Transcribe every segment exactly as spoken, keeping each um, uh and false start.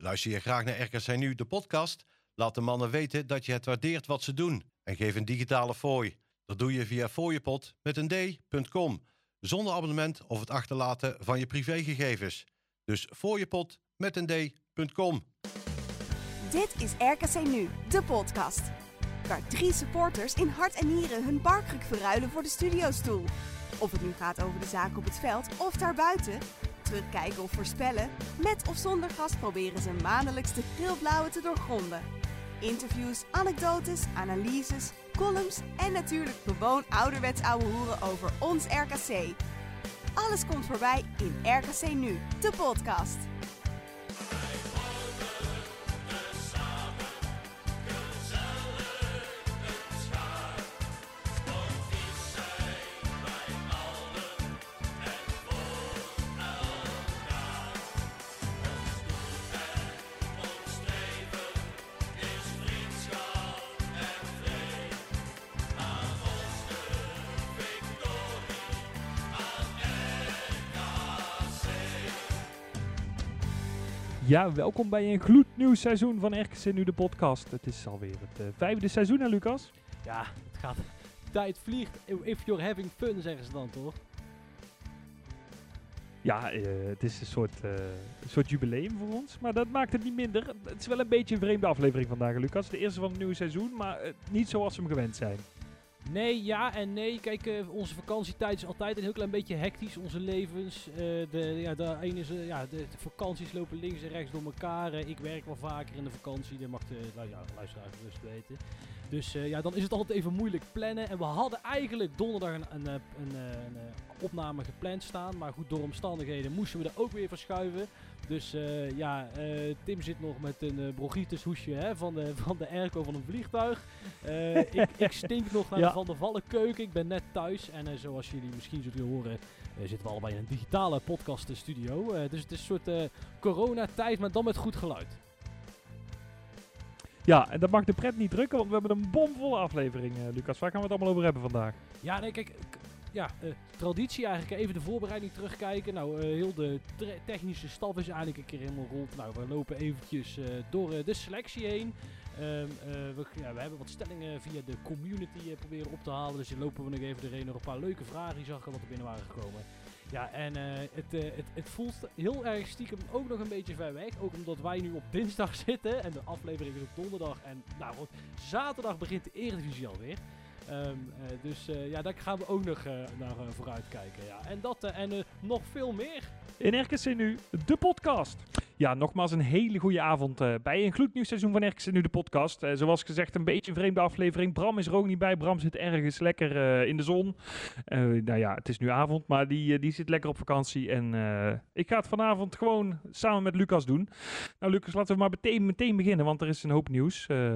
Luister je graag naar R K C Nu, de podcast? Laat de mannen weten dat je het waardeert wat ze doen. En geef een digitale fooi. Dat doe je via fooiepot met een d punt com. Zonder abonnement of het achterlaten van je privégegevens. Dus fooiepot met een d punt com. Dit is R K C Nu, de podcast. Waar drie supporters in hart en nieren hun barkruk verruilen voor de studiostoel. Of het nu gaat over de zaak op het veld of daarbuiten. Terugkijken of voorspellen. Met of zonder gast proberen ze maandelijks de geel-blauwe te doorgronden. Interviews, anekdotes, analyses, columns en natuurlijk gewoon ouderwets ouwe hoeren over ons R K C. Alles komt voorbij in R K C Nu, de podcast. Ja, welkom bij een gloednieuw seizoen van R K C Nu, de podcast. Het is alweer het uh, vijfde seizoen, hè Lucas? Ja, het gaat. Tijd vliegt. If you're having fun, zeggen ze dan toch? Ja, uh, het is een soort, uh, een soort jubileum voor ons, maar dat maakt het niet minder. Het is wel een beetje een vreemde aflevering vandaag, Lucas. De eerste van het nieuwe seizoen, maar uh, niet zoals we hem gewend zijn. Nee, ja en nee. Kijk, uh, onze vakantietijd is altijd een heel klein beetje hectisch. Onze levens. Uh, de, ja, de, ene is, uh, ja, de, de vakanties lopen links en rechts door elkaar. Uh, ik werk wel vaker in de vakantie. Dat mag de uh, ja, luisteraar gerust weten. Dus uh, ja, dan is het altijd even moeilijk plannen. En we hadden eigenlijk donderdag een, een, een, een, een, een opname gepland staan. Maar goed, door omstandigheden moesten we er ook weer verschuiven. Dus uh, ja, uh, Tim zit nog met een uh, bronchitis hoesje hè, van, de, van de airco van een vliegtuig. Uh, ik, ik stink nog naar ja. de Van der Vallen keuken. Ik ben net thuis. En uh, zoals jullie misschien zullen horen, uh, zitten we allebei in een digitale podcaststudio. Uh, dus het is een soort uh, coronatijd, maar dan met goed geluid. Ja, en dat mag de pret niet drukken, want we hebben een bomvolle aflevering, uh, Lucas. Waar gaan we het allemaal over hebben vandaag? Ja, nee, kijk... K- Ja, uh, traditie eigenlijk. Even de voorbereiding terugkijken. Nou, uh, heel de tre- technische staf is eigenlijk een keer helemaal rond. Nou, we lopen eventjes uh, door uh, de selectie heen. Um, uh, we, ja, we hebben wat stellingen via de community uh, proberen op te halen. Dus dan lopen we nog even doorheen. Nog een paar leuke vragen die zag ik wat er binnen waren gekomen. Ja, en uh, het, uh, het, het voelt heel erg stiekem ook nog een beetje ver weg. Ook omdat wij nu op dinsdag zitten en de aflevering is op donderdag. En nou, op zaterdag begint de Eredivisie alweer. Um, uh, dus uh, ja, daar gaan we ook nog uh, naar uh, vooruit kijken. Ja. En dat uh, en uh, nog veel meer. In R K C Nu, de podcast. Ja, nogmaals een hele goede avond uh, bij een gloednieuw seizoen van R K C Nu, de podcast. Uh, zoals gezegd, een beetje een vreemde aflevering. Bram is er ook niet bij. Bram zit ergens lekker uh, in de zon. Uh, nou ja, het is nu avond, maar die, uh, die zit lekker op vakantie. En uh, ik ga het vanavond gewoon samen met Lucas doen. Nou Lucas, laten we maar meteen, meteen beginnen, want er is een hoop nieuws. Uh,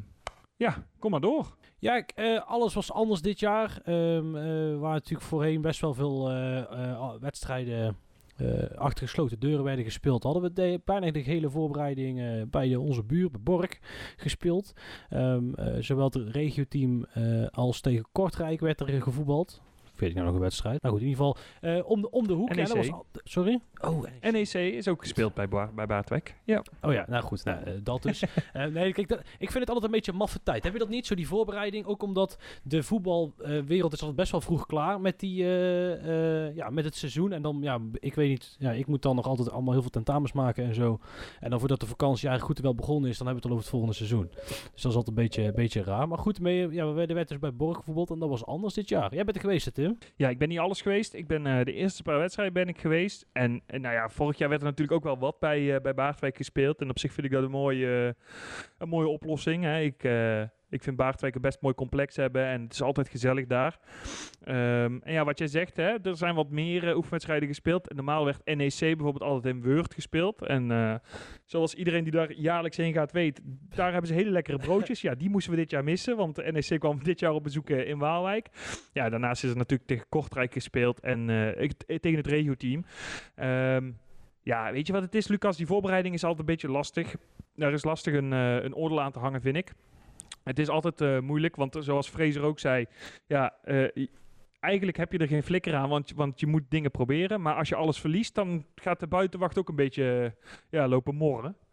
ja, kom maar door. Ja, ik, uh, alles was anders dit jaar. Um, uh, waar natuurlijk voorheen best wel veel uh, uh, wedstrijden uh, achter gesloten deuren werden gespeeld. Hadden we de, bijna de hele voorbereiding uh, bij de, onze buur, bij Bork, gespeeld. Um, uh, zowel het regioteam uh, als tegen Kortrijk werd er gevoetbald. Weet ik nou nog een wedstrijd? Nou goed, in ieder geval uh, om, de, om de hoek. N E C. Ja, dat was al, sorry? Oh, N E C is ook gespeeld bij, Ba- bij Baardwijk. Ja. Oh ja, nou goed, nou, uh, dat dus. uh, nee, kijk, dat, ik vind het altijd een beetje een maffe tijd. Heb je dat niet, zo die voorbereiding? Ook omdat de voetbalwereld uh, is altijd best wel vroeg klaar met, die, uh, uh, ja, met het seizoen. En dan, ja, ik weet niet, ja, ik moet dan nog altijd allemaal heel veel tentamens maken en zo. En dan voordat de vakantie eigenlijk goed en wel begonnen is, dan hebben we het al over het volgende seizoen. Dus dat is altijd een beetje, een beetje raar. Maar goed, mee, ja, we werden werd dus bij Borg gevoetbald en dat was anders dit jaar. Jij bent er geweest, hè, Tim? Ja, ik ben niet alles geweest. Ik ben uh, de eerste paar wedstrijden ben ik geweest. En, en nou ja, vorig jaar werd er natuurlijk ook wel wat bij, uh, bij Baardwijk gespeeld. En op zich vind ik dat een mooie, uh, een mooie oplossing. Hè. Ik, uh, ik vind Baardwijk een best mooi complex hebben. En het is altijd gezellig daar. Um, en ja, wat jij zegt, hè, er zijn wat meer uh, oefenwedstrijden gespeeld. En normaal werd N E C bijvoorbeeld altijd in Weurt gespeeld. En uh, zoals iedereen die daar jaarlijks heen gaat weet, daar hebben ze hele lekkere broodjes. Ja, die moesten we dit jaar missen, want de N E C kwam dit jaar op bezoek uh, in Waalwijk. Ja, daarnaast is er natuurlijk tegen Kortrijk gespeeld en uh, ik, tegen het regioteam. Um, ja, weet je wat het is, Lucas? Die voorbereiding is altijd een beetje lastig. Er is lastig een, uh, een oordeel aan te hangen, vind ik. Het is altijd uh, moeilijk, want zoals Fraser ook zei, ja, uh, eigenlijk heb je er geen flikker aan, want, want je moet dingen proberen. Maar als je alles verliest, dan gaat de buitenwacht ook een beetje uh, ja, lopen morren.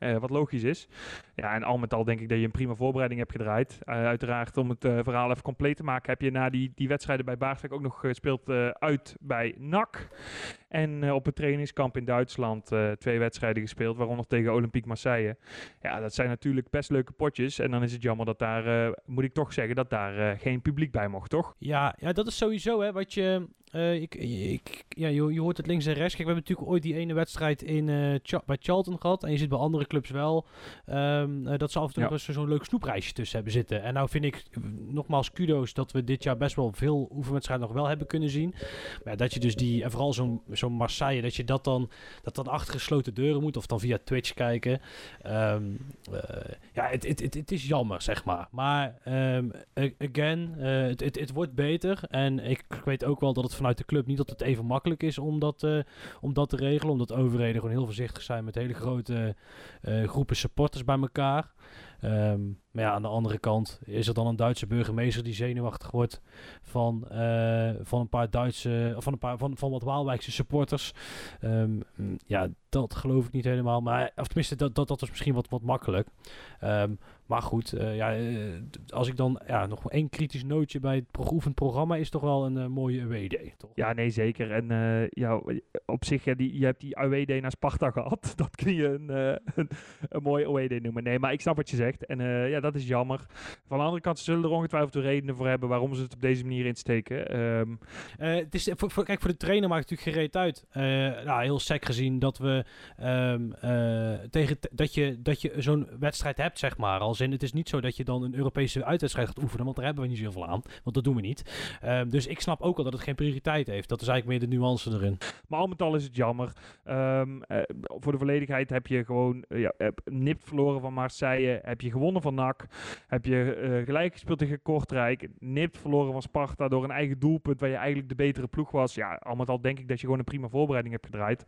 uh, wat logisch is. Ja, en al met al denk ik dat je een prima voorbereiding hebt gedraaid. Uh, uiteraard, om het uh, verhaal even compleet te maken, heb je na die, die wedstrijden bij Baardwijk ook nog gespeeld uh, uit bij N A C. En uh, op het trainingskamp in Duitsland uh, twee wedstrijden gespeeld, waaronder tegen Olympique Marseille. Ja, dat zijn natuurlijk best leuke potjes. En dan is het jammer dat daar, uh, moet ik toch zeggen, dat daar uh, geen publiek bij mocht, toch? Ja, ja, dat is sowieso, hè, wat je... Uh, ik, ik, ja, je, je hoort het links en rechts. Kijk, we hebben natuurlijk ooit die ene wedstrijd in, uh, Ch- bij Charlton gehad. En je ziet bij andere clubs wel um, uh, dat ze af en toe ja. nog eens zo'n leuk snoepreisje tussen hebben zitten. En nou vind ik, nogmaals kudo's, dat we dit jaar best wel veel oefenwedstrijden nog wel hebben kunnen zien. Maar ja, dat je dus die, en vooral zo'n, zo'n Marseille, dat je dat dan, dat dan achter gesloten deuren moet. Of dan via Twitch kijken. Um, uh, ja, het, het, het, het is jammer, zeg maar. Maar, um, again, uh, het, het, het wordt beter. En ik weet ook wel dat het vanuit de club niet altijd even makkelijk is om dat, uh, om dat te regelen. Omdat overheden gewoon heel voorzichtig zijn met hele grote uh, groepen supporters bij elkaar. Um, maar ja, aan de andere kant is er dan een Duitse burgemeester die zenuwachtig wordt van, uh, van een paar Duitse, van een paar van, van wat Waalwijkse supporters. Um, ja, dat geloof ik niet helemaal. Maar of tenminste, dat, dat, dat is misschien wat, wat makkelijk. Um, maar goed, uh, ja, uh, als ik dan ja, nog één kritisch nootje bij het geoefend programma is toch wel een uh, mooie away day, toch? Ja, nee, zeker. En uh, ja, op zich, ja, die, je hebt die away day naar Sparta gehad. Dat kun je een, uh, een, een mooie away day noemen. Nee, maar ik snap wat je zegt. En uh, ja, dat is jammer. Van de andere kant zullen er ongetwijfeld redenen voor hebben waarom ze het op deze manier insteken. Um, uh, het is, voor, voor, kijk, voor de trainer maakt het natuurlijk geen reet uit. Uh, nou, heel sec gezien dat we um, uh, tegen t- dat je, dat je zo'n wedstrijd hebt, zeg maar. Als in, het is niet zo dat je dan een Europese uitwedstrijd gaat oefenen, want daar hebben we niet zoveel aan. Want dat doen we niet. Um, dus ik snap ook al dat het geen prioriteit heeft. Dat is eigenlijk meer de nuance erin. Maar al met al is het jammer. Um, uh, voor de volledigheid heb je gewoon uh, ja, heb nipt verloren van Marseille. Heb je gewonnen van N A C. Heb je uh, gelijk gespeeld tegen Kortrijk. Nipt verloren van Sparta door een eigen doelpunt waar je eigenlijk de betere ploeg was. Ja, al met al denk ik dat je gewoon een prima voorbereiding hebt gedraaid.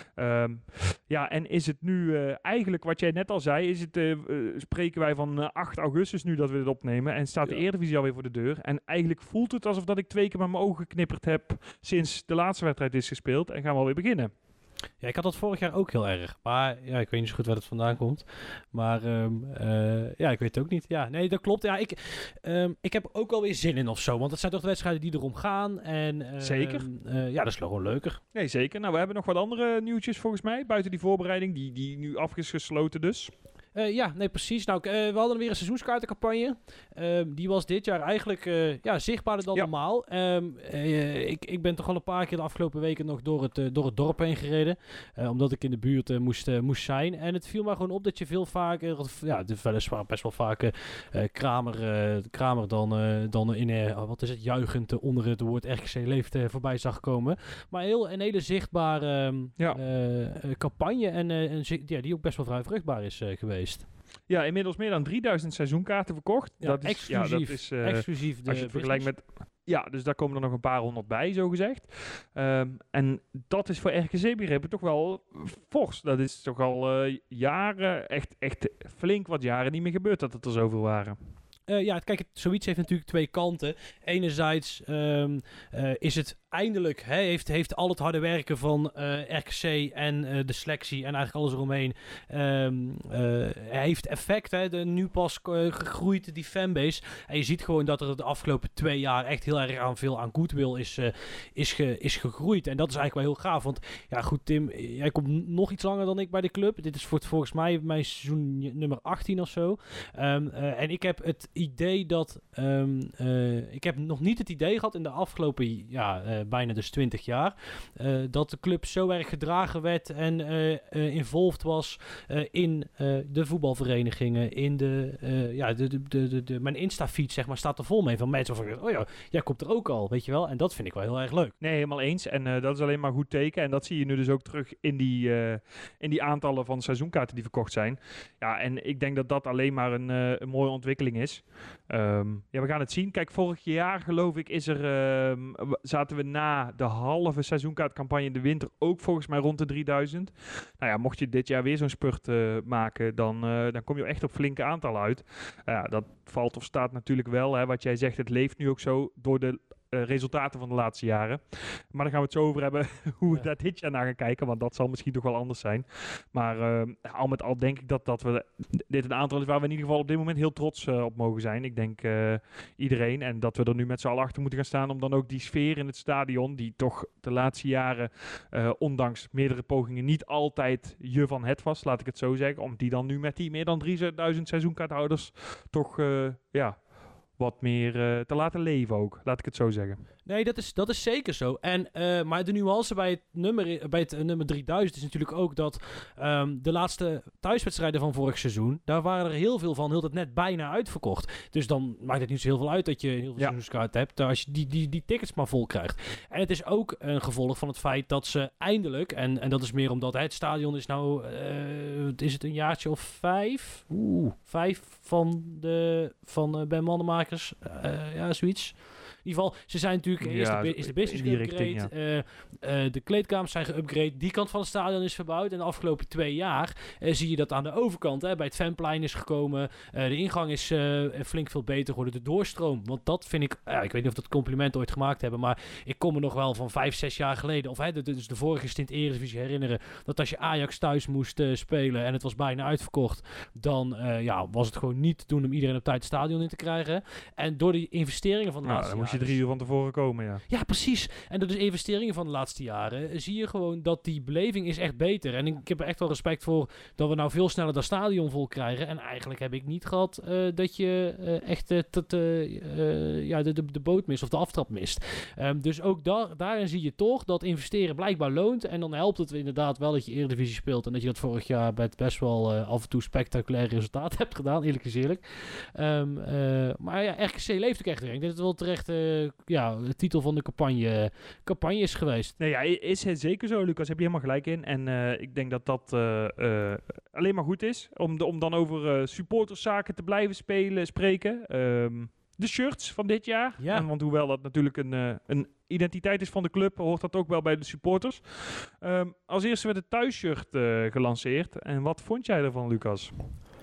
Um, ja, en is het nu uh, eigenlijk wat jij net al zei, is het, uh, uh, spreken wij van uh, acht augustus nu dat we dit opnemen en staat de ja. Eredivisie alweer voor de deur. En eigenlijk voelt het alsof dat ik twee keer met mijn ogen geknipperd heb sinds de laatste wedstrijd is gespeeld en gaan we alweer beginnen. Ja, ik had dat vorig jaar ook heel erg. Maar ja, ik weet niet zo goed waar het vandaan komt. Maar um, uh, ja, ik weet het ook niet. Ja, nee, dat klopt. Ja, ik, um, ik heb ook wel weer zin in of zo. Want het zijn toch de wedstrijden die erom gaan. En, uh, zeker. Uh, ja, dat is gewoon leuker. Nee, zeker. Nou, we hebben nog wat andere nieuwtjes volgens mij. Buiten die voorbereiding, die, die nu af is gesloten dus. Uh, ja, nee, precies. Nou, uh, we hadden weer een seizoenskaartencampagne. Uh, die was dit jaar eigenlijk uh, ja, zichtbaarder dan ja. normaal. Um, uh, ik, ik ben toch al een paar keer de afgelopen weken nog door het, uh, door het dorp heen gereden. Uh, omdat ik in de buurt uh, moest, uh, moest zijn. En het viel me gewoon op dat je veel vaker... Ja, weliswaar best wel vaker uh, Kramer, uh, Kramer dan, uh, dan in... Uh, wat is het? Juichend uh, onder het woord R K C Leeft uh, voorbij zag komen. Maar heel, een hele zichtbare um, ja. uh, uh, campagne. En uh, een, ja, die ook best wel vrij vruchtbaar is uh, geweest. Ja, inmiddels meer dan drieduizend seizoenkaarten verkocht. Ja, dat is, exclusief. Ja, dat is, uh, exclusief de als je het vergelijkt met... Ja, dus daar komen er nog een paar honderd bij, zo gezegd. Um, en dat is voor R K C-begrippen toch wel fors. Dat is toch al uh, jaren, echt, echt flink wat jaren niet meer gebeurd dat het er zoveel waren. Uh, ja, kijk, zoiets heeft natuurlijk twee kanten. Enerzijds um, uh, is het eindelijk, hè, heeft, heeft al het harde werken van uh, R K C en uh, de selectie en eigenlijk alles eromheen, um, uh, heeft effect. Hè, de, nu pas uh, gegroeid, die fanbase. En je ziet gewoon dat er de afgelopen twee jaar echt heel erg aan veel aan goodwill is, uh, is, ge, is gegroeid. En dat is eigenlijk wel heel gaaf. Want ja, goed, Tim, jij komt nog iets langer dan ik bij de club. Dit is voor het, volgens mij mijn seizoen nummer achttien of zo. Um, uh, en ik heb het idee dat... Um, uh, ik heb nog niet het idee gehad in de afgelopen... Ja, uh, bijna dus twintig jaar, uh, dat de club zo erg gedragen werd en uh, uh, involved was uh, in uh, de voetbalverenigingen, in de, uh, ja, de, de, de, de, de, mijn Insta-feed, zeg maar, staat er vol mee van mensen van, oh ja, jij komt er ook al, weet je wel, en dat vind ik wel heel erg leuk. Nee, helemaal eens, en uh, dat is alleen maar goed teken, en dat zie je nu dus ook terug in die, uh, in die aantallen van seizoenkaarten die verkocht zijn. Ja, en ik denk dat dat alleen maar een, uh, een mooie ontwikkeling is. Um, ja, we gaan het zien. Kijk, vorig jaar geloof ik is er, uh, zaten we na de halve seizoenkaartcampagne in de winter ook volgens mij rond de drieduizend. Nou ja, mocht je dit jaar weer zo'n spurt uh, maken, dan, uh, dan kom je echt op flinke aantallen uit. Uh, ja, dat valt of staat natuurlijk wel, hè, wat jij zegt, het leeft nu ook zo door de uh, resultaten van de laatste jaren. Maar dan gaan we het zo over hebben hoe we ja. daar dit jaar naar gaan kijken. Want dat zal misschien toch wel anders zijn. Maar uh, al met al denk ik dat, dat we dit een aantal is waar we in ieder geval op dit moment heel trots uh, op mogen zijn. Ik denk uh, iedereen. En dat we er nu met z'n allen achter moeten gaan staan om dan ook die sfeer in het stadion, die toch de laatste jaren, uh, ondanks meerdere pogingen, niet altijd je van het was, laat ik het zo zeggen. Om die dan nu met die meer dan drieduizend seizoenkaarthouders toch, uh, ja, wat meer uh, te laten leven ook, laat ik het zo zeggen. Nee, dat is, dat is zeker zo. En, uh, maar de nuance bij het nummer, bij het uh, nummer drieduizend is natuurlijk ook dat um, de laatste thuiswedstrijden van vorig seizoen, daar waren er heel veel van, heel het net bijna uitverkocht. Dus dan maakt het niet zo heel veel uit dat je heel veel ja. seizoenskaart hebt, als je die, die, die tickets maar vol krijgt. En het is ook een gevolg van het feit dat ze eindelijk, en, en dat is meer omdat hè, het stadion is nou, uh, is het een jaartje of vijf? Oeh, vijf van de van uh, Ben Mandenmakers, uh, ja, zoiets. In ieder geval, ze zijn natuurlijk ja, eerst de, is de business geupgrade. Ja. Uh, uh, de kleedkamers zijn geupgrade. Die kant van het stadion is verbouwd. En de afgelopen twee jaar uh, zie je dat aan de overkant. Hè, bij het fanplein is gekomen. Uh, de ingang is uh, flink veel beter geworden. De doorstroom. Want dat vind ik... Uh, ik weet niet of dat compliment ooit gemaakt hebben. Maar ik kom er nog wel van vijf, zes jaar geleden. Of hè, de, dus de vorige stint Eredivisie herinneren. Dat als je Ajax thuis moest uh, spelen. En het was bijna uitverkocht. Dan uh, ja, was het gewoon niet te doen om iedereen op tijd het stadion in te krijgen. En door die investeringen van de nou, laatste je drie uur van tevoren komen, ja. Ja, precies. En door de investeringen van de laatste jaren zie je gewoon dat die beleving is echt beter. En ik heb er echt wel respect voor dat we nou veel sneller dat stadion vol krijgen. En eigenlijk heb ik niet gehad uh, dat je uh, echt uh, tot, uh, uh, ja, de, de, de boot mist of de aftrap mist. Um, dus ook da- daarin zie je toch dat investeren blijkbaar loont. En dan helpt het inderdaad wel dat je Eredivisie speelt. En dat je dat vorig jaar bij het best wel uh, af en toe spectaculair resultaat hebt gedaan. Eerlijk is eerlijk. Um, uh, maar ja, R K C leeft ook echt weer. Ik denk dat het wel terecht... Uh, ja, de titel van de campagne, campagne is geweest. Nee, ja, is het zeker zo, Lucas. Heb je helemaal gelijk in. En uh, ik denk dat dat uh, uh, alleen maar goed is. Om, de, om dan over uh, supporterszaken te blijven spelen, spreken. Um, de shirts van dit jaar. Ja. En, want hoewel dat natuurlijk een, uh, een identiteit is van de club, hoort dat ook wel bij de supporters. Um, als eerste werd het thuisshirt uh, gelanceerd. En wat vond jij ervan, Lucas?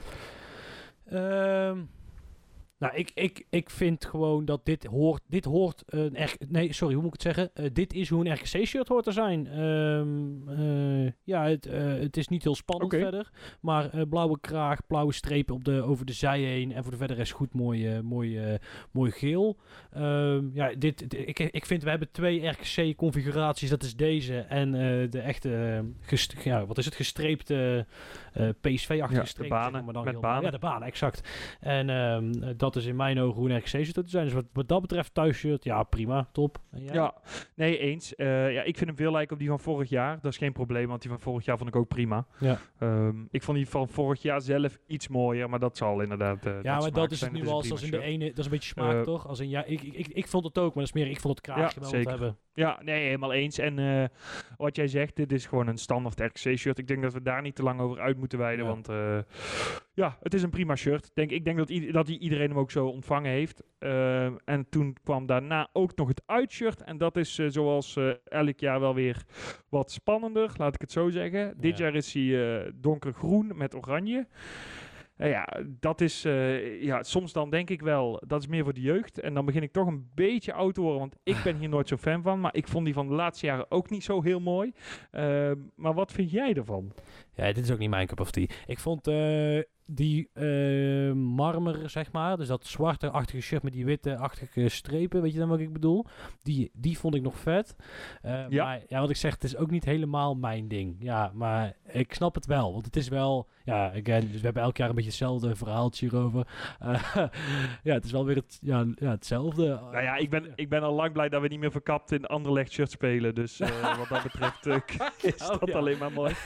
Um... Nou, ik, ik, ik vind gewoon dat dit hoort... Dit hoort een R- nee, sorry, hoe moet ik het zeggen? Uh, dit is hoe een R K C-shirt hoort te zijn. Um, uh, ja, het, uh, het is niet heel spannend okay. verder. Maar uh, blauwe kraag, blauwe strepen op de, over de zij heen. En voor de verder is goed mooi, uh, mooi, uh, mooi geel. Um, ja, dit, dit, ik, ik vind, we hebben twee R K C-configuraties. Dat is deze en uh, de echte... Uh, gest- ja, wat is het? Gestreepte uh, P S V-achtige ja, streep. de banen, maar dan met heel, banen. Ja, de banen, exact. En um, dat Dat is in mijn ogen hoe een R K C-shirt te zijn. Dus wat, wat dat betreft thuisshirt, ja prima, top. Ja, nee eens. Uh, ja, ik vind hem veel lijken op die van vorig jaar. Dat is geen probleem, want die van vorig jaar vond ik ook prima. Ja. Um, ik vond die van vorig jaar zelf iets mooier, maar dat zal inderdaad... Uh, ja, dat maar dat is het zijn. nu als, als in de ene... Dat is een beetje smaak, uh, toch? Als in, ja, ik, ik, ik vond het ook, maar dat is meer... Ik vond het kraagje ja, wel zeker. wat hebben. Ja, nee, helemaal eens. En uh, wat jij zegt, dit is gewoon een standaard R K C-shirt. Ik denk dat we daar niet te lang over uit moeten wijden, ja. want... Uh, ja, het is een prima shirt. Denk, ik denk dat, i- dat iedereen hem ook zo ontvangen heeft. Uh, en toen kwam daarna ook nog het uitshirt. En dat is uh, zoals uh, elk jaar wel weer wat spannender, laat ik het zo zeggen. Ja. Dit jaar is hij uh, donkergroen met oranje. Uh, ja, dat is... Uh, ja, soms dan denk ik wel, dat is meer voor de jeugd. En dan begin ik toch een beetje oud te worden, want ik ben hier nooit zo fan van. Maar ik vond die van de laatste jaren ook niet zo heel mooi. Uh, maar wat vind jij ervan? Ja, dit is ook niet mijn cup of tea. Ik vond... Uh die uh, marmer, zeg maar, dus dat zwarte-achtige shirt met die witte-achtige strepen, weet je dan wat ik bedoel? Die, die vond ik nog vet. Uh, ja. Maar ja, wat ik zeg, het is ook niet helemaal mijn ding. Ja, maar ik snap het wel, want het is wel, ja, again, dus we hebben elk jaar een beetje hetzelfde verhaaltje hierover. Uh, ja, het is wel weer het, ja, ja, hetzelfde. Nou ja, ik ben, ik ben al lang blij dat we niet meer verkapt in Anderlecht shirt spelen, dus uh, wat dat betreft uh, is dat oh, ja. alleen maar mooi.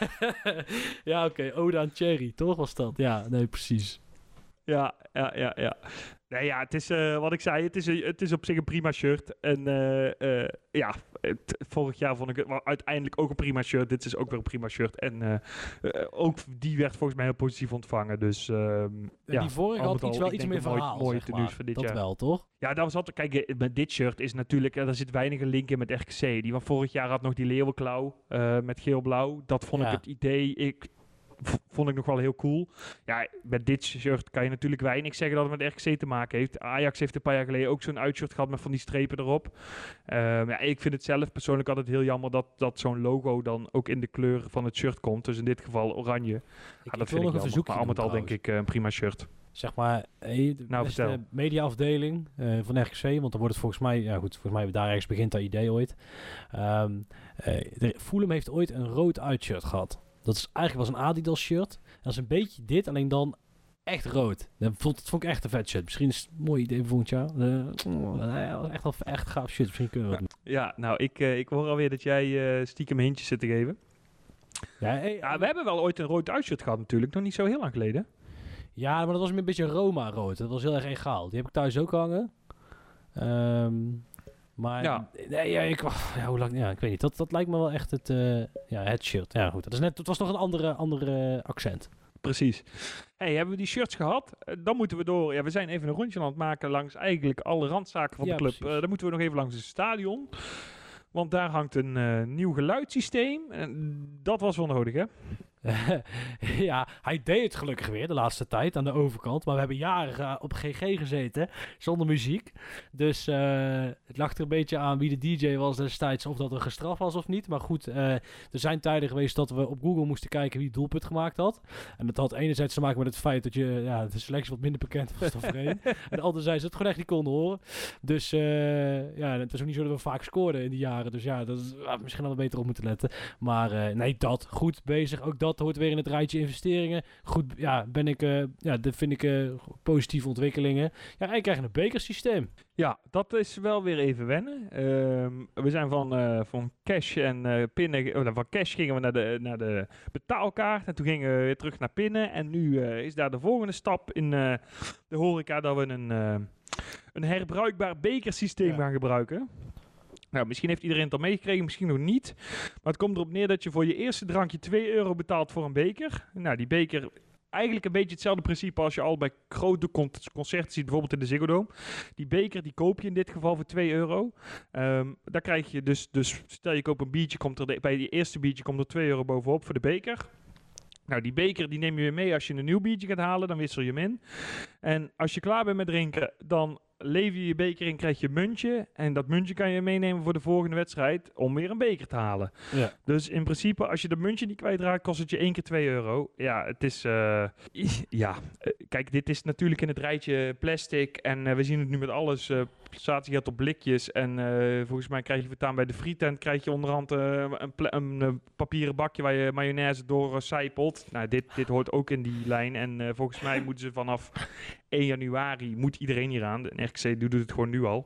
Ja, oké, okay. Ode aan Cherry, toch was dat? Ja. Nee, precies. Ja, ja, ja, ja. Nee, ja, het is uh, wat ik zei, het is, uh, het is op zich een prima shirt. En uh, uh, ja, het, vorig jaar vond ik het maar uiteindelijk ook een prima shirt. Dit is ook weer een prima shirt. En uh, uh, ook die werd volgens mij heel positief ontvangen. Dus uh, ja, ja, die vorige had iets wel iets meer verhaal, mooie zeg maar. voor dit dat jaar. wel, toch? Ja, daar zat, kijk, met dit shirt is natuurlijk, uh, daar zit weinig link in met R K C. Die van vorig jaar had nog die leeuwenklauw uh, met geel-blauw. Dat vond ja. ik het idee... Ik, v- vond ik nog wel heel cool. Ja, met dit shirt kan je natuurlijk weinig zeggen dat het met R K C te maken heeft. Ajax heeft een paar jaar geleden ook zo'n uitshirt gehad met van die strepen erop. Um, ja, ik vind het zelf persoonlijk altijd heel jammer dat, dat zo'n logo dan ook in de kleur van het shirt komt. Dus in dit geval oranje. Ik, Ja, ik dat wil vind nog ik een wel. Maar verzoekje al met doen, al denk trouwens. ik uh, een prima shirt. Zeg maar, hey, de Nou, beste vertel. mediaafdeling uh, van R K C, want dan wordt het volgens mij, ja goed, volgens mij daar ergens begint dat idee ooit. Um, uh, de, Fulham heeft ooit een rood uitshirt gehad. Dat is eigenlijk was een Adidas shirt. Dat is een beetje dit, alleen dan echt rood. Dat vond, dat vond ik echt een vet shirt. Misschien is het een mooi idee voor volgend jaar. Uh, uh, echt wel echt gaaf shirt. Misschien kunnen we het doen. Ja, nou, ik, uh, ik hoor alweer dat jij uh, stiekem hintjes zit te geven. Ja, hey, Ja, we hebben wel ooit een rood uitshirt gehad natuurlijk. Nog niet zo heel lang geleden. ja, maar dat was een beetje Roma-rood. Dat was heel erg egaal. Die heb ik thuis ook hangen. Um, maar Ja. nee, ja, ik, ja, hoe lang, ja, ik weet niet. Dat, dat lijkt me wel echt het, uh, ja, het shirt. Ja, goed. Dat is net, het was nog een andere, andere accent. Precies. Hey, hebben we die shirts gehad? Uh, dan moeten we door. Ja, we zijn even een rondje aan het maken langs eigenlijk alle randzaken van Ja, de club. Uh, dan moeten we nog even langs het stadion. Want daar hangt een uh, nieuw geluidssysteem. En dat was wel nodig, hè? Ja, hij deed het gelukkig weer de laatste tijd aan de overkant. Maar we hebben jaren uh, op G G gezeten zonder muziek. Dus uh, het lag er een beetje aan wie de D J was destijds. Of dat er gestraft was of niet. Maar goed, uh, er zijn tijden geweest dat we op Google moesten kijken wie het doelpunt gemaakt had. En dat had enerzijds te maken met het feit dat je ja, de selectie wat minder bekend was dan voorheen. En anderzijds het gewoon echt niet konden horen. Dus uh, ja, het was ook niet zo dat we vaak scoorden in die jaren. Dus ja, dat is uh, misschien hadden we beter op moeten letten. Maar uh, nee, dat. Goed bezig. Ook dat hoort weer in het rijtje investeringen. Goed, ja, ben ik, uh, ja, dat vind ik uh, positieve ontwikkelingen. Ja, en je krijgt een bekersysteem. Ja, dat is wel weer even wennen. Uh, we zijn van, uh, van cash en uh, pinnen... Oh, van cash gingen we naar de, naar de betaalkaart. En toen gingen we weer terug naar pinnen. En nu uh, is daar de volgende stap in uh, de horeca dat we een, uh, een herbruikbaar bekersysteem ja. gaan gebruiken. Nou, misschien heeft iedereen het al meegekregen, misschien nog niet. Maar het komt erop neer dat je voor je eerste drankje twee euro betaalt voor een beker. Nou, die beker... Eigenlijk een beetje hetzelfde principe als je al bij grote concerten ziet, bijvoorbeeld in de Ziggo Dome. Die beker, die koop je in dit geval voor twee euro. Um, daar krijg je dus, dus, stel je koopt een biertje, komt er de, bij je eerste biertje komt er twee euro bovenop voor de beker. Nou, die beker die neem je weer mee als je een nieuw biertje gaat halen, dan wissel je hem in. En als je klaar bent met drinken, dan lever je je beker in, krijg je een muntje. En dat muntje kan je meenemen voor de volgende wedstrijd om weer een beker te halen. Ja. Dus in principe, als je dat muntje niet kwijtraakt, kost het je één keer twee euro. Ja, het is... Uh, ja, kijk, dit is natuurlijk in het rijtje plastic. En uh, we zien het nu met alles. Uh, statiegeld op blikjes. En uh, volgens mij krijg je voortaan bij de frietent krijg je onderhand uh, een, pla- een, een papieren bakje waar je mayonaise door uh, sijpelt. Nou, dit, dit hoort ook in die lijn. En uh, volgens mij moeten ze vanaf één januari moet iedereen hier aan. De R K C doet het gewoon nu al.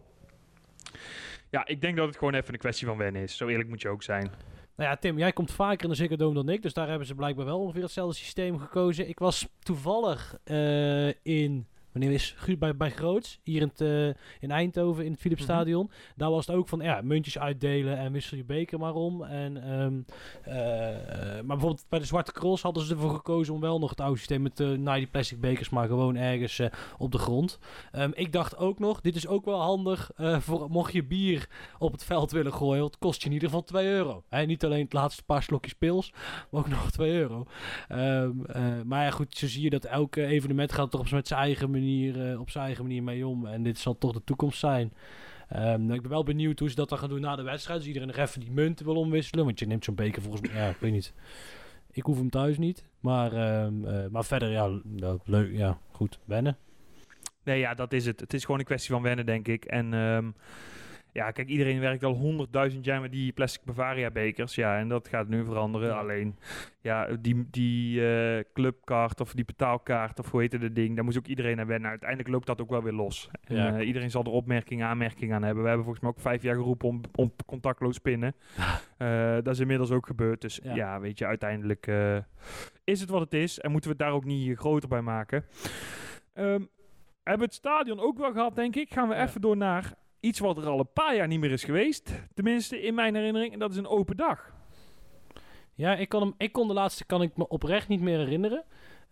Ja, ik denk dat het gewoon even een kwestie van wennen is. Zo eerlijk moet je ook zijn. Nou ja, Tim, jij komt vaker in de Ziggo Dome dan ik. Dus daar hebben ze blijkbaar wel ongeveer hetzelfde systeem gekozen. Ik was toevallig uh, in... Wanneer is bij, bij Groots, hier in, het, uh, in Eindhoven, in het Philipsstadion. Mm-hmm. Daar was het ook van, ja, muntjes uitdelen en wissel je beker maar om. En, um, uh, maar bijvoorbeeld bij de Zwarte Cross hadden ze ervoor gekozen om wel nog het oude systeem met uh, nou, die plastic bekers, maar gewoon ergens uh, op de grond. Um, ik dacht ook nog, dit is ook wel handig uh, voor mocht je bier op het veld willen gooien. Het kost je in ieder geval twee euro. He, niet alleen het laatste paar slokjes pils, maar ook nog twee euro. Um, uh, maar ja, goed, zo zie je dat elk evenement gaat toch op met zijn eigen manier. Manier, uh, op zijn eigen manier mee om. En dit zal toch de toekomst zijn. Um, ik ben wel benieuwd hoe ze dat dan gaan doen na de wedstrijd. Dus iedereen nog even die munten wil omwisselen. Want je neemt zo'n beker volgens mij... Ja, ik weet niet. Ik hoef hem thuis niet. Maar, um, uh, maar verder, ja, nou, leuk. Ja, goed. Wennen. Nee, ja, dat is het. Het is gewoon een kwestie van wennen, denk ik. En... Um Ja, kijk, iedereen werkt al honderdduizend jaar met die plastic Bavaria-bekers. Ja, en dat gaat nu veranderen. Ja. Alleen, ja, die, die uh, clubkaart of die betaalkaart of hoe heet het de ding, daar moet ook iedereen aan wennen. Uiteindelijk loopt dat ook wel weer los. En, ja. uh, iedereen zal er opmerkingen, aanmerkingen aan hebben. We hebben volgens mij ook vijf jaar geroepen om, om contactloos pinnen. uh, dat is inmiddels ook gebeurd. Dus ja, ja weet je, uiteindelijk uh, is het wat het is. En moeten we het daar ook niet groter bij maken. Um, hebben we het stadion ook wel gehad, denk ik. Gaan we ja. even door naar... iets wat er al een paar jaar niet meer is geweest. Tenminste, in mijn herinnering. En dat is een open dag. Ja, ik kon, hem, ik kon de laatste kan ik me oprecht niet meer herinneren.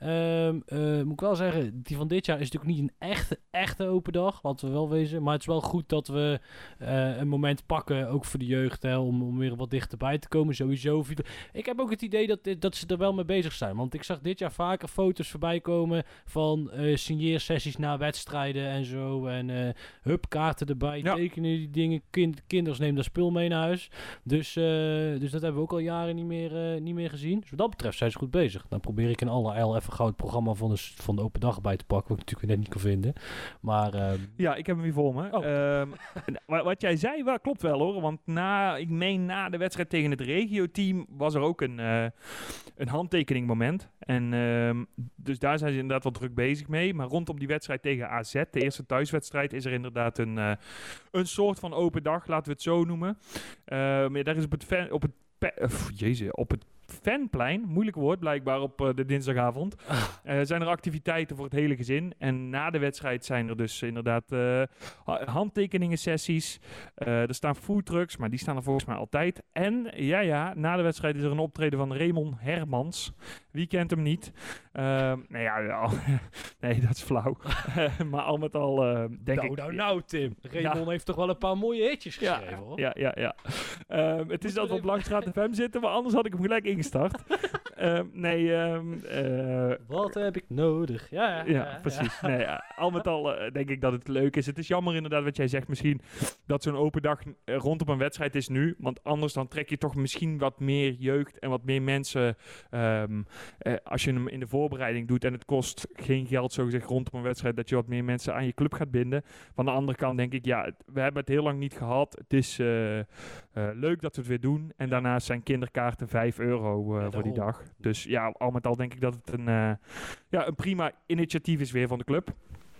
Um, uh, moet ik wel zeggen, die van dit jaar is natuurlijk niet een echte, echte open dag, laten we wel wezen. Maar het is wel goed dat we uh, een moment pakken, ook voor de jeugd, hè, om, om weer wat dichterbij te komen. Sowieso. Ik heb ook het idee dat, dat ze er wel mee bezig zijn. Want ik zag dit jaar vaker foto's voorbij komen van uh, signeersessies na wedstrijden en zo. En uh, hup, kaarten erbij, ja. tekenen die dingen. Kind, kinders nemen dat spul mee naar huis. Dus, uh, dus dat hebben we ook al jaren niet meer, uh, niet meer gezien. Dus wat dat betreft zijn ze goed bezig. Dan probeer ik in alle eil even gauw het programma van de, van de open dag bij te pakken. Wat ik natuurlijk net niet kan vinden. Maar, uh, ja, ik heb hem hier voor me. Oh. Um, wat jij zei, wel, klopt wel hoor. Want na, ik meen na de wedstrijd tegen het regio-team was er ook een, uh, een handtekening moment. En um, dus daar zijn ze inderdaad wel druk bezig mee. Maar rondom die wedstrijd tegen A Z, de eerste thuiswedstrijd, is er inderdaad een, uh, een soort van open dag, laten we het zo noemen. Uh, maar daar is op het, fan, op het pe- uh, jezus, op het Fanplein, moeilijk woord blijkbaar op uh, de dinsdagavond, uh, zijn er activiteiten voor het hele gezin. En na de wedstrijd zijn er dus inderdaad uh, handtekeningen sessies. Uh, er staan foodtrucks, maar die staan er volgens mij altijd. En ja, ja, na de wedstrijd is er een optreden van Raymond Hermans. Wie kent hem niet? Uh, nou ja, ja nee, dat is flauw. Maar al met al uh, denk nou, ik... Nou, nou, Tim. Raymond ja. heeft toch wel een paar mooie hitjes geschreven, ja, hoor. Ja, ja, ja. Uh, het is dat we op Langstraat F M zitten, maar anders had ik hem gelijk ingestart. uh, nee, um, uh, Wat heb ik nodig? Ja, ja, ja, ja precies. Ja. Nee, ja, al met al uh, denk ik dat het leuk is. Het is jammer inderdaad wat jij zegt misschien, dat zo'n open dag uh, rondom een wedstrijd is nu. Want anders dan trek je toch misschien wat meer jeugd en wat meer mensen... Um, uh, als je hem in de voorbereiding doet en het kost geen geld, zo gezegd, rondom een wedstrijd, dat je wat meer mensen aan je club gaat binden. Van de andere kant denk ik, ja, we hebben het heel lang niet gehad. Het is uh, uh, leuk dat we het weer doen. En daarnaast zijn kinderkaarten vijf euro uh, ja, voor die dag. Dus ja, al met al denk ik dat het een, uh, ja, een prima initiatief is weer van de club.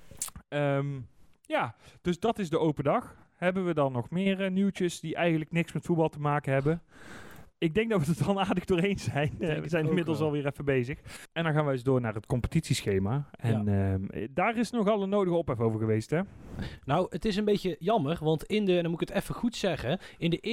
Um, ja, dus dat is de open dag. Hebben we dan nog meer uh, nieuwtjes die eigenlijk niks met voetbal te maken hebben? Ik denk dat we er dan aardig doorheen zijn. Uh, we zijn inmiddels wel. alweer even bezig. En dan gaan we eens door naar het competitieschema. En ja. uh, daar is nogal een nodige ophef over geweest, hè? Nou, het is een beetje jammer, want in de, en dan moet ik het even goed zeggen, in de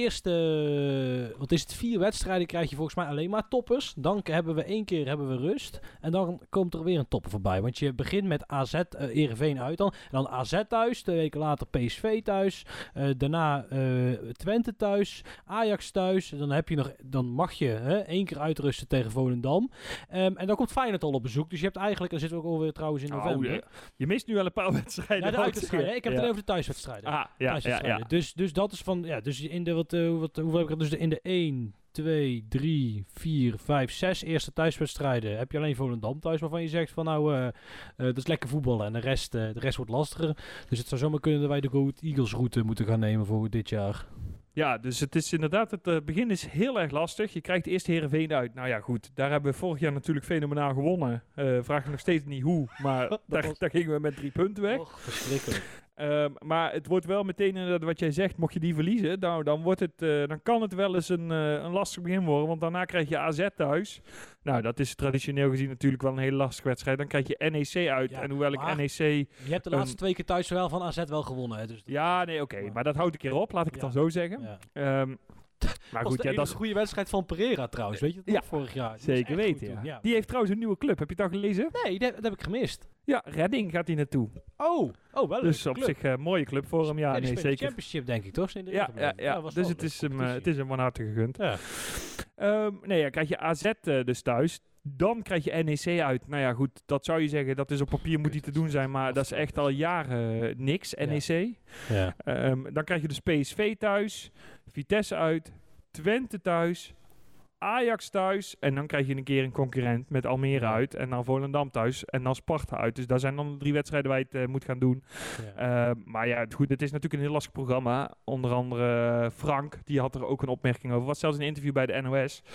eerste, wat is het, vier wedstrijden krijg je volgens mij alleen maar toppers. Dan hebben we één keer hebben we rust en dan komt er weer een topper voorbij. Want je begint met A Z, uh, Heerenveen uit dan, en dan A Z thuis, twee weken later P S V thuis, uh, daarna uh, Twente thuis, Ajax thuis, en dan heb je nog, dan mag je hè, één keer uitrusten tegen Volendam. Um, en dan komt Feyenoord al op bezoek, dus je hebt eigenlijk, dan zitten we ook alweer trouwens in november. Oh, je, je mist nu wel een paar wedstrijden. Ja, de uitwedstrijden. Ik heb ja. het over de thuiswedstrijden. Ah, ja, thuiswedstrijden. Ja, ja. Dus, dus dat is van, ja, dus in de, wat, uh, wat hoe heb ik het, dus in de één, twee, drie, vier, vijf, zes eerste thuiswedstrijden heb je alleen Volendam thuis, waarvan je zegt van nou, uh, uh, dat is lekker voetballen en de rest, uh, de rest wordt lastiger. Dus het zou zomaar kunnen dat wij de Go Eagles route moeten gaan nemen voor dit jaar. Ja, dus het is inderdaad, het uh, begin is heel erg lastig. Je krijgt eerst Heerenveen uit. Nou ja, goed, daar hebben we vorig jaar natuurlijk fenomenaal gewonnen. Uh, vraag je nog steeds niet hoe, maar daar, was... daar gingen we met drie punten weg. Och, verschrikkelijk. Um, maar het wordt wel meteen inderdaad wat jij zegt, mocht je die verliezen, nou, dan, wordt het, uh, dan kan het wel eens een, uh, een lastig begin worden. Want daarna krijg je A Z thuis. Nou, dat is traditioneel gezien natuurlijk wel een hele lastige wedstrijd. Dan krijg je N E C uit. Ja, en hoewel ik N E C... Je hebt de laatste um, twee keer thuis wel van A Z wel gewonnen. Hè, dus ja, nee, oké. Okay. Maar, maar dat houdt een keer op, laat ik ja. het dan zo zeggen. Ja. Um, Maar goed, ja, dat is een goede wedstrijd van Pereira trouwens, weet je het nog, ja, vorig jaar. Zeker weten, ja. ja. Die heeft trouwens een nieuwe club, heb je het al gelezen? Nee, dat, dat heb ik gemist. Ja, Redding gaat hij naartoe. Oh, oh wel Dus een op zich een uh, mooie club voor hem, ja, ja nee, zeker. Championship denk ik, toch? In de ja, ja, ja. ja dus het is, hem, uh, het is hem van harte gegund. Ja. Um, nee, ja, krijg je A Z uh, dus thuis. Dan krijg je N E C uit. Nou ja, goed, dat zou je zeggen, dat is op papier moet die te doen zijn, maar dat is echt al jaren uh, niks, N E C. Ja. Ja. Um, dan krijg je dus P S V thuis, Vitesse uit, Twente thuis, Ajax thuis en dan krijg je een keer een concurrent met Almere ja. uit en dan Volendam thuis en dan Sparta uit. Dus daar zijn dan de drie wedstrijden waar je het uh, moet gaan doen. Ja. Uh, maar ja, goed, het is natuurlijk een heel lastig programma. Onder andere uh, Frank, die had er ook een opmerking over. Was zelfs een interview bij de N O S.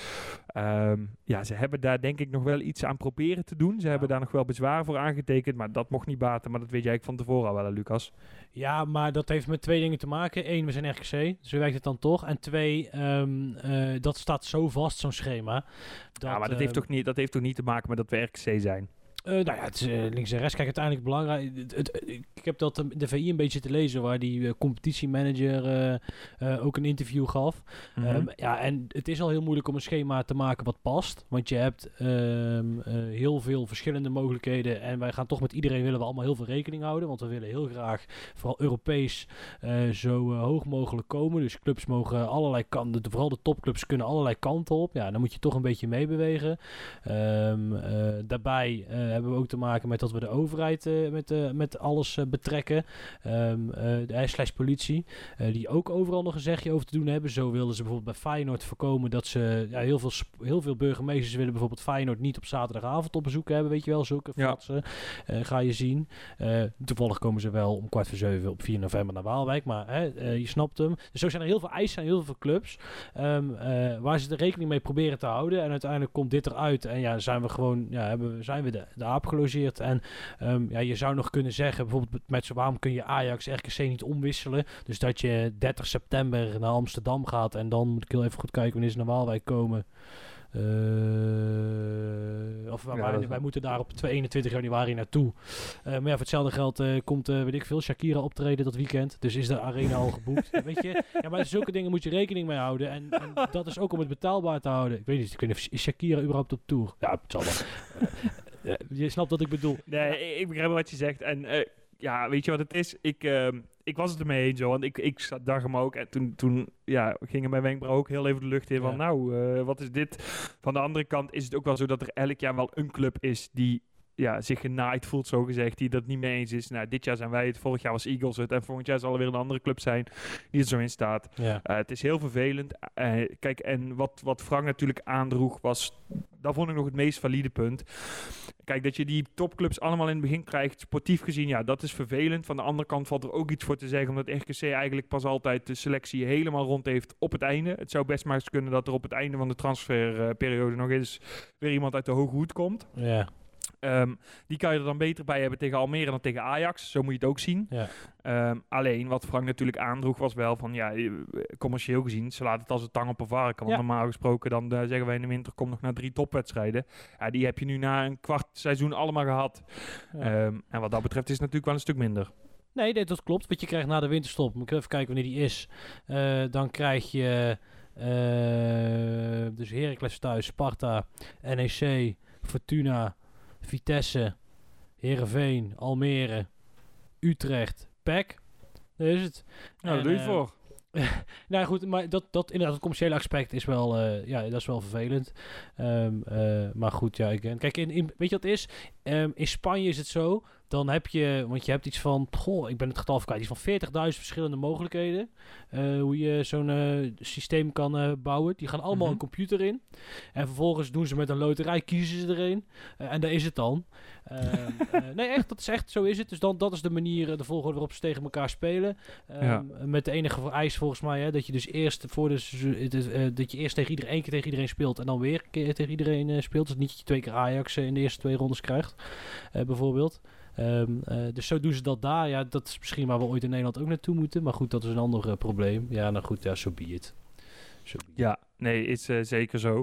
Um, ja, ze hebben daar denk ik nog wel iets aan proberen te doen. Ze ja. hebben daar nog wel bezwaar voor aangetekend, maar dat mocht niet baten. Maar dat weet jij eigenlijk van tevoren al wel, Lucas. Ja, maar dat heeft met twee dingen te maken. Eén, we zijn R K C, dus werkt het dan toch. En twee, um, uh, dat staat zo vast, zo'n schema. Dat, ja, maar dat, um, heeft toch niet, dat heeft toch niet te maken met dat we R K C zijn? Uh, nou ja, het is uh, links en rechts. Kijk, uiteindelijk belangrijk. Het, het, ik heb dat de V I een beetje te lezen, waar die uh, competitiemanager uh, uh, ook een interview gaf. Mm-hmm. Um, ja, en het is al heel moeilijk om een schema te maken wat past. Want je hebt um, uh, heel veel verschillende mogelijkheden. En wij gaan toch met iedereen willen we allemaal heel veel rekening houden. Want we willen heel graag, vooral Europees, uh, zo uh, hoog mogelijk komen. Dus clubs mogen allerlei kanten, de, vooral de topclubs kunnen allerlei kanten op. Ja, dan moet je toch een beetje meebewegen. Um, uh, daarbij uh, hebben we ook te maken met dat we de overheid uh, met, uh, met alles uh, betrekken. Um, uh, de slash politie, uh, die ook overal nog een zegje over te doen hebben. Zo wilden ze bijvoorbeeld bij Feyenoord voorkomen dat ze ja, heel, veel sp- heel veel burgemeesters willen bijvoorbeeld Feyenoord niet op zaterdagavond op bezoek hebben. Weet je wel, zulke ja. fratsen uh, ga je zien. Uh, toevallig komen ze wel om kwart voor zeven op vier november naar Waalwijk, maar hè, uh, je snapt hem. Dus zo zijn er heel veel eisen en heel veel clubs um, uh, waar ze de rekening mee proberen te houden. En uiteindelijk komt dit eruit en ja, zijn we gewoon, ja, hebben, zijn we de, de aap gelogeerd. En um, ja, je zou nog kunnen zeggen, bijvoorbeeld met zo waarom kun je Ajax R K C niet omwisselen? Dus dat je dertig september naar Amsterdam gaat en dan moet ik heel even goed kijken wanneer ze naar Waalwijk komen. Uh, of ja, wij, wij moeten daar op eenentwintig januari naartoe. Uh, maar ja, voor hetzelfde geld uh, komt, uh, weet ik veel, Shakira optreden dat weekend. Dus is de arena al geboekt. Weet je? Ja, maar zulke dingen moet je rekening mee houden. En, en dat is ook om het betaalbaar te houden. Ik weet niet, ik weet niet, is Shakira überhaupt op tour? Ja, het zal wel. Uh, uh, je snapt wat ik bedoel. Nee, ja. ik begrijp wat je zegt. En uh, ja, weet je wat het is? Ik... Uh, Ik was het ermee eens, zo, want ik, ik dacht hem ook. En toen, toen ja, gingen mijn wenkbrauwen ook heel even de lucht in. Van ja. nou, uh, wat is dit? Van de andere kant is het ook wel zo dat er elk jaar wel een club is die ja, zich genaaid voelt, zo gezegd. Die dat niet mee eens is. Nou, dit jaar zijn wij het. Vorig jaar was Eagles het. En volgend jaar zal er weer een andere club zijn die er zo in staat. Ja. Uh, het is heel vervelend. Uh, kijk, en wat, wat Frank natuurlijk aandroeg was... Dat vond ik nog het meest valide punt. Kijk, dat je die topclubs allemaal in het begin krijgt, sportief gezien, ja, dat is vervelend. Van de andere kant valt er ook iets voor te zeggen, omdat R K C eigenlijk pas altijd de selectie helemaal rond heeft op het einde. Het zou best maar eens kunnen dat er op het einde van de transferperiode uh, nog eens weer iemand uit de hoge hoed komt. Ja. Um, die kan je er dan beter bij hebben tegen Almere dan tegen Ajax. Zo moet je het ook zien. Ja. Um, alleen, wat Frank natuurlijk aandroeg was wel van, ja, commercieel gezien, ze laten het als een tang op een varken. Want ja. normaal gesproken, dan uh, zeggen wij in de winter, kom nog naar drie topwedstrijden. Ja, die heb je nu na een kwart seizoen allemaal gehad. Ja. Um, en wat dat betreft is het natuurlijk wel een stuk minder. Nee, nee, dat klopt. Wat je krijgt na de winterstop, moet ik even kijken wanneer die is. Uh, dan krijg je uh, dus Heracles thuis, Sparta, N E C, Fortuna, Vitesse, Heerenveen, Almere, Utrecht, P E C. Daar is het. Nou, en, daar doe je het uh, voor. nou goed, maar dat, dat inderdaad, het commerciële aspect is wel, uh, ja, dat is wel vervelend. Um, uh, maar goed, ja, ik, kijk, in, in, weet je wat het is? Um, in Spanje is het zo, dan heb je, want je hebt iets van, goh, ik ben het getal verkwijt, iets van veertigduizend verschillende mogelijkheden. Uh, hoe je zo'n uh, systeem kan uh, bouwen. Die gaan allemaal mm-hmm. een computer in. En vervolgens doen ze met een loterij, kiezen ze er een. Uh, en daar is het dan. Uh, uh, nee, echt, dat is echt, zo is het. Dus dan, dat is de manier, de volgorde waarop ze tegen elkaar spelen. Um, ja. Met de enige vereis volgens mij, hè, dat je dus eerst voor de, uh, dat je eerst tegen iedereen, één keer tegen iedereen speelt en dan weer een keer tegen iedereen uh, speelt. Dus niet dat je twee keer Ajax uh, in de eerste twee rondes krijgt, uh, bijvoorbeeld. Um, uh, dus zo doen ze dat daar. Ja, dat is misschien waar we ooit in Nederland ook naartoe moeten. Maar goed, dat is een ander uh, probleem. Ja, nou goed, ja, so be it. So be it. Ja, nee, is uh, zeker zo.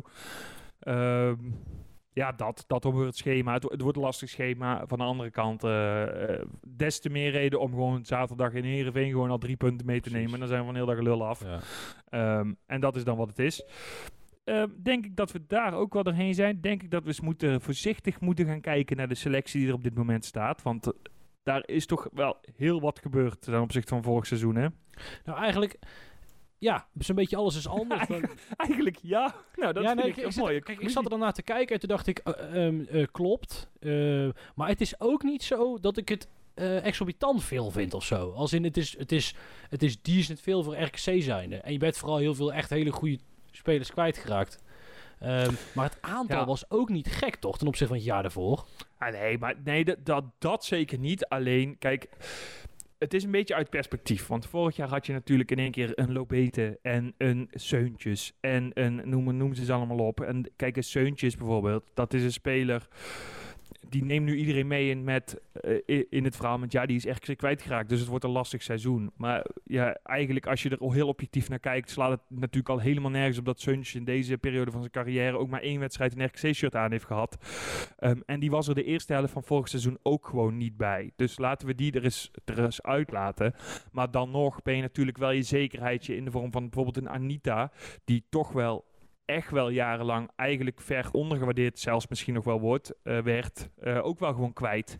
Um, ja, dat, dat over het schema. Het, het wordt een lastig schema. Van de andere kant, uh, uh, des te meer reden om gewoon zaterdag in Heerenveen gewoon al drie punten mee te Precies. nemen. En dan zijn we van heel dag lul af. Ja. Um, en dat is dan wat het is. Uh, denk ik dat we daar ook wel doorheen zijn. Denk ik dat we eens moeten, voorzichtig moeten gaan kijken naar de selectie die er op dit moment staat. Want uh, daar is toch wel heel wat gebeurd ten opzichte van vorig seizoen, hè? Nou, eigenlijk... Ja, zo'n beetje alles is anders. Dan... Eigenlijk ja. Nou, dat ja, nee, vind ik, ik, ik mooi. Kijk, ik zat er dan naar te kijken en toen dacht ik, uh, um, uh, klopt. Uh, maar het is ook niet zo dat ik het uh, exorbitant veel vind of zo. Als in, het is, het is, het is decent veel voor R K C zijnde. En je bent vooral heel veel echt hele goede spelers kwijtgeraakt. Um, maar het aantal ja. was ook niet gek, toch? Ten opzichte van het jaar daarvoor. Ah, nee, maar nee, dat, dat, dat zeker niet. Alleen, kijk... Het is een beetje uit perspectief. Want vorig jaar had je natuurlijk in één keer een Lobete en een Seuntjes. En een, noem, noem ze ze allemaal op. En kijk, een Seuntjes bijvoorbeeld. Dat is een speler... die neemt nu iedereen mee in, met, uh, in het verhaal met ja, die is R K C kwijtgeraakt, dus het wordt een lastig seizoen. Maar ja, eigenlijk als je er al heel objectief naar kijkt, slaat het natuurlijk al helemaal nergens op dat Suntje in deze periode van zijn carrière ook maar één wedstrijd een R K C-shirt aan heeft gehad. Um, en die was er de eerste helft van vorig seizoen ook gewoon niet bij. Dus laten we die er eens, er eens uitlaten. Maar dan nog ben je natuurlijk wel je zekerheidje in de vorm van bijvoorbeeld een Anita, die toch wel echt wel jarenlang eigenlijk ver ondergewaardeerd, zelfs misschien nog wel wordt, uh, werd, uh, ook wel gewoon kwijt.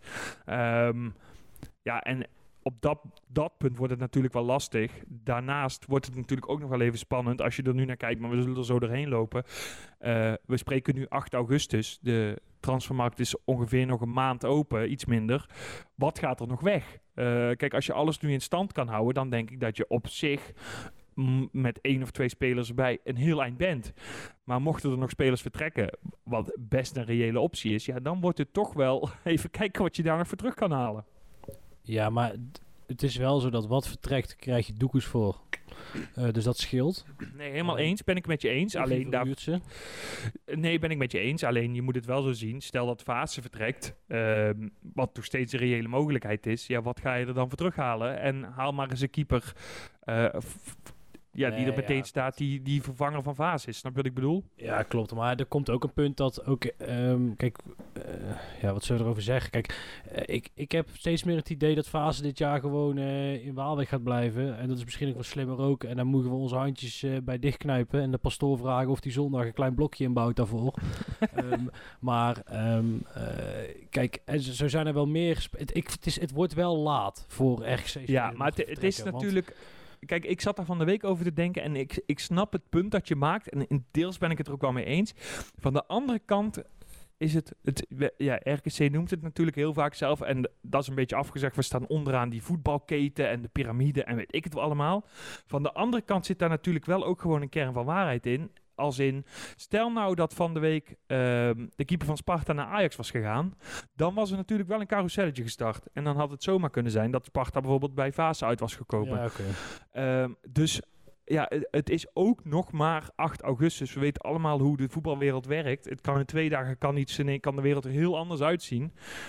Um, ja, en op dat, dat punt wordt het natuurlijk wel lastig. Daarnaast wordt het natuurlijk ook nog wel even spannend als je er nu naar kijkt, maar we zullen er zo doorheen lopen. Uh, we spreken nu acht augustus. De transfermarkt is ongeveer nog een maand open, iets minder. Wat gaat er nog weg? Uh, kijk, als je alles nu in stand kan houden, dan denk ik dat je op zich m- met één of twee spelers erbij een heel eind bent. Maar mochten er nog spelers vertrekken, wat best een reële optie is, ja, dan wordt het toch wel even kijken wat je daar nog voor terug kan halen. Ja, maar d- het is wel zo dat wat vertrekt, krijg je doekoes voor. Uh, dus dat scheelt. Nee, helemaal eens. Ben ik het met je eens. Alleen daar... Ze. Nee, ben ik met je eens. Alleen je moet het wel zo zien. Stel dat Vaassen vertrekt, uh, wat toch steeds een reële mogelijkheid is. Ja, wat ga je er dan voor terughalen? En haal maar eens een keeper uh, f- ja, die nee, er meteen ja. staat, die, die vervanger van Vaassen is. Snap je wat ik bedoel? Ja, klopt. Maar er komt ook een punt dat ook... Um, kijk, uh, ja, wat zullen we erover zeggen? Kijk, uh, ik, ik heb steeds meer het idee dat Vaassen dit jaar gewoon uh, in Waalwijk gaat blijven. En dat is misschien ook wel slimmer ook. En dan moeten we onze handjes uh, bij dichtknijpen. En de pastoor vragen of die zondag een klein blokje inbouwt daarvoor. um, maar, um, uh, kijk, zo zijn er wel meer... Gespe- het, ik, het, is, het wordt wel laat voor R K C. Ja, maar het, het is natuurlijk... Want... Kijk, ik zat daar van de week over te denken en ik, ik snap het punt dat je maakt. En in deels ben ik het er ook wel mee eens. Van de andere kant is het, het ja, R K C noemt het natuurlijk heel vaak zelf. En dat is een beetje afgezegd. We staan onderaan die voetbalketen en de piramide en weet ik het wel allemaal. Van de andere kant zit daar natuurlijk wel ook gewoon een kern van waarheid in. Als in, stel nou dat van de week uh, de keeper van Sparta naar Ajax was gegaan, dan was er natuurlijk wel een carouselletje gestart. En dan had het zomaar kunnen zijn dat Sparta bijvoorbeeld bij Vaassen uit was gekomen. Ja, okay. uh, dus ja, het, het is ook nog maar acht augustus. We weten allemaal hoe de voetbalwereld werkt. Het kan in twee dagen, kan, iets, nee, kan de wereld er heel anders uitzien.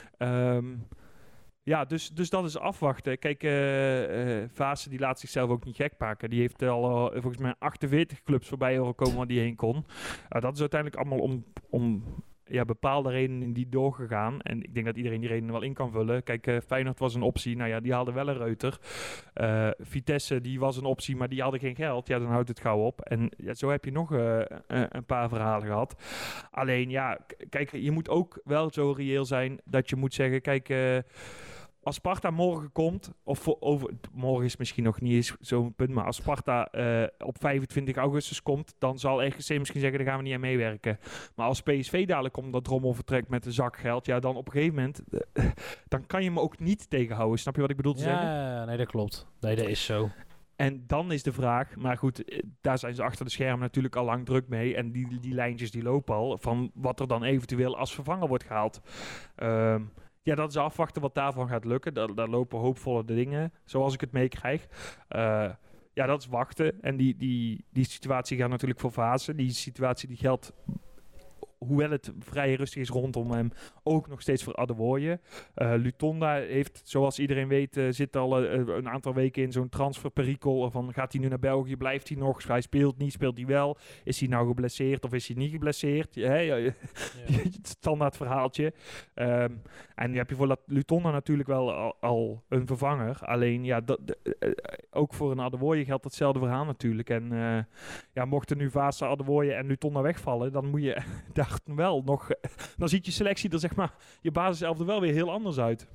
Um, Ja, dus, dus dat is afwachten. Kijk, uh, uh, Vaassen die laat zichzelf ook niet gek maken. Die heeft al uh, volgens mij achtenveertig clubs voorbij horen komen waar die heen kon. Uh, dat is uiteindelijk allemaal om, om ja, bepaalde redenen die doorgegaan. En ik denk dat iedereen die redenen wel in kan vullen. Kijk, uh, Feyenoord was een optie. Nou ja, die haalde wel een Reuter. Uh, Vitesse, die was een optie, maar die hadden geen geld. Ja, dan houdt het gauw op. En ja, zo heb je nog uh, uh, een paar verhalen gehad. Alleen, ja, k- kijk, je moet ook wel zo reëel zijn dat je moet zeggen, kijk... Uh, Als Sparta morgen komt, of voor over, morgen is misschien nog niet eens zo'n punt, maar als Sparta uh, op vijfentwintig augustus komt, dan zal R K C misschien zeggen, daar gaan we niet aan meewerken. Maar als P S V dadelijk komt dat Drommel vertrekt met een zak geld, ja, dan op een gegeven moment, uh, dan kan je hem ook niet tegenhouden. Snap je wat ik bedoel te ja, zeggen? Ja, nee, dat klopt. Nee, dat is zo. En dan is de vraag, maar goed, daar zijn ze achter de schermen natuurlijk al lang druk mee. En die, die lijntjes die lopen al, van wat er dan eventueel als vervanger wordt gehaald. Um, Ja, dat is afwachten wat daarvan gaat lukken. Daar, daar lopen hoopvolle dingen, zoals ik het meekrijg. Uh, ja, dat is wachten. En die, die, die situatie gaat natuurlijk voor Vaassen. Die situatie die geldt, hoewel het vrij rustig is rondom hem, ook nog steeds voor Adewooye. Uh, Lutonda heeft, zoals iedereen weet, uh, zit al uh, een aantal weken in zo'n transferperikel. Van gaat hij nu naar België, blijft hij nog? Hij speelt niet, speelt hij wel? Is hij nou geblesseerd of is hij niet geblesseerd? Ja, ja, ja. Ja. Het standaard verhaaltje. Um, en nu heb je voor Lutonda natuurlijk wel al, al een vervanger. Alleen, ja, dat, de, uh, ook voor een Adewooye geldt hetzelfde verhaal natuurlijk. En uh, ja, mochten nu Vaassen, Adewooye en Lutonda wegvallen, dan moet je daar wel nog, dan ziet je selectie er, zeg maar, je basiself er wel weer heel anders uit.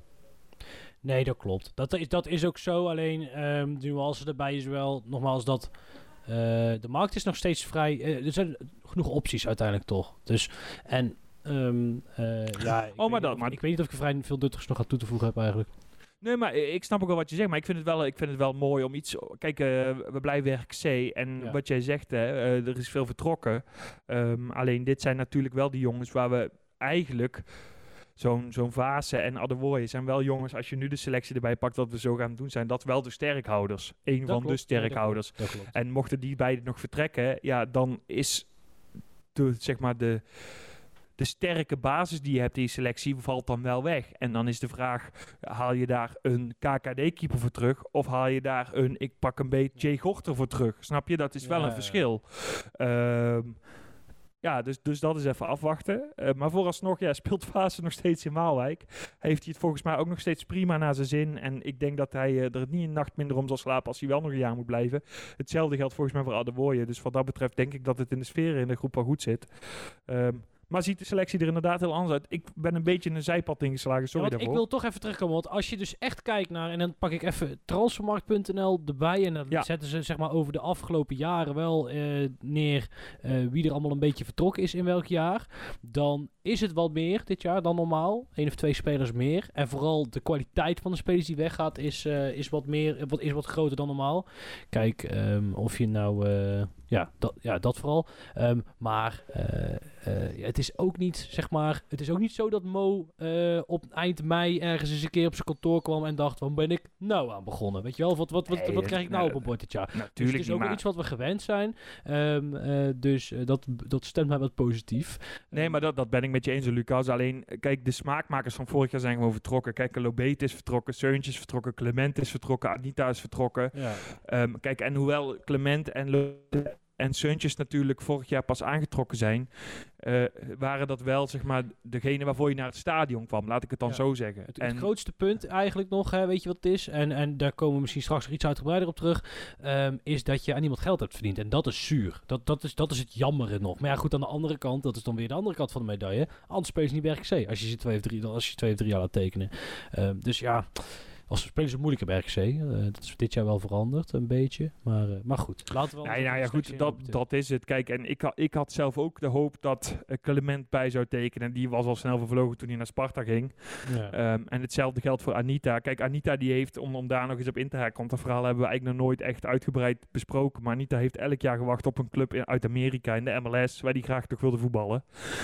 Nee, dat klopt. Dat is, dat is ook zo. Alleen um, de nuance erbij is wel, nogmaals, dat uh, de markt is nog steeds vrij. Uh, er zijn genoeg opties uiteindelijk toch. Dus, en um, uh, ja, ik, oh, maar weet dat, of, maar ik weet niet of ik er vrij veel nuttigs nog aan toe te voegen heb eigenlijk. Nee, maar ik snap ook wel wat je zegt, maar ik vind het wel, ik vind het wel mooi om iets... Kijk, uh, we blijven R K C en ja. Wat jij zegt, hè, uh, er is veel vertrokken. Um, alleen dit zijn natuurlijk wel die jongens waar we eigenlijk... Zo'n, zo'n Vaassen en Adewooye zijn wel jongens, als je nu de selectie erbij pakt wat we zo gaan doen, zijn dat wel de sterkhouders. Eén van klopt, de sterkhouders. Ja, dat klopt, dat klopt. En mochten die beiden nog vertrekken, ja, dan is de, zeg maar de... de sterke basis die je hebt in je selectie valt dan wel weg. En dan is de vraag, haal je daar een K K D-keeper voor terug? Of haal je daar een, ik pak een beetje Jay Gorter voor terug? Snap je? Dat is wel Ja, een verschil. Ehm Ja, dus, dus dat is even afwachten. Uh, maar vooralsnog ja, speelt Vaassen nog steeds in Waalwijk. Heeft hij het volgens mij ook nog steeds prima naar zijn zin. En ik denk dat hij uh, er niet een nacht minder om zal slapen als hij wel nog een jaar moet blijven. Hetzelfde geldt volgens mij voor Adewooye. Dus wat dat betreft denk ik dat het in de sfeer in de groep wel goed zit. Um, Maar ziet de selectie er inderdaad heel anders uit. Ik ben een beetje in een zijpad ingeslagen, sorry ja, daarvoor. Ik wil toch even terugkomen, want als je dus echt kijkt naar... en dan pak ik even transfermarkt punt n l erbij... en dan ja. zetten ze zeg maar over de afgelopen jaren wel uh, neer... Uh, wie er allemaal een beetje vertrokken is in welk jaar. Dan is het wat meer dit jaar dan normaal. Eén of twee spelers meer. En vooral de kwaliteit van de spelers die weggaat... is, uh, is, wat, meer, wat, is wat groter dan normaal. Kijk, um, of je nou... Uh, ja, dat, ja, dat vooral. Um, maar uh, uh, het is ook niet, zeg maar... Het is ook niet zo dat Mo uh, op eind mei ergens eens een keer op zijn kantoor kwam... en dacht, waar ben ik nou aan begonnen? Weet je wel, wat, wat, wat, nee, wat krijg ik nou nou, op een bord dit jaar? Natuurlijk dus het is niet, ook maar... iets wat we gewend zijn. Um, uh, dus uh, dat, dat stemt mij wat positief. Nee, maar dat, dat ben ik met je eens, Lucas. Alleen, kijk, de smaakmakers van vorig jaar zijn gewoon vertrokken. Kijk, Lobete is vertrokken, Seuntje is vertrokken, Clement is vertrokken, Anita is vertrokken. Ja. Um, kijk, en hoewel Clement en Lobete en Seuntjes natuurlijk vorig jaar pas aangetrokken zijn, uh, waren dat wel, zeg maar, degene waarvoor je naar het stadion kwam. Laat ik het dan ja. zo zeggen. Het, en het grootste punt eigenlijk nog, hè, weet je wat het is? En, en daar komen we misschien straks nog iets uitgebreider op terug. Um, is dat je aan iemand geld hebt verdiend. En dat is zuur. Dat, dat, is, dat is het jammere nog. Maar ja, goed, aan de andere kant, dat is dan weer de andere kant van de medaille. Anders spelen ze niet bij R K C. Als je ze twee of drie, als je twee of drie jaar laat tekenen. Um, dus ja... Als spelen ze moeilijk bij R K C. Uh, dat is dit jaar wel veranderd, een beetje. Maar, uh, maar goed, laten we... Ja, nou ja, goed, dat, dat is het. Kijk, en ik, ik had zelf ook de hoop dat uh, Clement bij zou tekenen. Die was al snel vervlogen toen hij naar Sparta ging. Ja. Um, en hetzelfde geldt voor Anita. Kijk, Anita die heeft, om, om daar nog eens op in te haken, want dat verhaal hebben we eigenlijk nog nooit echt uitgebreid besproken. Maar Anita heeft elk jaar gewacht op een club in, uit Amerika, in de M L S, waar die graag toch wilde voetballen.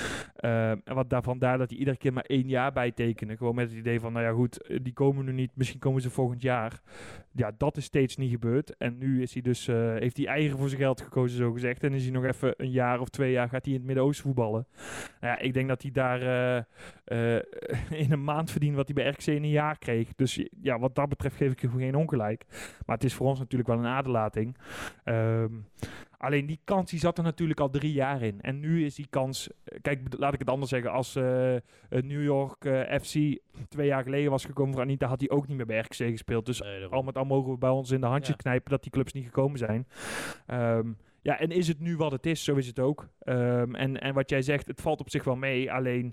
Um, en wat daar, vandaar dat hij iedere keer maar één jaar bij tekenen. Gewoon met het idee van, nou ja goed, die komen nu niet, misschien komen ze volgend jaar. Ja, dat is steeds niet gebeurd. En nu is hij dus, uh, heeft hij eigen voor zijn geld gekozen, zo gezegd. En is hij nog even een jaar of twee jaar gaat hij in het Midden-Oosten voetballen. Nou ja, ik denk dat hij daar uh, uh, in een maand verdient wat hij bij R K C in een jaar kreeg. Dus ja, wat dat betreft geef ik hem geen ongelijk. Maar het is voor ons natuurlijk wel een aderlating. Um, Alleen die kans die zat er natuurlijk al drie jaar in. En nu is die kans... Kijk, laat ik het anders zeggen. Als uh, New York uh, F C twee jaar geleden was gekomen voor Anita, had hij ook niet meer bij R K C gespeeld. Dus nee, al met al mogen we bij ons in de handjes ja. knijpen dat die clubs niet gekomen zijn. Um, ja, en is het nu wat het is? Zo is het ook. Um, en, en wat jij zegt, het valt op zich wel mee. Alleen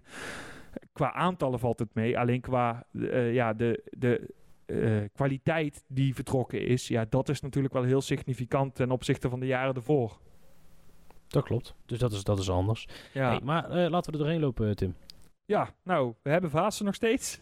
qua aantallen valt het mee. Alleen qua uh, ja, de... de Uh, kwaliteit die vertrokken is, ja, dat is natuurlijk wel heel significant ten opzichte van de jaren ervoor. Dat klopt. Dus dat is, dat is anders. Ja. Hey, maar uh, laten we er doorheen lopen, Tim. Ja, nou, we hebben Vaassen nog steeds.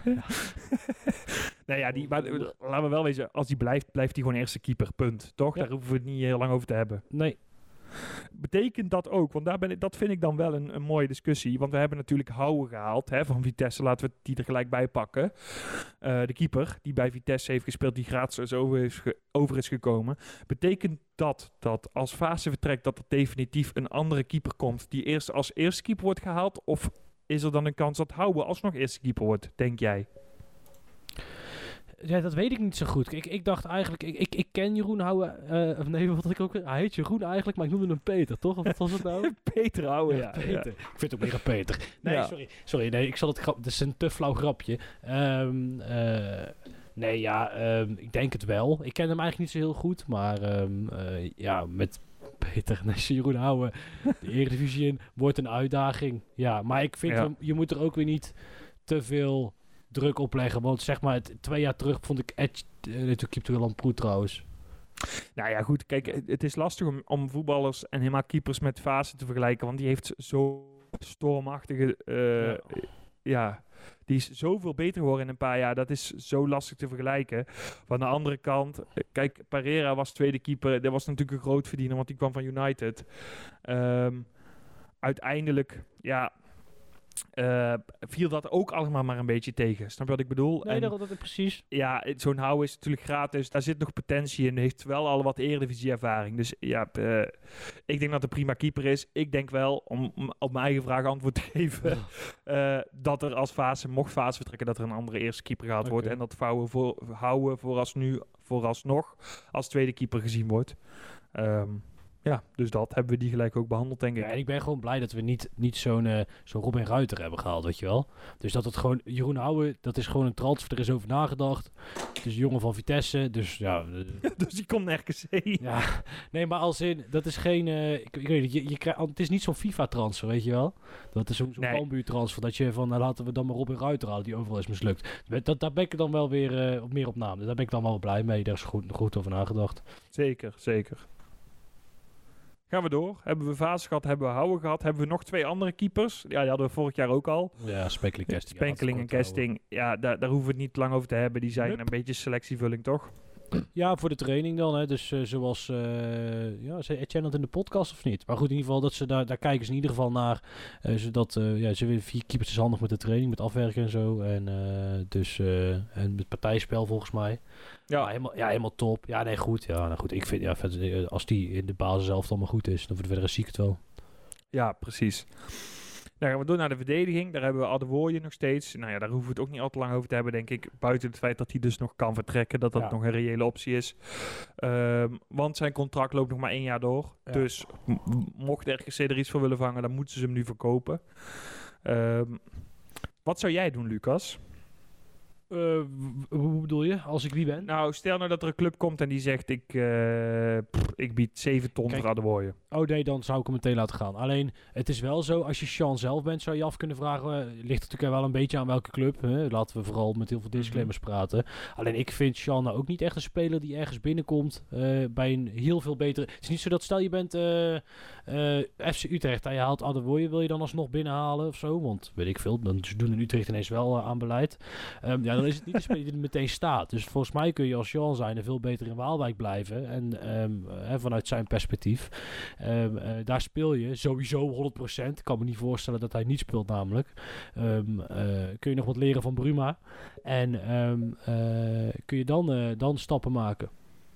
nou ja, die, maar laten we wel wezen, als die blijft, blijft hij gewoon eerste keeper, punt. Toch? Ja. Daar hoeven we het niet heel lang over te hebben. Nee. Betekent dat ook, want daar ben ik, dat vind ik dan wel een, een mooie discussie. Want we hebben natuurlijk Houwe gehaald hè, van Vitesse. Laten we die er gelijk bij pakken. Uh, de keeper die bij Vitesse heeft gespeeld, die gratis over is, ge, over is gekomen. Betekent dat dat als Vaassen vertrekt, dat er definitief een andere keeper komt die eerst als eerste keeper wordt gehaald? Of is er dan een kans dat Houwe alsnog eerste keeper wordt, denk jij? Ja, dat weet ik niet zo goed. Ik, ik dacht eigenlijk, ik, ik, ik ken Jeroen Houwe, uh, of nee, wat had ik ook, hij heet Jeroen eigenlijk, maar ik noemde hem Peter, toch? Of wat was het nou? Peter Houwe, ja. ja, Peter. Ja. Ik vind het ook meer een Peter. Nee, ja. sorry, sorry, nee, ik zal het grap, het is een te flauw grapje. Um, uh, nee, ja, um, ik denk het wel. Ik ken hem eigenlijk niet zo heel goed, maar um, uh, ja, met Peter en Jeroen Houwe, de Eredivisie in, wordt een uitdaging. Ja, maar ik vind, ja. je, je moet er ook weer niet te veel druk opleggen, want zeg maar het, twee jaar terug vond ik Edge, uh, toen keepte Willem Proet trouwens. Nou ja, goed, kijk, het is lastig om, om voetballers en helemaal keepers met Vaassen te vergelijken, want die heeft zo stormachtige, uh, ja. ja, die is zoveel beter geworden in een paar jaar, dat is zo lastig te vergelijken. Van de andere kant, kijk, Pereira was tweede keeper, dat was natuurlijk een groot verdiener, want die kwam van United. Um, uiteindelijk, ja... Uh, viel dat ook allemaal maar een beetje tegen. Snap je wat ik bedoel? Nee, en, dat, dat is precies. Ja, zo'n Houwe is natuurlijk gratis. Daar zit nog potentie in. Heeft wel al wat Eredivisie-ervaring. Dus ja, uh, ik denk dat het een prima keeper is. Ik denk wel, om, om op mijn eigen vraag antwoord te geven, uh, dat er als fase, mocht fase vertrekken, dat er een andere eerste keeper gehaald okay. wordt. En dat Houwe voor, Houwe vooralsnu, vooralsnog als tweede keeper gezien wordt. Um, Ja, dus dat hebben we die gelijk ook behandeld, denk ik. Ja, en ik ben gewoon blij dat we niet, niet zo'n, uh, zo'n Robin Ruiter hebben gehaald, weet je wel. Dus dat het gewoon, Jeroen Houwe, dat is gewoon een transfer, er is over nagedacht. Het is een jongen van Vitesse, dus ja. Uh, dus die komt naar R K C. Ja, nee, maar als in, dat is geen, uh, ik, ik weet niet, je, je krijgt, het is niet zo'n FIFA-transfer, weet je wel. Dat is zo'n, zo'n nee. Cambuur-transfer, dat je van, uh, laten we dan maar Robin Ruiter halen, die overal is mislukt. Dat, daar ben ik dan wel weer uh, op meer op naam. Dus daar ben ik dan wel blij mee, daar is goed, goed over nagedacht. Zeker, zeker. Gaan we door. Hebben we Vaas gehad, hebben we Houwe gehad. Hebben we nog twee andere keepers. Ja, die hadden we vorig jaar ook al. Ja, Spekeling en Kesting. Spekeling en Kesting. Ja, daar, daar hoeven we het niet lang over te hebben. Die zijn Hup. een beetje selectievulling, toch? Ja, voor de training dan. Hè. Dus uh, zoals... Uh, ja, zei Etienne dat in de podcast of niet? Maar goed, in ieder geval, dat ze daar, daar kijken ze in ieder geval naar. Uh, zodat, uh, ja, ze willen vier keepers is handig met de training, met afwerken en zo. En uh, dus... Uh, en met partijspel volgens mij. Ja. Ja, helemaal, ja, helemaal top. Ja, nee, goed. Ja, nou goed. Ik vind, ja, vet, als die in de basis zelf allemaal goed is, dan voor de verder zie ik het wel. Ja, precies. Dan gaan we door naar de verdediging. Daar hebben we Adewoye nog steeds. Nou ja, daar hoeven we het ook niet al te lang over te hebben, denk ik. Buiten het feit dat hij dus nog kan vertrekken. Dat dat ja. nog een reële optie is. Um, want zijn contract loopt nog maar één jaar door. Ja. Dus m- mocht de R K C er iets voor willen vangen, dan moeten ze hem nu verkopen. Um, wat zou jij doen, Lucas? Uh, hoe bedoel je? Als ik wie ben? Nou, stel nou dat er een club komt en die zegt... ik, uh, pff, ik bied zeven ton Kijk, voor Adewoye. Oh nee, dan zou ik hem meteen laten gaan. Alleen, het is wel zo, als je Sean zelf bent, zou je af kunnen vragen... Uh, ligt natuurlijk wel een beetje aan welke club. Hè? Laten we vooral met heel veel disclaimers mm-hmm. praten. Alleen, ik vind Sean nou ook niet echt een speler die ergens binnenkomt... Uh, bij een heel veel betere... Het is niet zo dat, stel je bent uh, uh, F C Utrecht en je haalt Adewoye... wil je dan alsnog binnenhalen of zo? Want, weet ik veel, dan doen in Utrecht ineens wel uh, aan beleid. Um, ja, dan is het niet de speler die er meteen staat. Dus volgens mij kun je als Jean zijn er veel beter in Waalwijk blijven. En um, uh, vanuit zijn perspectief. Um, uh, daar speel je sowieso honderd procent. Ik kan me niet voorstellen dat hij niet speelt namelijk. Um, uh, kun je nog wat leren van Bruma. En um, uh, kun je dan, uh, dan stappen maken.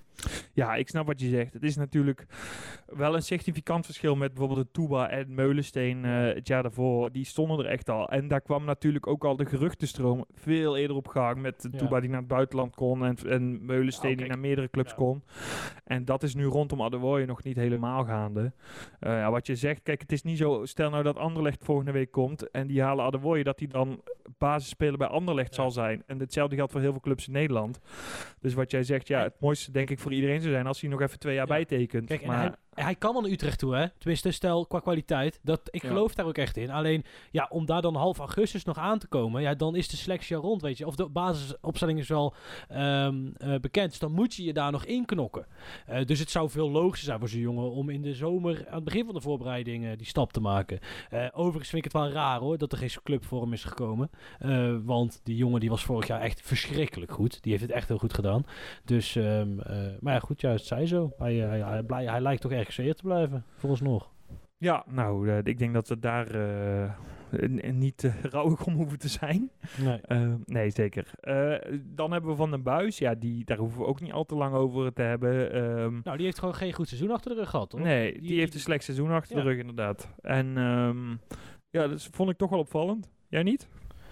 Ja, ik snap wat je zegt. Het is natuurlijk wel een significant verschil met bijvoorbeeld de Touba en Meulensteen uh, het jaar daarvoor. Die stonden er echt al. En daar kwam natuurlijk ook al de geruchtenstroom veel eerder op gang met de ja. Touba die naar het buitenland kon en, en Meulensteen oh, die naar meerdere clubs ja. kon. En dat is nu rondom Adewoye nog niet helemaal gaande. Uh, ja, wat je zegt, kijk, het is niet zo, stel nou dat Anderlecht volgende week komt en die halen Adewoye, dat hij dan basisspeler bij Anderlecht ja. zal zijn. En hetzelfde geldt voor heel veel clubs in Nederland. Dus wat jij zegt, ja, het mooiste denk ik voor iedereen zou zijn als hij nog even twee jaar ja. bijtekent. Kijk, maar... hij, hij kan wel naar Utrecht toe, hè? Tenminste, stel qua kwaliteit. Dat, ik ja. geloof daar ook echt in. Alleen, ja, om daar dan half augustus nog aan te komen, ja, dan is de selectie al rond, weet je. Of de basisopstelling is wel um, uh, bekend. Dus dan moet je je daar nog inknokken. Uh, dus het zou veel logischer zijn voor zo'n jongen om in de zomer, aan het begin van de voorbereiding, uh, die stap te maken. Uh, overigens vind ik het wel raar, hoor, dat er geen club voor hem is gekomen. Uh, want die jongen die was vorig jaar echt verschrikkelijk goed. Die heeft het echt heel goed gedaan. Dus, um, uh, maar ja, goed, ja, het zij zo. Hij, hij, hij, hij, hij lijkt toch erg gezeerd te blijven, vooralsnog. Ja, nou, uh, ik denk dat we daar uh, n- niet uh, rouwig om hoeven te zijn. Nee, uh, nee zeker. Uh, dan hebben we Van den Buis. Ja, die, daar hoeven we ook niet al te lang over te hebben. Um, nou, die heeft gewoon geen goed seizoen achter de rug gehad, hoor. Nee, die, die heeft een slecht seizoen achter ja. de rug, inderdaad. En um, ja, dat vond ik toch wel opvallend. Jij niet?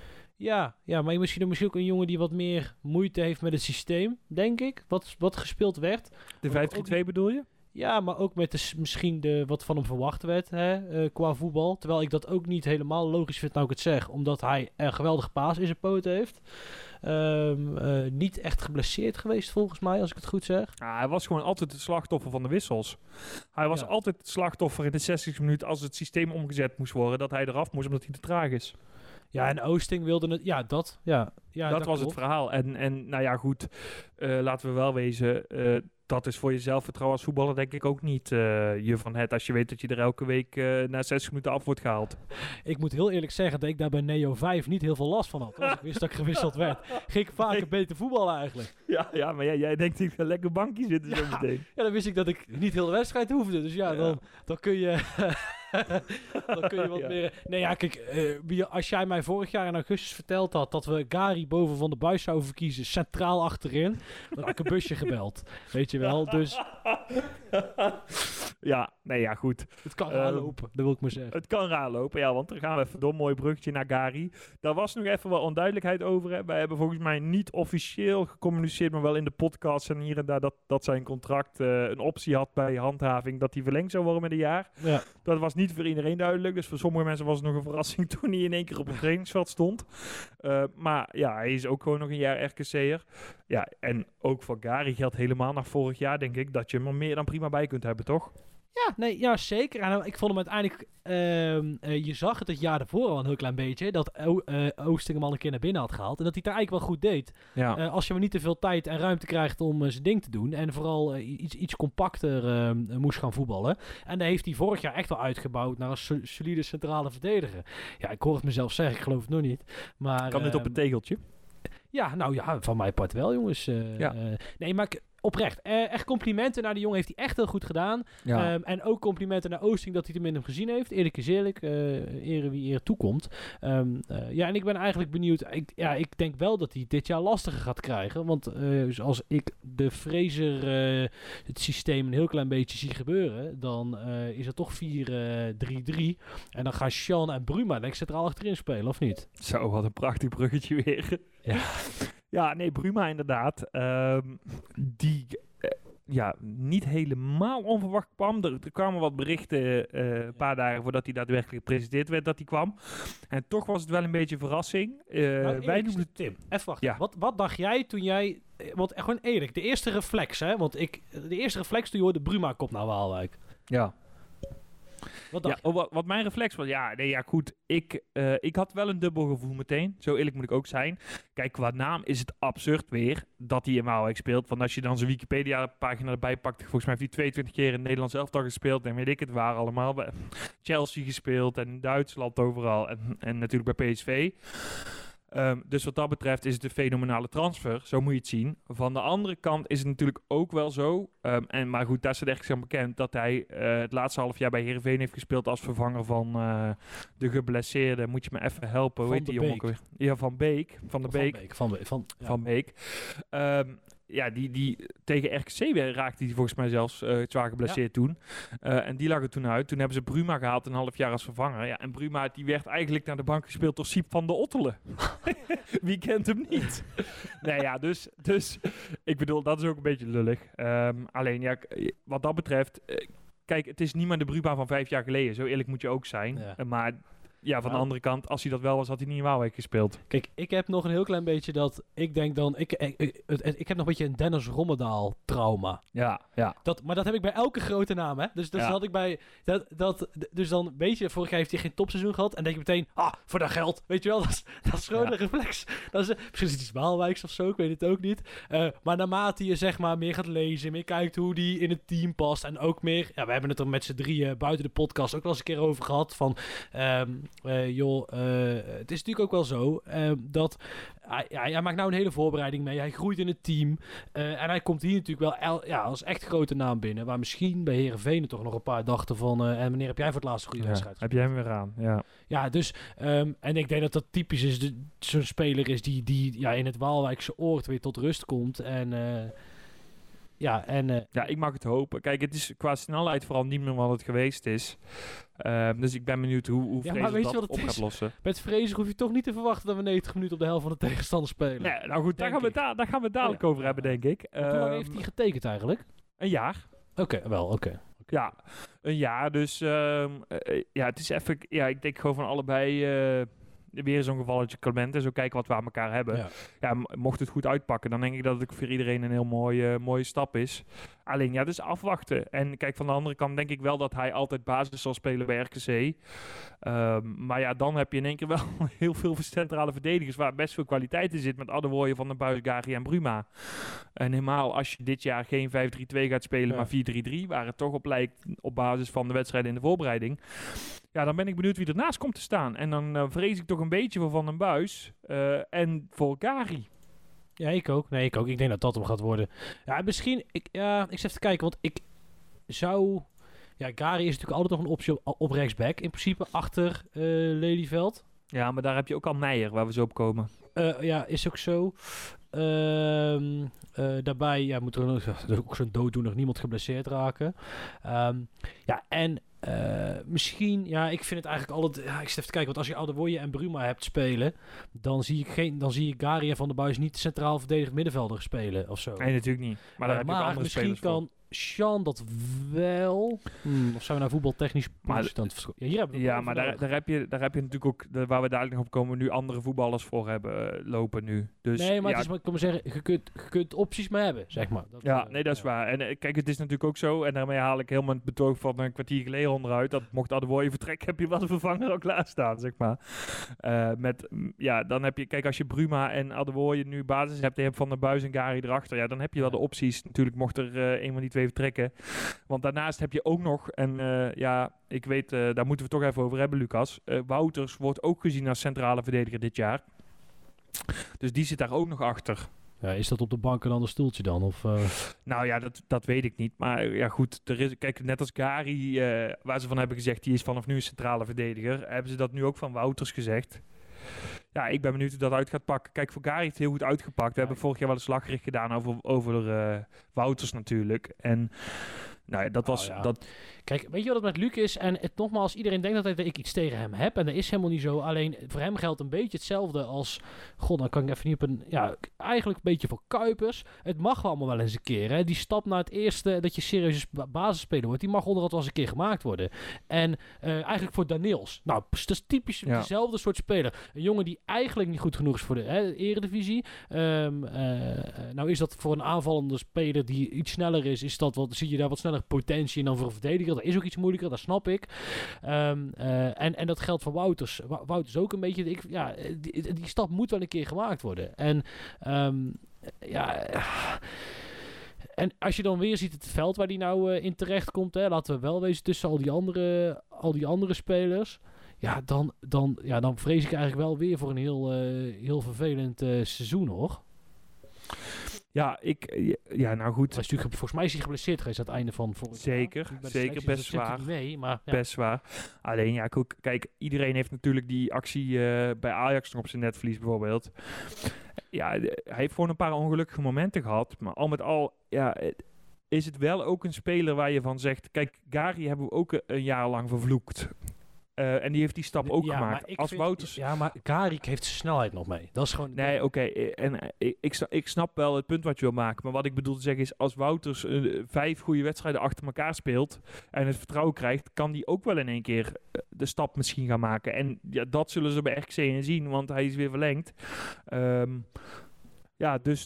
Ja, ja, maar misschien, misschien ook een jongen die wat meer moeite heeft met het systeem, denk ik. Wat, wat gespeeld werd. De vijf drie twee bedoel je? Ja, maar ook met de, misschien de, wat van hem verwacht werd hè, uh, qua voetbal. Terwijl ik dat ook niet helemaal logisch vind, nou ik het zeg. Omdat hij een geweldige paas in zijn poot heeft. Um, uh, niet echt geblesseerd geweest volgens mij, als ik het goed zeg. Ja, hij was gewoon altijd het slachtoffer van de wissels. Hij was ja. altijd het slachtoffer in de zestigste minuut als het systeem omgezet moest worden. Dat hij eraf moest omdat hij te traag is. Ja, en Oosting wilde het... Ja, dat. Ja, ja, dat, dat was klopt. Het verhaal. En, en nou ja, goed. Uh, laten we wel wezen... Uh, dat is voor je zelfvertrouwen als voetballer denk ik ook niet uh, je van het. Als je weet dat je er elke week uh, na zestig minuten af wordt gehaald. Ik moet heel eerlijk zeggen dat ik daar bij Neo vijf niet heel veel last van had. Als ik wist dat ik gewisseld werd. Ging ik vaker beter voetballen eigenlijk. Ja, ja maar jij, jij denkt ik ga lekker bankje zitten ja, zo meteen. Ja, dan wist ik dat ik niet heel de wedstrijd hoefde. Dus ja, ja. Dan, dan kun je... Dan kun je wat Ja. meer... Nee, ja, kijk, eh, wie- als jij mij vorig jaar in augustus verteld had dat we Gary boven Van der Buis zouden verkiezen, centraal achterin, dan had ik een busje gebeld. Weet je wel, dus Ja, nee, ja, goed. het kan Ehm, gaan lopen, dat wil ik maar zeggen. Het kan raar lopen, ja, want dan gaan we even door. Mooi bruggetje naar Gary. Daar was nog even wat onduidelijkheid over. Hè. Wij hebben volgens mij niet officieel gecommuniceerd, maar wel in de podcast en hier en daar dat, dat zijn contract uh, een optie had bij handhaving dat hij verlengd zou worden met een jaar. Ja. Dat was niet voor iedereen duidelijk. Dus voor sommige mensen was het nog een verrassing toen hij in één keer op het trainingsveld stond. Uh, maar ja, hij is ook gewoon nog een jaar R K C'er. Ja, en ook voor Gary geldt helemaal naar vorig jaar, denk ik, dat je hem er meer dan prima bij kunt hebben, toch? Ja, nee, ja, zeker. En uh, ik vond hem uiteindelijk... Uh, uh, je zag het het jaar daarvoor al een heel klein beetje. Dat o- uh, Oosting hem al een keer naar binnen had gehaald. En dat hij het daar eigenlijk wel goed deed. Ja. Uh, als je maar niet te veel tijd en ruimte krijgt om uh, zijn ding te doen. En vooral uh, iets, iets compacter uh, moest gaan voetballen. En daar heeft hij vorig jaar echt wel uitgebouwd naar een so- solide centrale verdediger. Ja, ik hoor het mezelf zeggen. Ik geloof het nog niet. Maar, Kan dit uh, op een tegeltje? Ja, nou ja, van mijn part wel, jongens. Uh, Ja. uh, nee, maar... ik, Oprecht, uh, echt complimenten naar de jongen, heeft hij echt heel goed gedaan. Ja. Um, en ook complimenten naar Oosting dat hij het minder gezien heeft. Eerlijk is eerlijk, uh, ere wie eer toekomt. Um, uh, ja, en ik ben eigenlijk benieuwd. Ik, ja, ik denk wel dat hij dit jaar lastiger gaat krijgen. Want uh, als ik de Fraser, uh, het systeem een heel klein beetje zie gebeuren, dan uh, is het toch vier drie drie. En dan gaan Sean en Bruma denk ik centraal achterin spelen, of niet? Zo, wat een prachtig bruggetje weer. Ja. Ja, nee, Bruma inderdaad. Um, die uh, ja, niet helemaal onverwacht kwam. Er, er kwamen wat berichten uh, een paar dagen voordat hij daadwerkelijk gepresenteerd werd dat hij kwam. En toch was het wel een beetje een verrassing. Uh, Nou, wij noemen het... Tim, even wachten. Ja. Wat, wat dacht jij toen jij... Want gewoon eerlijk, de eerste reflex, hè? Want ik, de eerste reflex toen je hoorde Bruma komt naar Waalwijk. Ja. Wat Ja, dacht je? oh, wat, wat mijn reflex was, ja, nee, ja goed, ik, uh, ik had wel een dubbel gevoel meteen. Zo eerlijk moet ik ook zijn. Kijk, qua naam is het absurd weer dat hij in Waalwijk speelt. Want als je dan zijn Wikipedia-pagina erbij pakt, volgens mij heeft hij tweeëntwintig keer in het Nederlands elftal gespeeld. En weet ik het waar allemaal. Bij Chelsea gespeeld en in Duitsland overal. En, en natuurlijk bij P S V. Um, dus wat dat betreft is het een fenomenale transfer. Zo moet je het zien. Van de andere kant is het natuurlijk ook wel zo. Um, en, maar goed, daar is het echt zo bekend dat hij uh, het laatste half jaar bij Heerenveen heeft gespeeld als vervanger van uh, de geblesseerde. Moet je me even helpen? Hoe heet die jongen ook weer? Ja, Van Beek. Van de Beek. Van Beek. Van, Be- van, ja. Van Beek. Um, ja, die, die tegen R K C weer raakte hij volgens mij zelfs uh, zwaar geblesseerd ja. toen. Uh, en die lag er toen uit. Toen hebben ze Bruma gehaald een half jaar als vervanger. Ja, en Bruma die werd eigenlijk naar de bank gespeeld door Siep van de Ottelen. Wie kent hem niet? Nee, ja, dus, dus ik bedoel, dat is ook een beetje lullig. Um, alleen, ja, wat dat betreft... Uh, kijk, het is niet meer de Bruma van vijf jaar geleden. Zo eerlijk moet je ook zijn. Ja. Uh, maar... Ja, van ja. de andere kant, als hij dat wel was, had hij niet in Waalwijk gespeeld. Kijk, ik heb nog een heel klein beetje dat... Ik denk dan... Ik, ik, ik, ik, ik heb nog een beetje een Dennis Rommedaal trauma. Ja, ja. Dat, maar dat heb ik bij elke grote naam, hè. Dus, dus ja. had ik bij... Dat, dat, dus dan, weet je, vorig jaar heeft hij geen topseizoen gehad. En denk je meteen, ah, voor dat geld. Weet je wel, dat is, dat is gewoon ja. een reflex. Dat is, misschien is het iets Waalwijks of zo, ik weet het ook niet. Uh, maar naarmate je, zeg maar, meer gaat lezen, meer kijkt hoe die in het team past. En ook meer... Ja, we hebben het er met z'n drieën buiten de podcast ook wel eens een keer over gehad. Van... Um, Uh, joh, uh, het is natuurlijk ook wel zo uh, dat hij, ja, hij maakt nou een hele voorbereiding mee. Hij groeit in het team. Uh, en hij komt hier natuurlijk wel el, ja, als echt grote naam binnen. Waar misschien bij Heerenveen toch nog een paar dachten van... Uh, en wanneer heb jij voor het laatste goede ja, wedstrijd? Heb jij hem weer aan, ja. Ja, dus... Um, en ik denk dat dat typisch is. De, zo'n speler is die, die ja, in het Waalwijkse oord weer tot rust komt. En... Uh, Ja, en, uh, ja, ik mag het hopen. Kijk, het is qua snelheid vooral niet meer wat het geweest is. Uh, dus ik ben benieuwd hoe, hoe ja, Fraser dat wat op is? gaat lossen. Met Fraser hoef je toch niet te verwachten dat we negentig minuten op de helft van de tegenstander spelen. Nee, nou goed, daar gaan, we da- daar gaan we het dadelijk oh, ja. over hebben, denk ik. Hoe um, lang heeft hij getekend eigenlijk? Een jaar. Oké, okay, wel, oké. Okay. Ja, een jaar. Dus um, uh, ja, het is even... Ja, ik denk gewoon van allebei... Uh, weer zo'n gevalletje Clement en zo kijken wat we aan elkaar hebben. Ja. ja, mocht het goed uitpakken, dan denk ik dat het voor iedereen een heel mooie, mooie stap is. Alleen, ja, dus afwachten. En kijk, van de andere kant denk ik wel dat hij altijd basis zal spelen bij R K C. Um, maar ja, dan heb je in één keer wel heel veel centrale verdedigers waar best veel kwaliteit in zit met Adewooye, Van der Buis, Gary en Bruma. En helemaal als je dit jaar geen vijf drie twee gaat spelen, ja. maar vier drie drie, waar het toch op lijkt op basis van de wedstrijden in de voorbereiding. Ja, dan ben ik benieuwd wie ernaast komt te staan. En dan uh, vrees ik toch een beetje voor Van den Buis uh, en voor Gary. Ja, ik ook. Nee, ik ook. Ik denk dat dat hem gaat worden. Ja, misschien... Ik, ja, ik zit even te kijken, want ik zou... Ja, Gary is natuurlijk altijd nog een optie op, op rechtsback. In principe achter uh, Lelyveld. Ja, maar daar heb je ook al Meijer, waar we zo op komen. Uh, ja, is ook zo. Um, uh, daarbij ja, moet er nog, er ook zo'n dooddoener, niemand geblesseerd raken. Um, ja, en uh, misschien, ja, ik vind het eigenlijk altijd, ja, ik zit even te kijken, want als je Adewoye en Bruma hebt spelen, dan zie ik geen, dan zie ik Gary en Van der Buijs niet centraal verdedigend middenvelder spelen of zo. Nee, natuurlijk niet. Maar daar uh, heb je ook andere misschien spelers kan Sean dat wel. Hmm, of zijn we nou voetbaltechnisch constant verschoten? Ja, hier hebben we ja maar daar, daar, heb je, daar heb je natuurlijk ook, de, waar we dadelijk nog op komen, nu andere voetballers voor hebben uh, lopen nu. Dus, nee, maar ja, het is, ik kan maar zeggen, je kunt, je kunt opties mee hebben, zeg maar. Dat, ja, uh, nee, dat is ja. waar. En uh, kijk, het is natuurlijk ook zo, en daarmee haal ik helemaal het betoog van een kwartier geleden onderuit, dat mocht Adewoye vertrekken, heb je wel een vervanger al klaarstaan, zeg maar. Uh, met, ja, dan heb je, kijk, als je Bruma en Adewoye nu basis hebt, en je hebt Van der Buijs en Gary erachter, ja, dan heb je wel de opties. Natuurlijk mocht er uh, een van die twee vertrekken. Want daarnaast heb je ook nog, en uh, ja, ik weet, uh, daar moeten we het toch even over hebben, Lucas. Uh, Wouters wordt ook gezien als centrale verdediger dit jaar. Dus die zit daar ook nog achter. Ja, is dat op de bank een ander stoeltje dan? Of, uh... Nou ja, dat, dat weet ik niet. Maar ja, goed, er is, kijk, net als Gary, uh, waar ze van hebben gezegd, die is vanaf nu een centrale verdediger, hebben ze dat nu ook van Wouters gezegd. Ja, ik ben benieuwd hoe dat uit gaat pakken. Kijk, voor Gary heeft het heel goed uitgepakt. We ja, hebben vorig jaar wel een slaggericht gedaan over, over uh, Wouters natuurlijk. En nou ja, dat was... Oh, ja. dat. Kijk, weet je wat het met Luc is? En het, nogmaals, iedereen denkt dat ik iets tegen hem heb. En dat is helemaal niet zo. Alleen voor hem geldt een beetje hetzelfde als... God, dan kan ik even niet op een... Ja, eigenlijk een beetje voor Kuipers. Het mag allemaal wel eens een keer. Hè? Die stap naar het eerste dat je serieus basisspeler wordt... die mag onderhand wel eens een keer gemaakt worden. En uh, eigenlijk voor Daniels. Nou, dat is typisch ja. dezelfde soort speler. Een jongen die eigenlijk niet goed genoeg is voor de, hè, de eredivisie. Um, uh, nou is dat voor een aanvallende speler die iets sneller is... is dat wat, zie je daar wat sneller potentie in dan voor een verdediger. Dat is ook iets moeilijker, dat snap ik. Um, uh, en, en dat geldt voor Wouters. Wouters ook een beetje... Ik, ja, die, die stap moet wel een keer gemaakt worden. En um, ja... En als je dan weer ziet het veld waar die nou uh, in terecht komt... Hè, laten we wel wezen tussen al die andere, al die andere spelers... Ja dan, dan, ja, dan vrees ik eigenlijk wel weer voor een heel, uh, heel vervelend uh, seizoen, hoor. Ja, ik... Ja, nou goed. Hij is natuurlijk, volgens mij is hij geblesseerd geweest aan het einde van vorig Zeker, jaar. zeker, best zwaar. Mee, maar, ja. Best zwaar. Alleen, ja, kijk, iedereen heeft natuurlijk die actie uh, bij Ajax nog op zijn netvlies bijvoorbeeld. Ja, hij heeft gewoon een paar ongelukkige momenten gehad. Maar al met al, ja, is het wel ook een speler waar je van zegt... Kijk, Gary hebben we ook een jaar lang vervloekt. Uh, en die heeft die stap ook ja, gemaakt. Als vind, Wouters... Ja, maar Karik heeft zijn snelheid nog mee. Dat is gewoon... Nee, oké. Okay. En uh, ik, ik, ik snap wel het punt wat je wil maken. Maar wat ik bedoel te zeggen is... Als Wouters uh, vijf goede wedstrijden achter elkaar speelt... en het vertrouwen krijgt... kan die ook wel in één keer uh, de stap misschien gaan maken. En ja, dat zullen ze bij R K C zien. Want hij is weer verlengd. Um, ja, dus...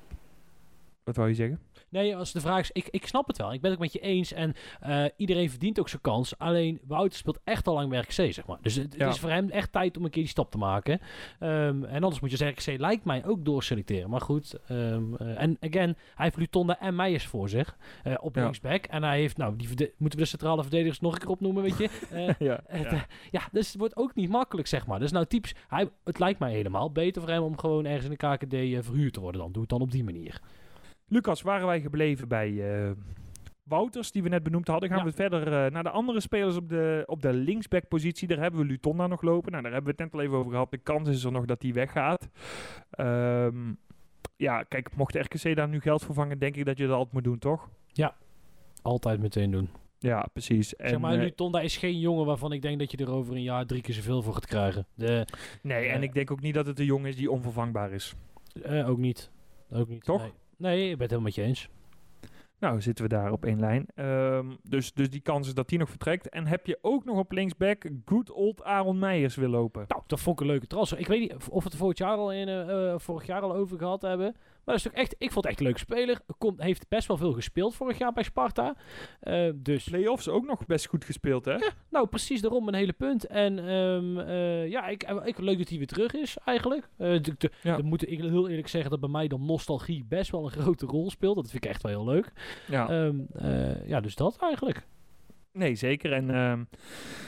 Wat wou je zeggen? Nee, als de vraag is, ik, ik snap het wel. Ik ben het met je eens. En uh, iedereen verdient ook zijn kans. Alleen Wouter speelt echt al lang bij R K C, zeg maar. Dus het, ja. het is voor hem echt tijd om een keer die stap te maken. Um, en anders moet je zeggen, R K C lijkt mij ook doorselecteren. Maar goed. Um, uh, en again, hij heeft Lutonda en Meijers voor zich. Uh, op ja. linksback. En hij heeft, nou, die verde- moeten we de centrale verdedigers nog een keer opnoemen, weet je. Uh, ja, het, ja. Uh, ja, dus het wordt ook niet makkelijk, zeg maar. Dus nou, typisch, hij, het lijkt mij helemaal beter voor hem om gewoon ergens in de K K D uh, verhuurd te worden dan. Doe het dan op die manier. Lucas, waren wij gebleven bij uh, Wouters, die we net benoemd hadden. Gaan ja. we verder uh, naar de andere spelers op de, op de linksback-positie. Daar hebben we Lutonda nog lopen. Nou, daar hebben we het net al even over gehad. De kans is er nog dat die weggaat. Um, ja, kijk, mocht de R K C daar nu geld voor vangen, denk ik dat je dat altijd moet doen, toch? Ja, altijd meteen doen. Ja, precies. En, zeg maar, Lutonda is geen jongen waarvan ik denk dat je er over een jaar drie keer zoveel voor gaat krijgen. De, nee, uh, en ik denk ook niet dat het een jongen is die onvervangbaar is. Uh, ook niet. Ook niet. Toch? Nee. Nee, ik ben het helemaal met je eens. Nou, zitten we daar op één lijn. Um, dus, dus die kans is dat die nog vertrekt. En heb je ook nog op linksback good old Aaron Meijers wil lopen? Nou, dat vond ik een leuke transfer. Ik weet niet of we het vorig jaar al, in, uh, vorig jaar al over gehad hebben. Maar dat is toch echt, ik vond het echt een leuke speler. Komt, heeft best wel veel gespeeld vorig jaar bij Sparta. Uh, dus. Play-offs ook nog best goed gespeeld, hè? Ja, nou, precies daarom een hele punt. En um, uh, ja, ik, ik, leuk dat hij weer terug is, eigenlijk. Uh, de, de, ja. Dan moet ik heel eerlijk zeggen dat bij mij dan nostalgie best wel een grote rol speelt. Dat vind ik echt wel heel leuk. Ja, um, uh, ja dus dat eigenlijk. Nee, zeker. En... Um,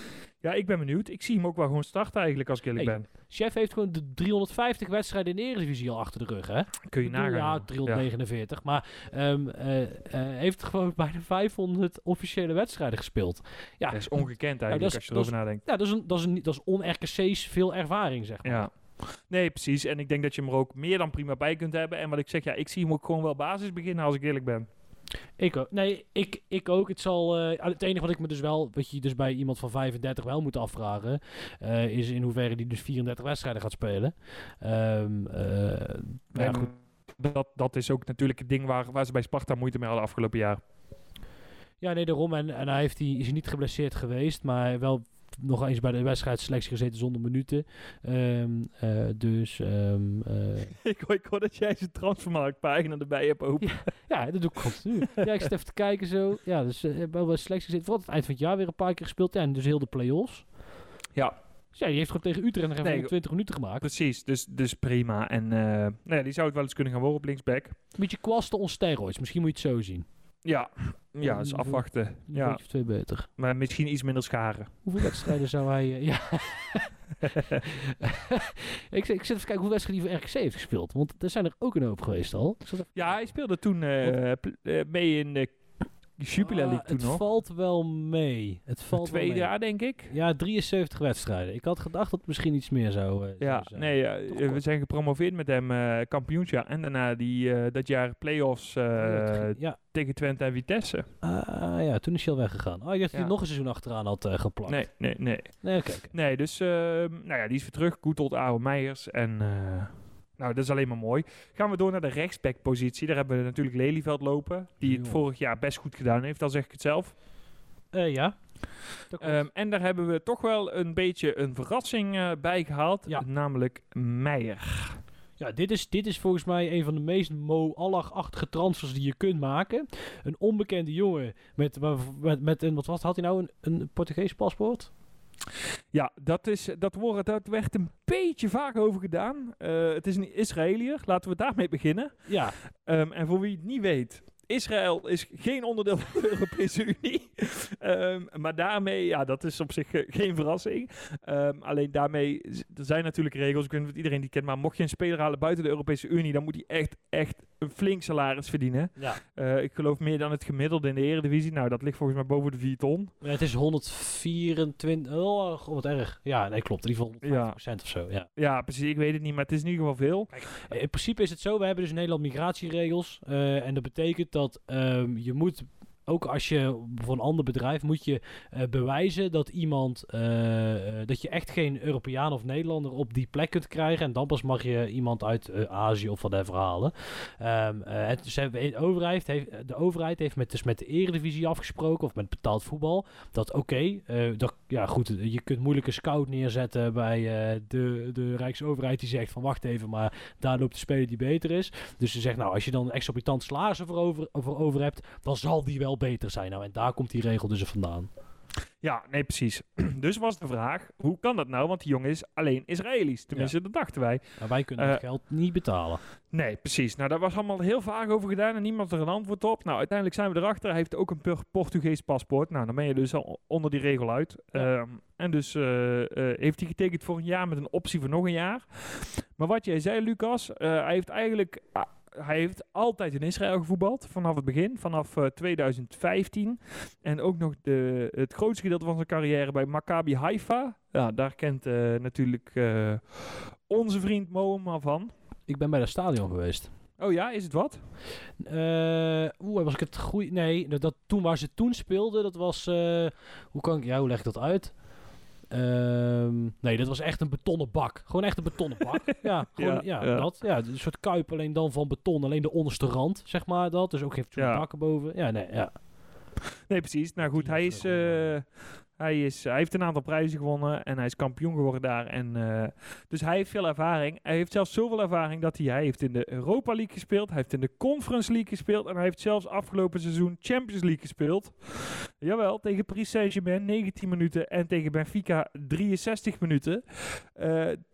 Ja, ik ben benieuwd. Ik zie hem ook wel gewoon starten eigenlijk, als ik eerlijk Hey, ben. Chef heeft gewoon de driehonderdvijftig wedstrijden in de Eredivisie al achter de rug, hè? Kun je Ik bedoel, nagaan. Ja, driehonderdnegenenveertig. Maar um, uh, uh, heeft gewoon bijna vijfhonderd officiële wedstrijden gespeeld. Ja, Dat is ongekend eigenlijk, dat is- als je erover dat nadenkt. ja, dat is, een, dat is, een, dat is on-R K C's veel ervaring, zeg maar. Ja. Nee, precies. En ik denk dat je hem er ook meer dan prima bij kunt hebben. En wat ik zeg, ja, ik zie hem ook gewoon wel basis beginnen, als ik eerlijk ben. Ik ook. Nee, ik, ik ook. Het zal. Uh, het enige wat ik me dus wel, wat je dus bij iemand van vijfendertig wel moet afvragen, uh, is in hoeverre die dus vierendertig wedstrijden gaat spelen. Um, uh, Ja, en- goed. Dat, dat is ook natuurlijk het ding waar, waar ze bij Sparta moeite mee hadden afgelopen jaar. Ja, nee, daarom. En, en hij heeft die, is hij niet geblesseerd geweest, maar wel nog eens bij de wedstrijdselectie gezeten zonder minuten. Um, uh, dus. Um, uh, ik, hoor, ik hoor dat jij zijn transfermarktpagina erbij hebt open. ja, dat doe ik continu. Ja, ik zit even te kijken zo. Ja, dus uh, wel bij de selectie gezeten. Vooral het eind van het jaar weer een paar keer gespeeld. Ja, en dus heel de play-offs. Ja. Dus ja, die heeft gewoon tegen Utrecht nog even Nee, honderdtwintig minuten gemaakt. Precies, dus, dus prima. En uh, nou ja, die zou het wel eens kunnen gaan worden op linksback. Een beetje kwasten on steroids. Misschien moet je het zo zien. Ja, ja, dat is Een afwachten. Een Ja. beetje of twee beter. Maar misschien iets minder scharen. Hoeveel wedstrijden zou hij... Uh, ja. ik, ik zit even kijken hoeveel wedstrijden hij voor R K C heeft gespeeld. Want er zijn er ook een hoop geweest al. Ik zat even- Ja, hij speelde toen uh, pl- uh, mee in de Jupiler League Ah, toen het nog. valt wel mee. Het valt wel Tweede mee. jaar, denk ik. Ja, drieënzeventig wedstrijden. Ik had gedacht dat het misschien iets meer zou, uh, Ja, zou zijn. nee, uh, Toch we kort. zijn gepromoveerd met hem uh, kampioensjaar. En daarna die, uh, dat jaar play-offs uh, ja. tegen Twente en Vitesse. Ah, ja, toen is hij al weggegaan. Oh, ik dacht dat Ja. hij nog een seizoen achteraan had uh, geplakt. Nee, nee, nee. Nee, oké. oké. Nee, dus uh, nou ja, die is weer terug. Goedelt, Aaron Meijers. En uh, nou, dat is alleen maar mooi. Gaan we door naar de rechtsback-positie. Daar hebben we natuurlijk Lelyveld lopen. Die het Jongen. vorig jaar best goed gedaan heeft, al zeg ik het zelf. Uh, ja. Dat klopt. Um, en daar hebben we toch wel een beetje een verrassing uh, bij gehaald. Ja. Namelijk Meijer. Ja, dit is, dit is volgens mij een van de meest Mo Allag-achtige transfers die je kunt maken. Een onbekende jongen met, met, met een, wat was, had hij nou, een, een Portugees paspoort? Ja, dat, is, dat, wordt, dat werd een beetje vaak over gedaan. Uh, het is een Israëliër. Laten we daarmee beginnen. Ja. Um, en voor wie het niet weet... Israël is geen onderdeel van de Europese Unie. um, maar daarmee, ja, dat is op zich uh, geen verrassing. Um, alleen daarmee, er zijn natuurlijk regels. Ik weet niet of iedereen die kent, maar mocht je een speler halen buiten de Europese Unie, dan moet hij echt, echt een flink salaris verdienen. Ja. Uh, ik geloof meer dan het gemiddelde in de Eredivisie. Nou, dat ligt volgens mij boven de vier ton. Ja, het is honderdvierentwintig... Oh, wat erg. Ja, nee, klopt. In ieder geval honderdvijftig procent of zo, ja. Ja, precies. Ik weet het niet, maar het is in ieder geval veel. Kijk, in principe is het zo, we hebben dus in Nederland migratieregels. Uh, en dat betekent dat um, je moet... Ook als je voor een ander bedrijf moet je uh, bewijzen dat iemand, uh, uh, dat je echt geen Europeaan of Nederlander op die plek kunt krijgen. En dan pas mag je iemand uit uh, Azië of whatever halen. Um, uh, het, dus de, overheid heeft, de overheid heeft met, dus met de Eredivisie afgesproken, of met betaald voetbal, dat oké, okay, uh, dat ja goed, je kunt moeilijk een scout neerzetten bij uh, de, de Rijksoverheid die zegt van wacht even, maar daar loopt de speler die beter is. Dus ze zegt nou, als je dan een exorbitant salaris voor over, voor over hebt, dan zal die wel beter zijn. Nou, en daar komt die regel dus vandaan. Ja, nee, precies. Dus was de vraag, hoe kan dat nou? Want die jongen is alleen Israëlisch. Tenminste, ja. dat dachten wij. Maar wij kunnen uh, het geld niet betalen. Nee, precies. Nou, daar was allemaal heel vaag over gedaan en niemand er een antwoord op. Nou, uiteindelijk zijn we erachter. Hij heeft ook een Portugees paspoort. Nou, dan ben je dus al onder die regel uit. Ja. Um, en dus uh, uh, heeft hij getekend voor een jaar met een optie voor nog een jaar. Maar wat jij zei, Lucas, uh, hij heeft eigenlijk... Uh, Hij heeft altijd in Israël gevoetbald, vanaf het begin, vanaf uh, tweeduizend vijftien. En ook nog de, het grootste gedeelte van zijn carrière bij Maccabi Haifa. Ja, daar kent uh, natuurlijk uh, onze vriend Mohamed van. Ik ben bij dat stadion geweest. Oh ja, is het wat? Uh, Oeh, was ik het goed? Nee, dat, dat toen waar ze toen speelden, dat was... Uh, hoe kan ik... Ja, hoe leg ik dat uit? Um, nee, dat was echt een betonnen bak. Gewoon echt een betonnen bak. ja, gewoon, ja, ja, ja, dat. Ja, een soort kuip, alleen dan van beton. Alleen de onderste rand, zeg maar dat. Dus ook geen ja. bakken boven. Ja, nee, ja. Nee, precies. Nou goed, hij is... Uh, Hij, is, hij heeft een aantal prijzen gewonnen en hij is kampioen geworden daar. En, uh, dus hij heeft veel ervaring. Hij heeft zelfs zoveel ervaring dat hij, hij heeft in de Europa League gespeeld. Hij heeft in de Conference League gespeeld. En hij heeft zelfs afgelopen seizoen Champions League gespeeld. Jawel, tegen Paris Saint-Germain negentien minuten en tegen Benfica drieënzestig minuten. Uh,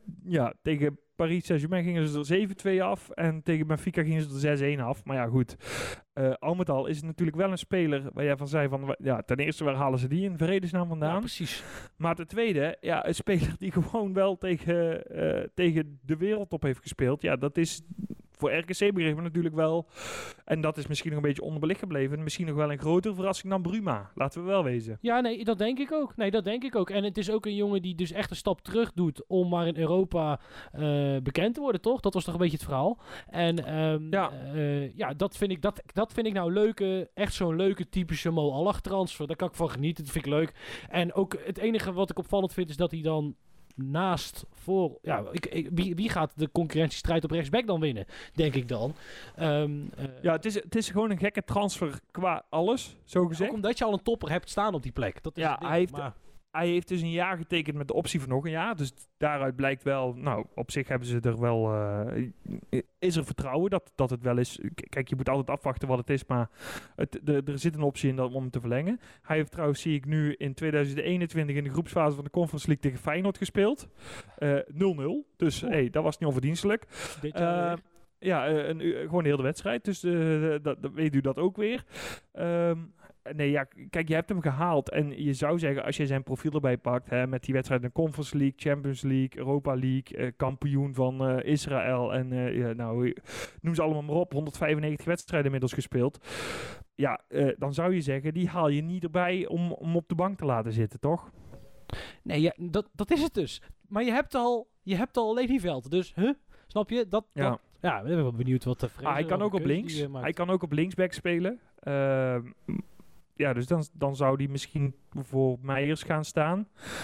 ja, tegen Paris Saint-Germain gingen ze er zeven twee af. En tegen Benfica gingen ze er zes een af. Maar ja, goed. Uh, al met al is het natuurlijk wel een speler waar jij van zei van... Ja, ten eerste, waar halen ze die in vredesnaam vandaan? Ja, precies. Maar ten tweede, ja, een speler die gewoon wel tegen, uh, tegen de wereldtop heeft gespeeld. Ja, dat is... Voor R K C begrepen natuurlijk wel, en dat is misschien nog een beetje onderbelicht gebleven, misschien nog wel een grotere verrassing dan Bruma. Laten we wel wezen. Ja, nee, dat denk ik ook. Nee, dat denk ik ook. En het is ook een jongen die dus echt een stap terug doet om maar in Europa uh, bekend te worden, toch? Dat was toch een beetje het verhaal. En um, ja, uh, ja dat, vind ik, dat, dat vind ik nou leuke, echt zo'n leuke typische Mo Allach transfer. Daar kan ik van genieten, dat vind ik leuk. En ook het enige wat ik opvallend vind is dat hij dan naast voor... Ja, ik, ik, wie, wie gaat de concurrentiestrijd op rechtsback dan winnen? Denk ik dan. Um, uh, ja, het is, het is gewoon een gekke transfer qua alles, zo gezegd. Ook omdat je al een topper hebt staan op die plek. Dat is ja, het ding, hij heeft... maar... Hij heeft dus een jaar getekend met de optie van nog een jaar. Dus daaruit blijkt wel... Nou, op zich hebben ze er wel... Uh, is er vertrouwen dat, dat het wel is... Kijk, je moet altijd afwachten wat het is. Maar het, de, er zit een optie in dat, om hem te verlengen. Hij heeft trouwens, zie ik nu, in tweeduizend eenentwintig... in de groepsfase van de Conference League tegen Feyenoord gespeeld. Uh, nul nul. Dus hey, dat was niet onverdienstelijk. Uh, ja, uh, een, uh, gewoon de hele wedstrijd. Dus uh, dat, dat weet u dat ook weer. Um, Nee, ja, kijk, je hebt hem gehaald. En je zou zeggen, als je zijn profiel erbij pakt... Hè, met die wedstrijd in de Conference League, Champions League, Europa League... Uh, kampioen van uh, Israël en uh, ja, nou, noem ze allemaal maar op... honderdvijfennegentig wedstrijden inmiddels gespeeld. Ja, uh, dan zou je zeggen, die haal je niet erbij om, om op de bank te laten zitten, toch? Nee, ja, dat, dat is het dus. Maar je hebt al, je hebt al Lelyveld, dus huh? Snap je? Dat, ja. dat, ja, ik ben wel benieuwd wat de ah, hij kan ook op links. Die, uh, hij kan ook op linksback spelen. Uh, Ja, dus dan, dan zou die misschien voor Meijers gaan staan.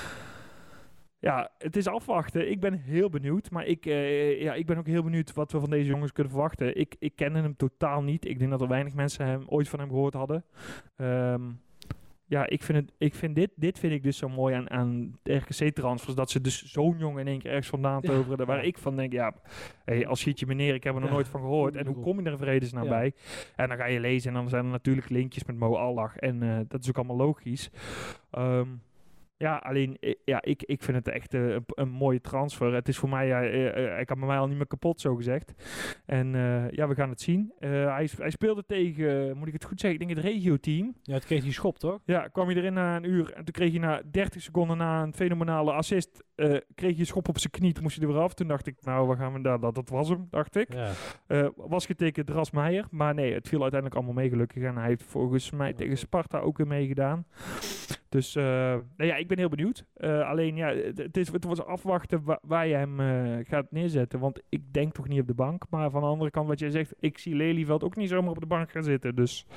Ja, het is afwachten. Ik ben heel benieuwd. Maar ik, uh, ja, ik ben ook heel benieuwd wat we van deze jongens kunnen verwachten. Ik, ik ken hem totaal niet. Ik denk dat er weinig mensen hem, ooit van hem gehoord hadden. Um, ja, ik vind, het, ik vind dit, dit vind ik dus zo mooi aan, aan de R K C-transfers. Dat ze dus zo'n jongen in één keer ergens vandaan toveren. Ja. Waar ik van denk, ja, hey, als schiet je meneer, ik heb er nog ja. nooit van gehoord. En hoe kom je er in vredesnaam ja. bij? En dan ga je lezen en dan zijn er natuurlijk linkjes met Mo Allach. En uh, dat is ook allemaal logisch. Um, Ja, alleen, ja, ik, ik vind het echt uh, een, een mooie transfer. Het is voor mij, uh, uh, hij kan bij mij al niet meer kapot, zo gezegd. En uh, ja, we gaan het zien. Uh, hij, hij speelde tegen, uh, moet ik het goed zeggen, ik denk het regio-team. Ja, het kreeg hij schop, toch? Ja, kwam je erin na een uur en toen kreeg je na dertig seconden na een fenomenale assist, uh, kreeg je schop op zijn knie, toen moest je er weer af. Toen dacht ik, nou, waar gaan we daar? Dat, dat was hem, dacht ik. Ja. Uh, was getekend Ras Meijer, maar nee, het viel uiteindelijk allemaal mee gelukkig. En hij heeft volgens mij ja, tegen Sparta ook weer meegedaan. Dus uh, nou ja, ik ben heel benieuwd. Uh, alleen ja, het, is, het was afwachten wa- waar je hem uh, gaat neerzetten. Want ik denk toch niet op de bank. Maar van de andere kant wat jij zegt, ik zie Lelyveld ook niet zomaar op de bank gaan zitten. Dus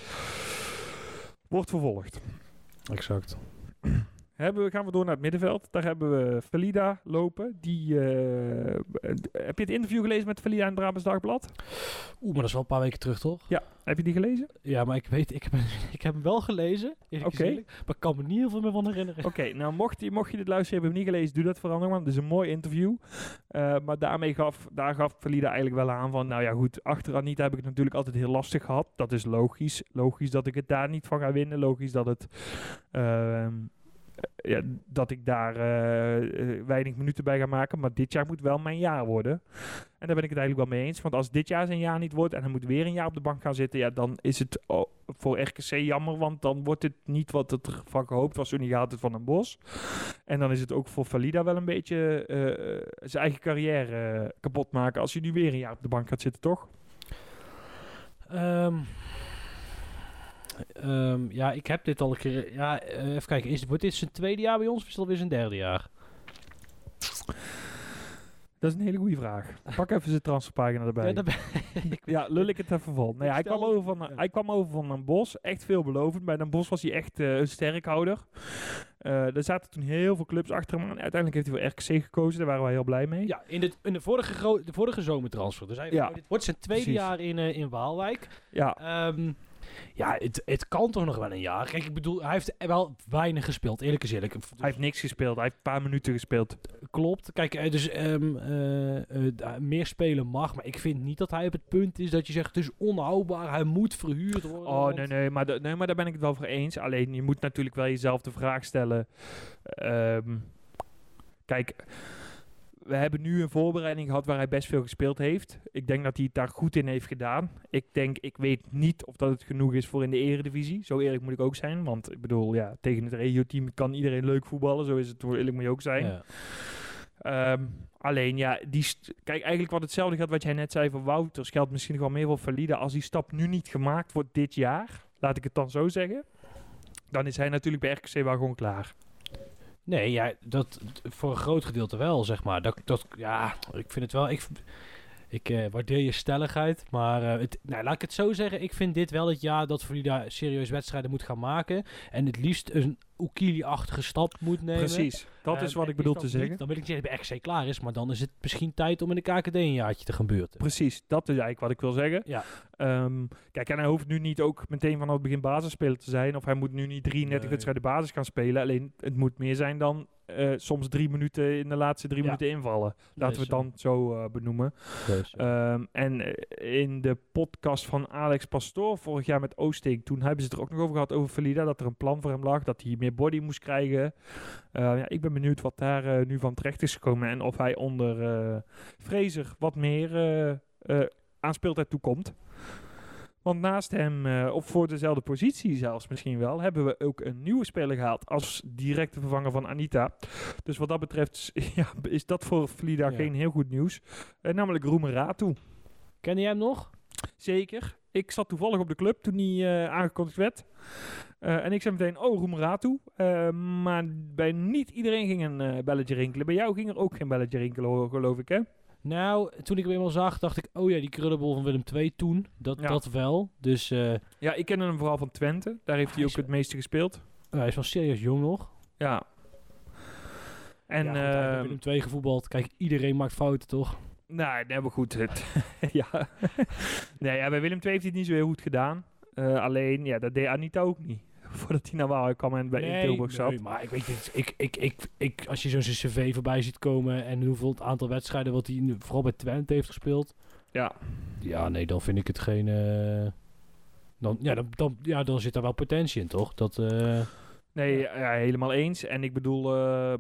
wordt vervolgd. Exact. Hebben we, gaan we door naar het middenveld. Daar hebben we Valida lopen. Die, uh, heb je het interview gelezen met Valida in het Brabants Dagblad? Oeh, maar dat is wel een paar weken terug, toch? Ja. Heb je die gelezen? Ja, maar ik weet, ik heb, ik heb hem wel gelezen. Oké. Okay. Maar ik kan me niet heel veel meer van herinneren. Oké, okay, nou mocht je, mocht je dit luisteren, heb je hem niet gelezen, doe dat vooral nog, want het is een mooi interview. Uh, maar daarmee gaf, daar gaf Valida eigenlijk wel aan van, nou ja goed, achter Anita heb ik het natuurlijk altijd heel lastig gehad. Dat is logisch. Logisch dat ik het daar niet van ga winnen. Logisch dat het... Uh, Ja, dat ik daar uh, uh, weinig minuten bij ga maken. Maar dit jaar moet wel mijn jaar worden. En daar ben ik het eigenlijk wel mee eens. Want als dit jaar zijn jaar niet wordt en hij moet weer een jaar op de bank gaan zitten, ja, dan is het oh, voor R K C jammer. Want dan wordt het niet wat het ervan gehoopt was toen hij gehaald het van een Bos. En dan is het ook voor Valida wel een beetje uh, zijn eigen carrière uh, kapot maken als hij nu weer een jaar op de bank gaat zitten, toch? Um. Um, ja, ik heb dit al een keer... Ja, uh, even kijken. Is, wordt dit zijn tweede jaar bij ons of is het alweer zijn derde jaar? Dat is een hele goede vraag. Pak even zijn transferpagina erbij. Ja, ben ik ja, lul ik het even vol. Nee, hij, kwam over van, ja. hij kwam over van Den Bosch. Echt veelbelovend. Bij Den Bosch was hij echt uh, een sterkhouder. Uh, er zaten toen heel veel clubs achter hem. En uiteindelijk heeft hij voor R K C gekozen. Daar waren wij heel blij mee. Ja, in de, in de, vorige, gro- de vorige zomertransfer. Dus hij, ja. Dit wordt zijn tweede Precies. jaar in, uh, in Waalwijk. Ja. Um, Ja, het, het kan toch nog wel een jaar. Kijk, ik bedoel, hij heeft wel weinig gespeeld. Eerlijk is eerlijk. Hij heeft niks gespeeld. Hij heeft een paar minuten gespeeld. Klopt. Kijk, dus um, uh, uh, meer spelen mag. Maar ik vind niet dat hij op het punt is dat je zegt, het is onhoudbaar. Hij moet verhuurd worden. Oh, want... nee, nee maar, de, nee, maar daar ben ik het wel voor eens. Alleen, je moet natuurlijk wel jezelf de vraag stellen. Um, kijk... we hebben nu een voorbereiding gehad waar hij best veel gespeeld heeft. Ik denk dat hij het daar goed in heeft gedaan. Ik denk, ik weet niet of dat het genoeg is voor in de eredivisie. Zo eerlijk moet ik ook zijn. Want ik bedoel, ja, tegen het regio-team kan iedereen leuk voetballen. Zo is het, eerlijk moet je ook zijn. Ja. Um, alleen, ja, die st- kijk, eigenlijk wat hetzelfde geldt wat jij net zei voor Wouters, geldt misschien nog wel meer voor Valida. Als die stap nu niet gemaakt wordt dit jaar, laat ik het dan zo zeggen, dan is hij natuurlijk bij R K C wel gewoon klaar. Nee, ja, dat voor een groot gedeelte wel, zeg maar. Dat, dat, ja, ik vind het wel... Ik, ik uh, waardeer je stelligheid, maar uh, het, nou, laat ik het zo zeggen. Ik vind dit wel het jaar dat Valida serieus wedstrijden moet gaan maken. En het liefst een Oekili-achtige stap moet nemen. Precies, dat uh, is wat ik bedoel te niet, zeggen. Dan wil ik niet zeggen dat R K C klaar is, maar dan is het misschien tijd om in de K K D een jaartje te gaan beurten. Precies, dat is eigenlijk wat ik wil zeggen. Ja. Um, kijk, en hij hoeft nu niet ook meteen vanaf het begin basisspeler te zijn. Of hij moet nu niet drieëndertig nee. wedstrijden basis gaan spelen. Alleen, het moet meer zijn dan uh, soms drie minuten in de laatste drie ja. minuten invallen. Laten we het dan zo uh, benoemen. Um, en uh, in de podcast van Alex Pastoor vorig jaar met Oosting, toen hebben ze het er ook nog over gehad over Valida, dat er een plan voor hem lag, dat hij meer body moest krijgen. Uh, ja, ik ben benieuwd wat daar uh, nu van terecht is gekomen en of hij onder uh, Fraser wat meer uh, uh, aan speeltijd toekomt. Want naast hem, uh, of voor dezelfde positie zelfs misschien wel, hebben we ook een nieuwe speler gehaald als directe vervanger van Anita. Dus wat dat betreft ja, is dat voor Valida ja. geen heel goed nieuws. Uh, namelijk Roemeratu. Ken jij hem nog? Zeker. Ik zat toevallig op de club toen hij uh, aangekondigd werd. Uh, en ik zei meteen, oh, Roemeratu. Uh, maar bij niet iedereen ging een uh, belletje rinkelen. Bij jou ging er ook geen belletje rinkelen, geloof ik, hè? Nou, toen ik hem eenmaal zag, dacht ik, oh ja, die krullenbol van Willem twee toen. Dat, ja. dat wel. Dus, uh, ja, ik ken hem vooral van Twente. Daar heeft hij, hij ook is, het meeste gespeeld. Uh, hij is wel serieus jong nog. Ja. En, ja, goed, hij heeft uh, Willem twee gevoetbald. Kijk, iedereen maakt fouten, toch? Nou, nee, maar goed. Het ja. nee, ja, bij Willem twee heeft hij het niet zo heel goed gedaan. Uh, alleen, ja, dat deed Anita ook niet. Voordat hij nou wel kwam en bij nee, Tilburg zat. Nee, maar ik weet niet. Ik, ik, ik, ik, als je zo'n cv voorbij ziet komen en hoeveel het aantal wedstrijden wat hij vooral bij Twente heeft gespeeld. Ja. Ja, nee, dan vind ik het geen... Uh, dan, ja, dan, dan, ja, dan zit daar wel potentie in, toch? Dat, uh, nee, ja. Ja, helemaal eens. En ik bedoel... Uh,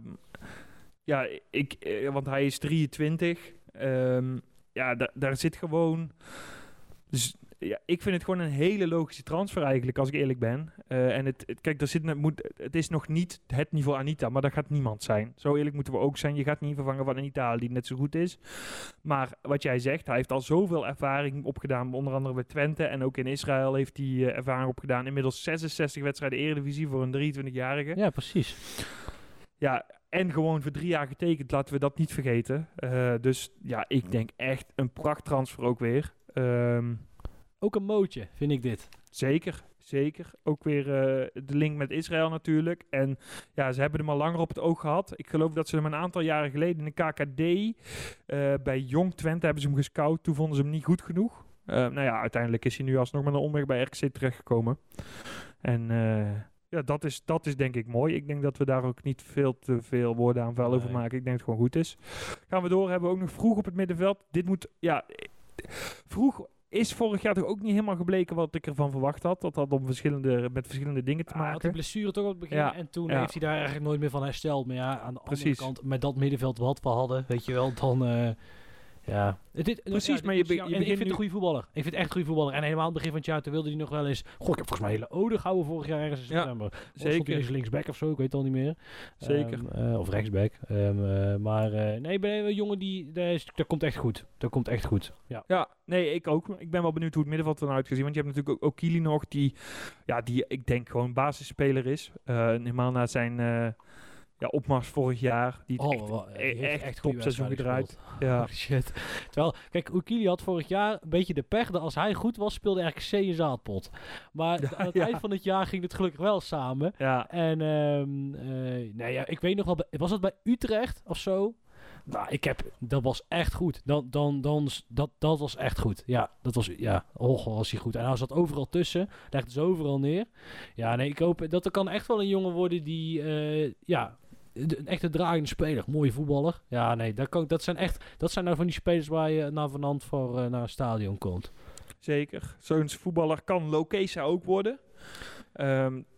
ja, ik, uh, want hij is drieëntwintig. Um, ja, da- daar zit gewoon... Dus ja, ik vind het gewoon een hele logische transfer eigenlijk, als ik eerlijk ben. Uh, en het, het, kijk, er zit, moet, het is nog niet het niveau Anita, maar dat gaat niemand zijn. Zo eerlijk moeten we ook zijn. Je gaat niet vervangen van Anita, die net zo goed is. Maar wat jij zegt, hij heeft al zoveel ervaring opgedaan, onder andere bij Twente. En ook in Israël heeft hij uh, ervaring opgedaan. Inmiddels zesenzestig wedstrijden Eredivisie voor een drieëntwintigjarige. Ja, precies. Ja, en gewoon voor drie jaar getekend, laten we dat niet vergeten. Uh, dus ja, ik denk echt een prachttransfer ook weer. Um, Ook een mootje, vind ik dit. Zeker, zeker. Ook weer uh, de link met Israël natuurlijk. En ja, ze hebben hem al langer op het oog gehad. Ik geloof dat ze hem een aantal jaren geleden in de K K D... Uh, bij Jong Twente hebben ze hem gescout. Toen vonden ze hem niet goed genoeg. Uh, nou ja, uiteindelijk is hij nu alsnog met een omweg bij R K C terechtgekomen. En... Uh, Ja, dat is, dat is denk ik mooi. Ik denk dat we daar ook niet veel te veel woorden aan vuil nee. over maken. Ik denk dat het gewoon goed is. Gaan we door. Hebben we ook nog vroeg op het middenveld. Dit moet, ja... Vroeg is vorig jaar toch ook niet helemaal gebleken wat ik ervan verwacht had. Dat had om verschillende, met verschillende dingen te maken. Hij had een blessure toch op het begin. Ja. En toen ja. heeft hij daar eigenlijk nooit meer van hersteld. Maar ja, aan de Precies. andere kant, met dat middenveld wat we hadden, weet je wel, dan... Uh, Ja, dit, precies, ja, maar je, be- je en begint ik vind nu... een goede voetballer. Ik vind het echt een goede voetballer. En helemaal aan het begin van het jaar, toen wilde hij nog wel eens... Goh, ik heb volgens mij een hele ode gehouden vorig jaar ergens in september. Ja, zeker. Hij linksback of zo, ik weet het al niet meer. Zeker. Um, uh, of rechtsback. Um, uh, maar uh, nee, ik ben een jongen die... Dat, dat komt echt goed. Dat komt echt goed. Ja. ja, nee, ik ook. Ik ben wel benieuwd hoe het middenveld eruit gaat zien. Want je hebt natuurlijk ook Oekili nog, die... Ja, die ik denk gewoon basisspeler is. Uh, helemaal na zijn... Uh, Ja, opmars vorig jaar. Die oh, echt, wow, die echt, echt topseizoen gedraaid. Ja. Oh, shit. Terwijl, kijk, Oekili had vorig jaar een beetje de pech dat als hij goed was, speelde R K C een zaadpot. Maar ja, aan het ja. eind van het jaar ging het gelukkig wel samen. Ja. En, um, uh, nee, ja, ik weet nog wel, was het bij Utrecht of zo? Nou, ik heb, dat was echt goed. Dan, dan, dan, dat, dat was echt goed. Ja, dat was, ja, oh, was hij goed. En hij zat overal tussen, legde ze overal neer. Ja, nee, ik hoop, dat er kan echt wel een jongen worden die, uh, ja... een echte dragende speler, mooie voetballer. Ja, nee, dat, kan, dat zijn echt, dat zijn nou van die spelers waar je naar vanand voor uh, naar een stadion komt. Zeker. Zo'n voetballer kan Lokesa ook worden. Um,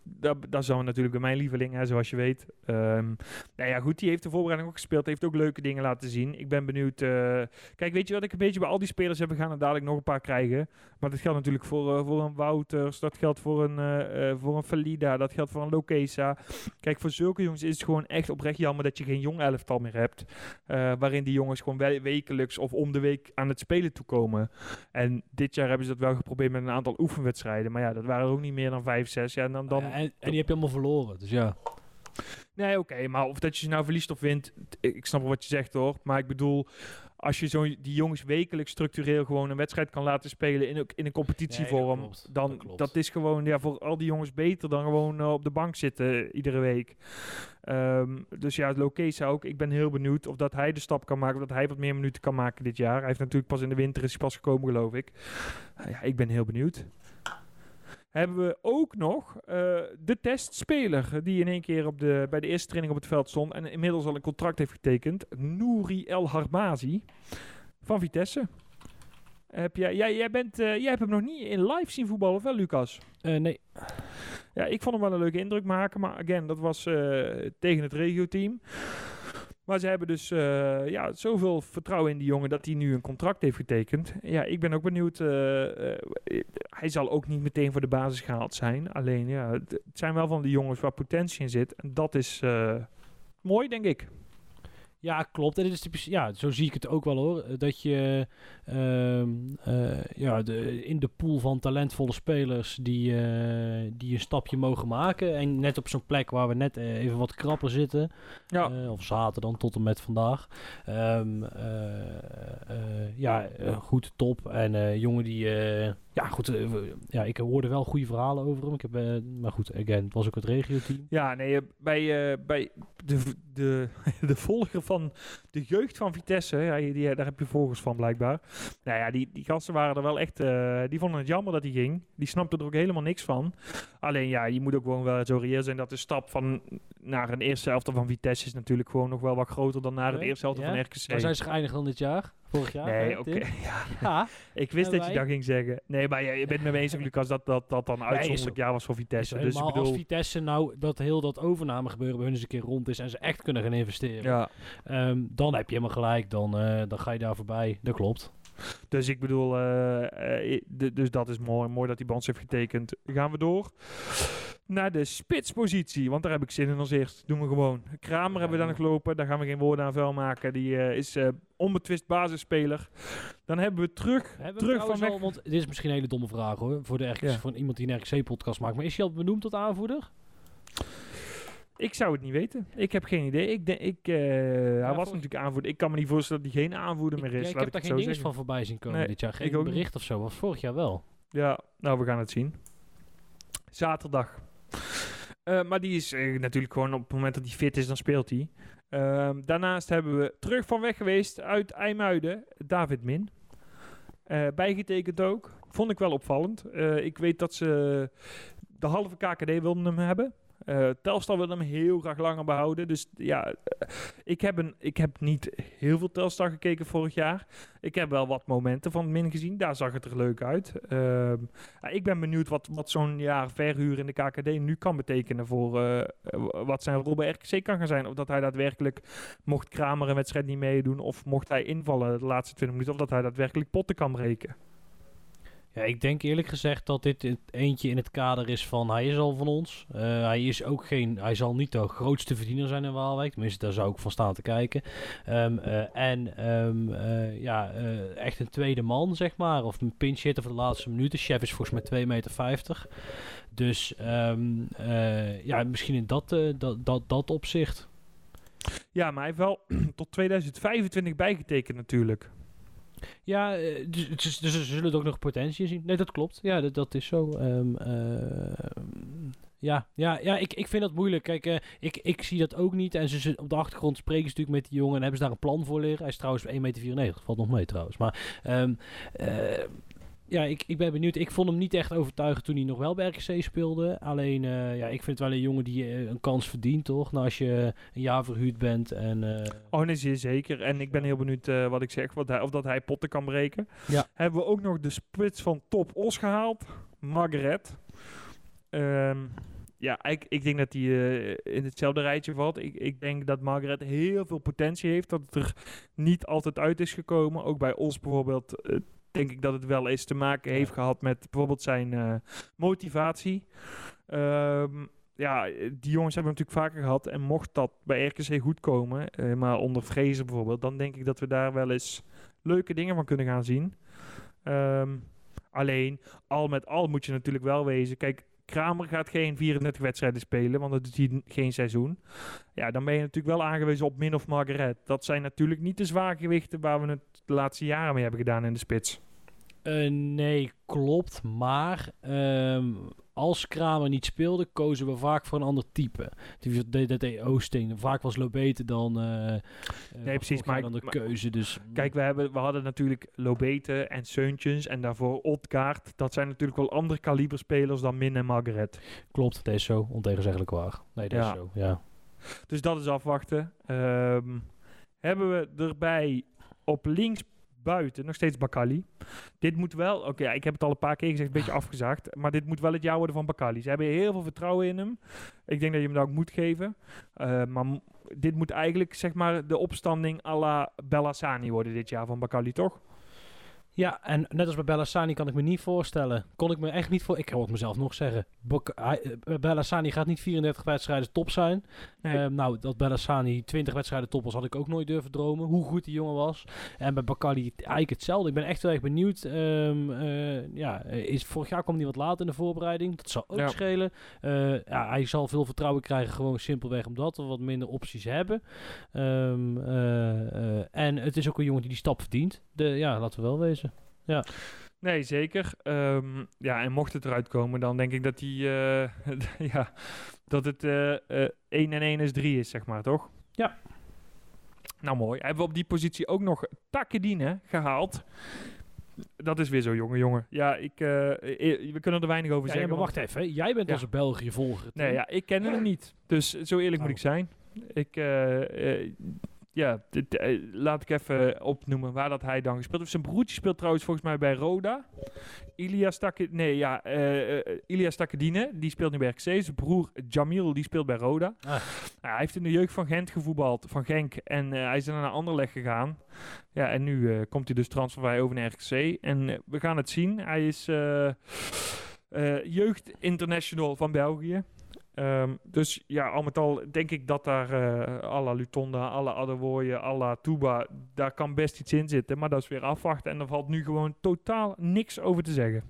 dat, dat is dan natuurlijk bij mijn lieveling, hè, zoals je weet. Um, nou ja, goed, die heeft de voorbereiding ook gespeeld. Heeft ook leuke dingen laten zien. Ik ben benieuwd. Uh, kijk, weet je wat ik een beetje bij al die spelers heb? We gaan er dadelijk nog een paar krijgen. Maar dat geldt natuurlijk voor, uh, voor een Wouters. Dat geldt voor een, uh, uh, voor een Valida. Dat geldt voor een Lokesa. Kijk, voor zulke jongens is het gewoon echt oprecht jammer dat je geen jong elftal meer hebt. Uh, waarin die jongens gewoon we- wekelijks of om de week aan het spelen toekomen. En dit jaar hebben ze dat wel geprobeerd met een aantal oefenwedstrijden. Maar ja, dat waren er ook niet meer dan vijf, zes. Ja, en, dan, dan, ja, en, en die heb je allemaal verloren, dus ja. Nee, oké, okay, maar of dat je ze nou verliest of wint, t- ik snap wel wat je zegt hoor. Maar ik bedoel, als je zo die jongens wekelijks structureel gewoon een wedstrijd kan laten spelen in een, in een competitievorm, nee, dat dan dat, klopt. dat is gewoon ja, voor al die jongens beter dan gewoon uh, op de bank zitten uh, iedere week. Um, dus ja, Lokesa ook. Ik ben heel benieuwd of dat hij de stap kan maken, of dat hij wat meer minuten kan maken dit jaar. Hij heeft natuurlijk pas in de winter is hij pas gekomen, geloof ik. Uh, ja, ik ben heel benieuwd. Hebben we ook nog uh, de testspeler die in één keer op de, bij de eerste training op het veld stond en inmiddels al een contract heeft getekend. Nouri El Harmazi van Vitesse. Heb jij, jij, jij, bent, uh, jij hebt hem nog niet in live zien voetballen, of wel, Lucas? Uh, nee. Ja, ik vond hem wel een leuke indruk maken, maar again, dat was uh, tegen het regioteam. Maar ze hebben dus uh, ja, zoveel vertrouwen in die jongen dat hij nu een contract heeft getekend. Ja, ik ben ook benieuwd. Uh, uh, hij zal ook niet meteen voor de basis gehaald zijn. Alleen, ja, het, het zijn wel van die jongens waar potentie in zit. En dat is uh, mooi, denk ik. Ja, klopt. En dit is typisch, ja, zo zie ik het ook wel hoor. Dat je uh, uh, ja, de, in de pool van talentvolle spelers die, uh, die een stapje mogen maken. En net op zo'n plek waar we net uh, even wat krapper zitten. Ja. Uh, of zaten dan tot en met vandaag. Um, uh, uh, ja, uh, goed, top. En uh, jongen die... Uh, ja, goed. Uh, ja, ik hoorde wel goede verhalen over hem. Ik heb, uh, maar goed, again, het was ook het regio-team. Ja, nee, bij, uh, bij de, de, de volger van de jeugd van Vitesse, ja, die, daar heb je volgers van blijkbaar. Nou ja, die, die gasten waren er wel echt, uh, die vonden het jammer dat hij ging. Die snapten er ook helemaal niks van. Alleen ja, je moet ook gewoon wel zo reëel zijn dat de stap van naar een eerste elftal van Vitesse is natuurlijk gewoon nog wel wat groter dan naar Nee, een eerste elftal ja? van R K C. Waar zijn ze geëindigd dan dit jaar? Vorig jaar? Nee, hè, oké. Tim? Okay, ja. Ja. Ik wist En dat je wij? dat ging zeggen. Nee, maar je, je bent met me eens, Lucas, dat dat, dat dan een Nee, uitzonderlijk is jaar was voor Vitesse. Dus Dus ik bedoel... als Vitesse nou dat heel dat overname gebeuren bij hun eens een keer rond is en ze echt kunnen gaan investeren, Ja. um, dan heb je helemaal gelijk. Dan, uh, dan ga je daar voorbij. Dat klopt. Dus ik bedoel, uh, uh, d- dus dat is mooi. Mooi dat die Bans heeft getekend. Gaan we door naar de spitspositie. Want daar heb ik zin in als eerst. Doen we gewoon. Kramer hebben we daar nog lopen. Daar gaan we geen woorden aan vuil maken. Die uh, is uh, onbetwist basisspeler. Dan hebben we terug, Hebben we terug van weg... al, want dit is misschien een hele domme vraag hoor. Voor, de R K C, Ja. voor iemand die een R K C-podcast maakt. Maar is hij al benoemd tot aanvoerder? Ik zou het niet weten. Ik heb geen idee. Ik denk, ik, uh, hij was volgens- natuurlijk aanvoerder. Ik kan me niet voorstellen dat hij geen aanvoerder Ik, meer ja, is. ik laat heb daar het geen zo dingen zeggen. van voorbij zien komen Nee, dit jaar. ik Geen ook niet. bericht of zo. Was vorig jaar wel. Ja, nou, we gaan het zien. Zaterdag. Uh, maar die is uh, natuurlijk gewoon op het moment dat hij fit is, dan speelt hij. Uh, daarnaast hebben we terug van weg geweest uit IJmuiden, David Min. Uh, bijgetekend ook. Vond ik wel opvallend. Uh, ik weet dat ze de halve K K D wilden hem hebben. Uh, Telstar wil hem heel graag langer behouden. Dus ja, uh, ik, heb een, ik heb niet heel veel Telstar gekeken vorig jaar. Ik heb wel wat momenten van Min gezien. Daar zag het er leuk uit. Uh, uh, ik ben benieuwd wat, wat zo'n jaar verhuur in de K K D nu kan betekenen voor uh, uh, wat zijn rol bij R K C kan gaan zijn. Of dat hij daadwerkelijk, mocht Kramer een wedstrijd niet meedoen, of mocht hij invallen de laatste twintig minuten, of dat hij daadwerkelijk potten kan breken. Ja, ik denk eerlijk gezegd dat dit het eentje in het kader is van hij is al van ons. Uh, hij is ook geen, hij zal niet de grootste verdiener zijn in Waalwijk. Tenminste, daar zou ik van staan te kijken. Um, uh, en um, uh, ja, uh, echt een tweede man, zeg maar. Of een pinch hitter voor de laatste minuten. Chef is volgens mij twee meter vijftig. Dus um, uh, ja, misschien in dat, uh, dat, dat, dat opzicht. Ja, maar hij heeft wel tot tweeduizend vijfentwintig bijgetekend natuurlijk. Ja, uh, dus, dus, dus er zullen ook nog potentie zien. Nee, dat klopt. Ja, dat, dat is zo. Um, uh, ja, ja, ja ik, ik vind dat moeilijk. Kijk, uh, ik, ik zie dat ook niet. En ze, ze, op de achtergrond spreken ze natuurlijk met die jongen en hebben ze daar een plan voor liggen. Hij is trouwens één meter vierennegentig. Valt nog mee trouwens. Maar um, uh, ja, ik, ik ben benieuwd. Ik vond hem niet echt overtuigend toen hij nog wel bij R K C speelde. Alleen, uh, ja, ik vind het wel een jongen die uh, een kans verdient, toch? Nou, als je een jaar verhuurd bent en... Uh, oh, nee, zeer zeker. En ik ben heel benieuwd uh, wat ik zeg, wat hij, of dat hij potten kan breken. Ja. Hebben we ook nog de spits van Top Os gehaald. Margaret. Um, ja, ik, ik denk dat hij uh, in hetzelfde rijtje valt. Ik, ik denk dat Margaret heel veel potentie heeft. Dat het er niet altijd uit is gekomen. Ook bij ons bijvoorbeeld uh, denk ik dat het wel eens te maken heeft ja. gehad met bijvoorbeeld zijn uh, motivatie. Um, ja, die jongens hebben we natuurlijk vaker gehad. En mocht dat bij R K C goed komen, uh, maar onder Vrezen bijvoorbeeld, dan denk ik dat we daar wel eens leuke dingen van kunnen gaan zien. Um, alleen, al met al moet je natuurlijk wel wezen. Kijk, Kramer gaat geen vierentwintig wedstrijden spelen, want dat doet hij geen seizoen. Ja, dan ben je natuurlijk wel aangewezen op Min of Margaret. Dat zijn natuurlijk niet de zwaargewichten waar we het de laatste jaren mee hebben gedaan in de spits. Uh, nee, klopt. Maar um, als Kramer niet speelde, kozen we vaak voor een ander type. Dat deed Oosting. Vaak was Lobete dan, uh, nee, precies, maar, dan de maar, keuze. Dus. Kijk, we, hebben, we hadden natuurlijk Lobete en Seuntjens en daarvoor Odgaard. Dat zijn natuurlijk wel andere kaliberspelers dan Min en Margaret. Klopt, dat is zo. Ontegenzeggelijk waar. Nee, dat ja. is zo, ja. Dus dat is afwachten. Um, hebben we erbij op links buiten nog steeds Bakali. Dit moet wel, oké, okay, ik heb het al een paar keer gezegd, een beetje afgezaagd, maar dit moet wel het jaar worden van Bakali. Ze hebben heel veel vertrouwen in hem. Ik denk dat je hem dat ook moet geven. Uh, maar m- dit moet eigenlijk, zeg maar, de opstanding à la Bellassani worden dit jaar van Bakali, toch? Ja, en net als bij Bellassani kan ik me niet voorstellen. Kon ik me echt niet voor... Ik kan het mezelf nog zeggen. Bok, hij, uh, Bellassani gaat niet vierendertig wedstrijden top zijn. Nee. Uh, nou, dat Bellassani twintig wedstrijden top was, had ik ook nooit durven dromen. Hoe goed die jongen was. En bij Bakali eigenlijk hetzelfde. Ik ben echt heel erg benieuwd. Um, uh, ja, is, vorig jaar kwam hij wat laat in de voorbereiding. Dat zal ook ja. schelen. Uh, ja, hij zal veel vertrouwen krijgen, gewoon simpelweg omdat we wat minder opties hebben. Um, uh, uh, en het is ook een jongen die die stap verdient. De, ja, laten we wel wezen. Ja. Nee, zeker. Um, ja, en mocht het eruit komen, dan denk ik dat hij uh, ja, dat het uh, uh, één en één is drie is, zeg maar, toch? Ja. Nou, mooi. Hebben we op die positie ook nog Takedine gehaald. Dat is weer zo, jongen, jongen. Ja, ik, uh, we kunnen er weinig over ja, zeggen. Ja, maar wacht want... even. Jij bent ja. onze België-volger. Nee, ja, ik ken hem niet. Dus zo eerlijk oh. moet ik zijn. Ik... Uh, uh, Ja, dit, uh, laat ik even opnoemen waar dat hij dan gespeeld heeft. Zijn broertje speelt trouwens volgens mij bij Roda. Ilias Takedine, nee ja, uh, uh, Ilias Takedine, die speelt nu bij R K C. Zijn broer Jamil, die speelt bij Roda. Ah. Uh, hij heeft in de jeugd van Gent gevoetbald, van Genk. En uh, hij is dan naar Anderlecht gegaan. Ja, en nu uh, komt hij dus transfervrij over naar R K C. En uh, we gaan het zien. Hij is uh, uh, jeugd international van België. Um, dus ja, al met al denk ik dat daar uh, à la Lutonda, à la Adewoye, à la Touba, daar kan best iets in zitten. Maar dat is weer afwachten en er valt nu gewoon totaal niks over te zeggen.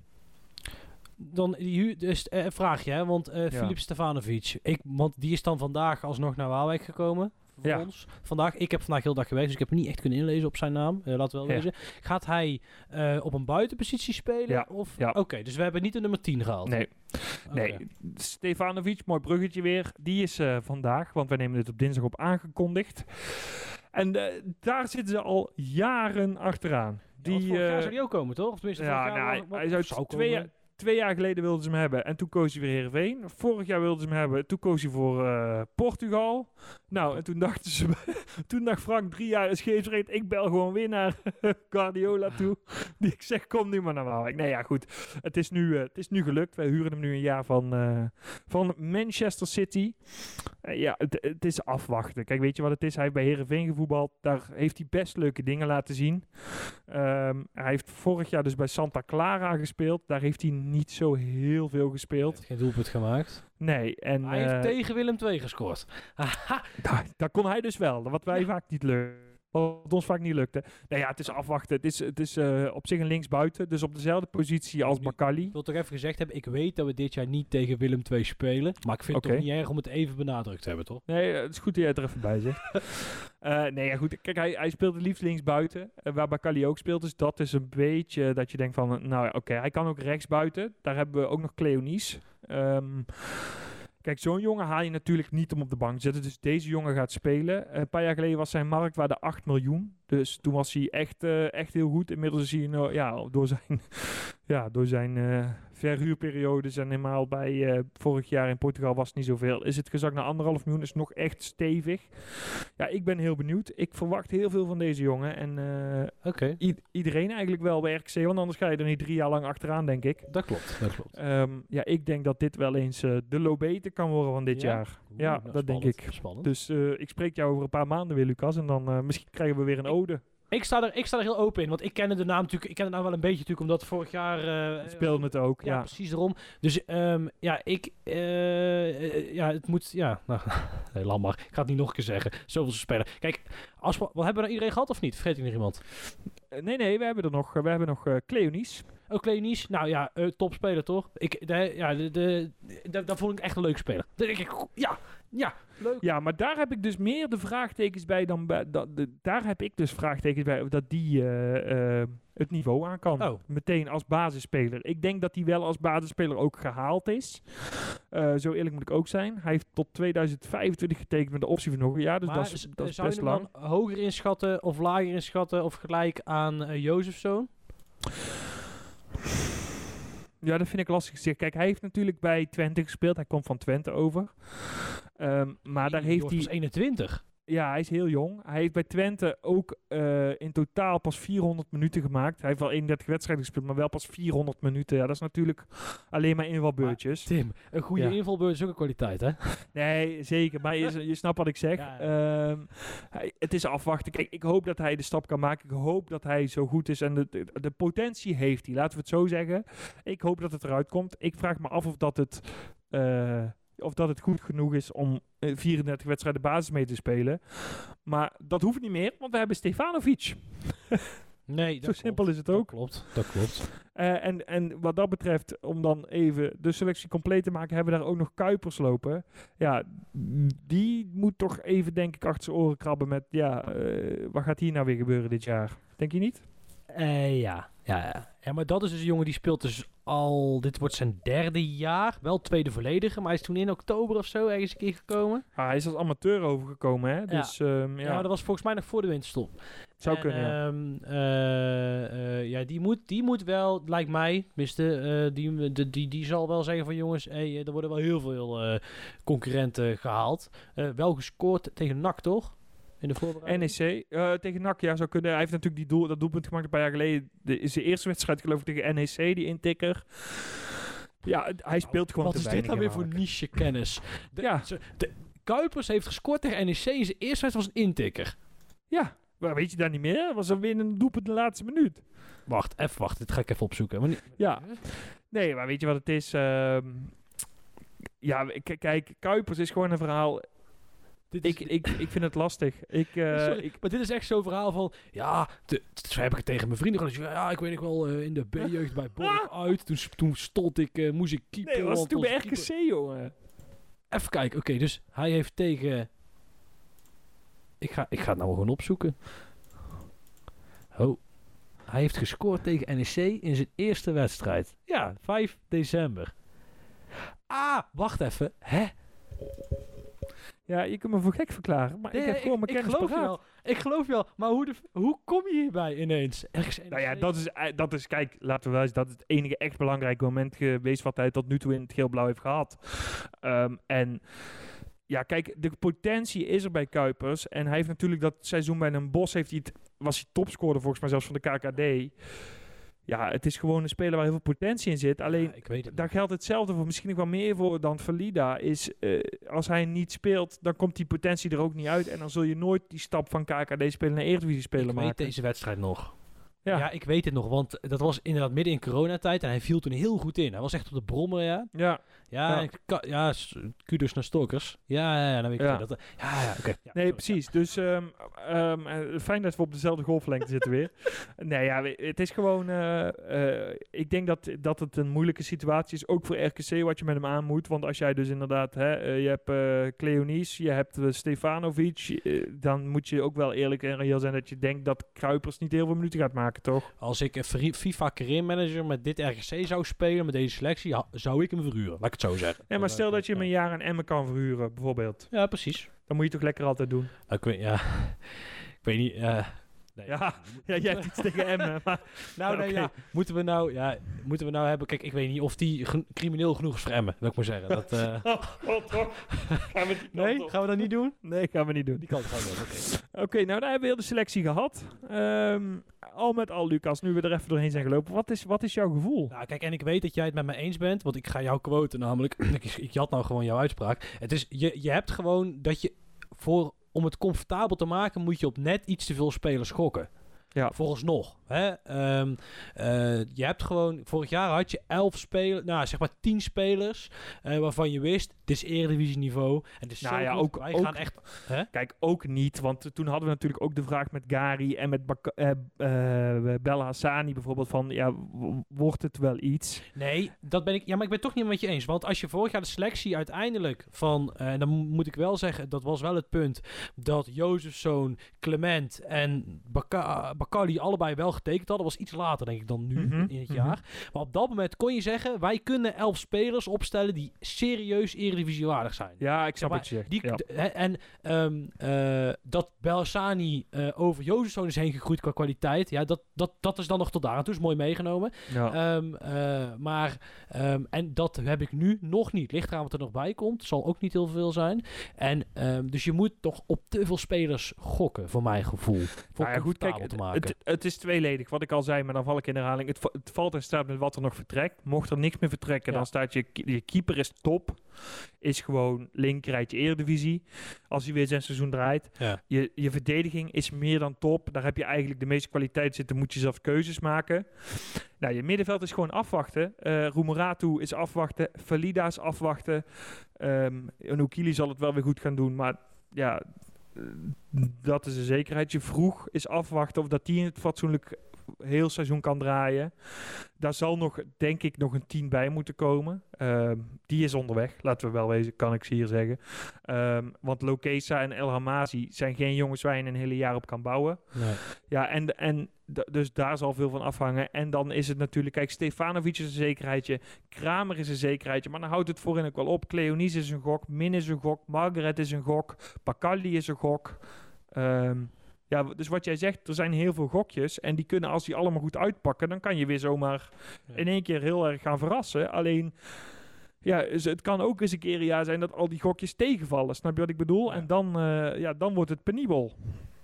Dan dus, uh, vraag je, hè? Want uh, ja. Filip Stefanovic, ik, want die is dan vandaag alsnog naar Waalwijk gekomen. Voor ja. ons vandaag. Ik heb vandaag heel dag gewerkt, dus ik heb niet echt kunnen inlezen op zijn naam. Uh, laten we wel ja. wezen. Gaat hij uh, op een buitenpositie spelen? Ja. Of? Ja. Oké, okay, dus we hebben niet de nummer tien gehaald. Nee. Okay. Nee. Stefanovic, mooi bruggetje weer. Die is uh, vandaag, want wij nemen dit op dinsdag op, aangekondigd. En uh, daar zitten ze al jaren achteraan. Die, ja, vorig jaar uh, zou die ook komen, toch? Of tenminste, ja, vorig jaar nou, wat, hij zou, zou twee jaar... Twee jaar geleden wilden ze hem hebben en toen koos hij voor Heerenveen. Vorig jaar wilden ze hem hebben, toen koos hij voor uh, Portugal. Nou, en toen dachten ze, toen dacht Frank, drie jaar is scheepsreed, ik bel gewoon weer naar Guardiola toe. Die ik zeg, kom nu maar naar Waalwijk. Nee, ja, goed. Het is nu, uh, het is nu gelukt. Wij huren hem nu een jaar van, uh, van Manchester City. Uh, ja, het, het is afwachten. Kijk, weet je wat het is? Hij heeft bij Heerenveen gevoetbald. Daar heeft hij best leuke dingen laten zien. Um, hij heeft vorig jaar dus bij Santa Clara gespeeld. Daar heeft hij niet zo heel veel gespeeld. Hij heeft geen doelpunt gemaakt. Nee. En, hij uh, heeft tegen Willem twee gescoord. daar, daar kon hij dus wel. Wat wij ja. vaak niet lukken. Wat ons vaak niet lukte. Nou ja, het is afwachten. Het is, het is uh, op zich een linksbuiten. Dus op dezelfde positie als Bakali. Ik wil toch even gezegd hebben. Ik weet dat we dit jaar niet tegen Willem twee spelen. Maar ik vind okay. het toch niet erg om het even benadrukt te hebben, toch? Nee, het is goed dat jij het er even bij zegt. uh, nee, ja, goed. Kijk, hij, hij speelt het liefst linksbuiten. Uh, waar Bakali ook speelt. Dus dat is een beetje dat je denkt van... Nou ja, oké. Okay, hij kan ook rechtsbuiten. Daar hebben we ook nog Cleonice. Um, Kijk, zo'n jongen haal je natuurlijk niet om op de bank te zetten. Dus deze jongen gaat spelen. Uh, een paar jaar geleden was zijn marktwaarde acht miljoen. Dus toen was hij echt, uh, echt heel goed. Inmiddels is hij nou, ja, door zijn, ja, door zijn uh, verhuurperiodes en helemaal bij uh, vorig jaar in Portugal was het niet zoveel. Is het gezakt naar anderhalf miljoen, is nog echt stevig. Ja, ik ben heel benieuwd. Ik verwacht heel veel van deze jongen. En uh, okay. i- iedereen eigenlijk wel bij R K C, want anders ga je er niet drie jaar lang achteraan, denk ik. Dat klopt, dat klopt. Um, ja, ik denk dat dit wel eens uh, de Lobete kan worden van dit ja? jaar. Oeh, ja, nou, dat spannend, denk ik. Spannend. Dus uh, ik spreek jou over een paar maanden weer, Lucas. En dan uh, misschien krijgen we weer een ode. Ik sta, er, ik sta er heel open in, want ik kende de naam natuurlijk, ik ken de naam wel een beetje natuurlijk, omdat vorig jaar... Uh, speelde het ook, ja. ja. precies erom. Dus um, ja, ik... Uh, uh, ja, het moet... Ja, nou, nee, laat maar. Ik ga het niet nog een keer zeggen. Zoveel spelen. Kijk, als we, wat hebben we nou iedereen gehad of niet? Vergeet ik nog iemand? Uh, nee, nee, we hebben er nog, uh, we hebben nog uh, Cleonice. Ook Cleonice, nou ja, uh, topspeler toch? Ik, de, ja, de, de, de, daar vond ik echt een leuk speler. Dan denk ik, ja, ja, leuk. Ja, maar daar heb ik dus meer de vraagtekens bij dan bij... Dat, de, daar heb ik dus vraagtekens bij dat die uh, uh, het niveau aan kan. Oh. Meteen als basisspeler. Ik denk dat hij wel als basisspeler ook gehaald is. Uh, zo eerlijk moet ik ook zijn. Hij heeft tot tweeduizend vijfentwintig getekend met de optie van nog een jaar. Dus maar dat is, dat is zou best je hem lang. dan hoger inschatten of lager inschatten of gelijk aan uh, Jozefzoon? Ja, dat vind ik lastig te zeggen. Kijk, hij heeft natuurlijk bij Twente gespeeld. Hij komt van Twente over. Um, maar daar heeft hij... eenentwintig. Ja, hij is heel jong. Hij heeft bij Twente ook uh, in totaal pas vierhonderd minuten gemaakt. Hij heeft wel eenendertig wedstrijden gespeeld, maar wel pas vierhonderd minuten. Ja, dat is natuurlijk alleen maar invalbeurtjes. Maar Tim, een goede ja. invalbeurt is ook een kwaliteit, hè? Nee, zeker. Maar je, je snapt wat ik zeg. Ja, ja. Um, hij, het is afwachten. Kijk, ik hoop dat hij de stap kan maken. Ik hoop dat hij zo goed is. En de, de, de potentie heeft hij, laten we het zo zeggen. Ik hoop dat het eruit komt. Ik vraag me af of dat het... Uh, of dat het goed genoeg is om vierendertig wedstrijden basis mee te spelen. Maar dat hoeft niet meer, want we hebben Stefanovic. Nee, dat Zo simpel is het ook. Dat klopt, dat klopt. Uh, en, en wat dat betreft, om dan even de selectie compleet te maken, hebben we daar ook nog Kuipers lopen. Ja, die moet toch even, denk ik, achter zijn oren krabben met, ja, uh, wat gaat hier nou weer gebeuren dit jaar? Denk je niet? Uh, ja. Ja, ja. ja, maar dat is dus een jongen die speelt dus al... Dit wordt zijn derde jaar. Wel tweede volledige, maar hij is toen in oktober of zo ergens een keer gekomen. Ah, hij is als amateur overgekomen, hè? Dus, ja. Um, ja. ja, dat was volgens mij nog voor de winterstop. Zou en, kunnen, ja. Um, uh, uh, ja, die moet, die moet wel, lijkt mij, tenminste, uh, die, die, die, die zal wel zeggen van jongens, hey, er worden wel heel veel uh, concurrenten gehaald. Uh, wel gescoord tegen N A C, toch? In de voorbereiding? N E C. Uh, tegen N A C, ja, zou kunnen. Hij heeft natuurlijk die doel, dat doelpunt gemaakt een paar jaar geleden. De, is de eerste wedstrijd, geloof ik, tegen N E C, die intikker. Ja, het, hij speelt gewoon Wat te is dit nou weer voor maken. niche kennis? De, Ja. ze, de, Kuipers heeft gescoord tegen N E C in zijn eerste wedstrijd was een intikker. Ja, maar weet je dat niet meer? Was er weer een doelpunt in de laatste minuut. Wacht, even wacht. Dit ga ik even opzoeken. Maar niet, Ja. Nee, maar weet je wat het is? Uh, ja, k- kijk, Kuipers is gewoon een verhaal... Dit is, Ik, ik, ik vind het lastig. Ik, uh, Sorry, ik, maar dit is echt zo'n verhaal van... Ja, de, zo heb ik het tegen mijn vrienden gedaan. Ja, ik weet nog wel, uh, in de B-jeugd bij Borg uit. Toen, toen stond ik, uh, moest ik keeper. nee, dat was want toen bij onze R K C, keeper- jongen. Even kijken. Oké, okay, dus hij heeft tegen... Ik ga, ik ga het nou gewoon opzoeken. Oh. Hij heeft gescoord tegen N E C in zijn eerste wedstrijd. Ja, vijf december. Ah, wacht even. Hè? Ja, je kunt me voor gek verklaren, maar Nee, ik heb gewoon mijn ik kennis geloof je paraat. wel. Ik geloof je wel. Maar hoe, de, hoe kom je hierbij ineens? Ergens N E C? Nou ja, dat is, eh, dat is, kijk, laten we wel eens, dat is het enige echt belangrijke moment geweest wat hij tot nu toe in het geel-blauw heeft gehad. Um, en ja, kijk, de potentie is er bij Kuipers. En hij heeft natuurlijk dat seizoen bij Den Bosch, heeft hij het, was hij topscorer volgens mij zelfs van de K K D. Ja, het is gewoon een speler waar heel veel potentie in zit. Alleen, Ja, ik weet het daar niet. geldt hetzelfde voor, misschien nog wel meer voor dan Valida. Is, uh, als hij niet speelt, dan komt die potentie er ook niet uit. En dan zul je nooit die stap van K K D-speler naar Eredivisie-speler Ik maken. weet deze wedstrijd nog. Ja. Ja. ik weet het nog, want dat was inderdaad midden in coronatijd en hij viel toen heel goed in. Hij was echt op de brommer, ja. Ja, Ja, Ja. en ka- ja, s- kudos naar Stalkers. Ja, ja, ja, dan weet ik Ja. dat. Ja, ja, oké. Ja, nee, sorry, precies. Dus um, um, uh, fijn dat we op dezelfde golflengte zitten weer. Nee, ja, we- het is gewoon... Uh, uh, ik denk dat, dat het een moeilijke situatie is, ook voor R K C, wat je met hem aan moet. Want als jij dus inderdaad... Hè, uh, je hebt uh, Cleonice, je hebt uh, Stefanovic... Uh, dan moet je ook wel eerlijk en reëel zijn dat je denkt dat Kuipers niet heel veel minuten gaat maken, toch? ja. Als ik een Fri- FIFA Career Manager met dit R K C zou spelen, met deze selectie, ha- zou ik hem verhuren. Laat ik het zo zeggen. Nee, maar stel dat je hem Ja. een jaar aan Emmen kan verhuren, bijvoorbeeld. Ja, precies. Dan moet je toch lekker altijd doen. Nou, ik weet, ja, ik weet niet. Uh, Nee. Ja, ja, jij hebt iets tegen Emmen. Maar, Nou, nee, Oké. ja. Moeten we nou, ja, moeten we nou hebben... Kijk, ik weet niet of die gen- crimineel genoeg is voor Emmen, wil ik maar zeggen. Dat, eh, oh, God, toch? Gaan we die kant nee, op? gaan we dat niet doen? Nee, gaan we niet doen. Die kant gaan we doen, oké. Oké, nou, daar hebben we heel de selectie gehad. Ehm, al met al, Lucas, nu we er even doorheen zijn gelopen. Wat is, wat is jouw gevoel? Nou, kijk, en ik weet dat jij het met me eens bent, want ik ga jou quoten namelijk. ik, ik jat nou gewoon jouw uitspraak. Het is, je, je hebt gewoon dat je voor... Om het comfortabel te maken moet je op net iets te veel spelers gokken. Ja. Vooralsnog. Hè? Um, uh, je hebt gewoon... Vorig jaar had je elf spelers... Nou, zeg maar tien spelers... Uh, waarvan je wist... Dit is Eredivisie-niveau. En het is Nou zo ja, goed. ook- Wij ook- gaan echt... Hè? Kijk, ook niet, want toen hadden we natuurlijk ook de vraag met Gary en met Bak- eh, eh, Bella Hassani bijvoorbeeld van, ja, w- wordt het wel iets? Nee, dat ben ik... Ja, maar ik ben het toch niet met je eens. Want als je vorig jaar de selectie uiteindelijk van... En uh, dan mo- moet ik wel zeggen... Dat was wel het punt... Dat Jozefzoon, Clement en Baka- Bakali allebei wel getekend hadden. Was iets later, denk ik, dan nu Mhm, in het mhm. jaar. Maar op dat moment kon je zeggen... Wij kunnen elf spelers opstellen die serieus Eredivisie-waardig zijn. Ja, ik snap maar wat je zegt. Die, Ja. d- hè, en um, uh, dat Belhassani uh, over Jozefzoon is heen gegroeid qua kwaliteit. Ja, dat, dat, dat is dan nog tot daar aan toe. Is mooi meegenomen. Ja. Um, uh, maar, um, en dat heb ik nu nog niet. Ligt eraan wat er nog bij komt. Zal ook niet heel veel zijn. En um, dus je moet toch op te veel spelers gokken, voor mijn gevoel. Voor Nou ja, goed, kijk, comfortabel het, te maken. het, het is tweeledig. Wat ik al zei, maar dan val ik in de herhaling. Het, va- het valt en staat met wat er nog vertrekt. Mocht er niks meer vertrekken, Ja. dan staat je, je keeper is top. Is gewoon linkerrijtje Eredivisie. Als hij weer zijn seizoen draait. Ja. Je, je verdediging is meer dan top. Daar heb je eigenlijk de meeste kwaliteit zitten. Moet je zelf keuzes maken. Nou, je middenveld is gewoon afwachten. Uh, Roemeratu is afwachten. Valida is afwachten. Um, Oukili zal het wel weer goed gaan doen. Maar ja, uh, dat is een zekerheid. Je vroeg is afwachten of dat die in het fatsoenlijk heel seizoen kan draaien. Daar zal nog, denk ik, nog een tien bij moeten komen. Um, die is onderweg, laten we wel wezen, kan ik ze hier zeggen. Um, want Lokesa en El Hamazi zijn geen jongens waar je een hele jaar op kan bouwen. Nee. Ja, en, en d- dus daar zal veel van afhangen. En dan is het natuurlijk, kijk, Stefanovic is een zekerheidje. Kramer is een zekerheidje. Maar dan houdt het voorin ook wel op. Cleonice is een gok. Min is een gok. Margaret is een gok. Pacalli is een gok. Um, Ja, dus wat jij zegt, er zijn heel veel gokjes. En die kunnen, als die allemaal goed uitpakken, dan kan je weer zomaar Ja. in één keer heel erg gaan verrassen. Alleen, ja, dus het kan ook eens een keer een jaar zijn dat al die gokjes tegenvallen. Snap je wat ik bedoel? Ja. En dan, uh, ja, dan wordt het penibel.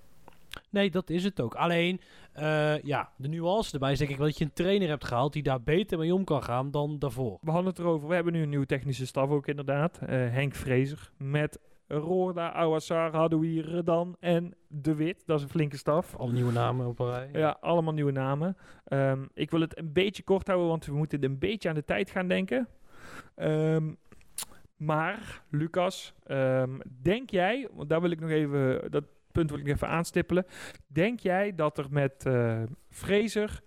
Nee, dat is het ook. Alleen, uh, ja, de nuance erbij is denk ik wel dat je een trainer hebt gehaald die daar beter mee om kan gaan dan daarvoor. We hadden het erover. We hebben nu een nieuwe technische staf ook inderdaad. Uh, Henk Vrezer met Roorda, Ouassar, Hadoui, Redan en De Wit. Dat is een flinke staf. Alle nieuwe namen op een rij. Ja, allemaal nieuwe namen. Um, ik wil het een beetje kort houden, want we moeten een beetje aan de tijd gaan denken. Um, maar, Lucas, um, denk jij, want daar wil ik nog even, dat punt wil ik even aanstippelen. Denk jij dat er met uh, Vrezer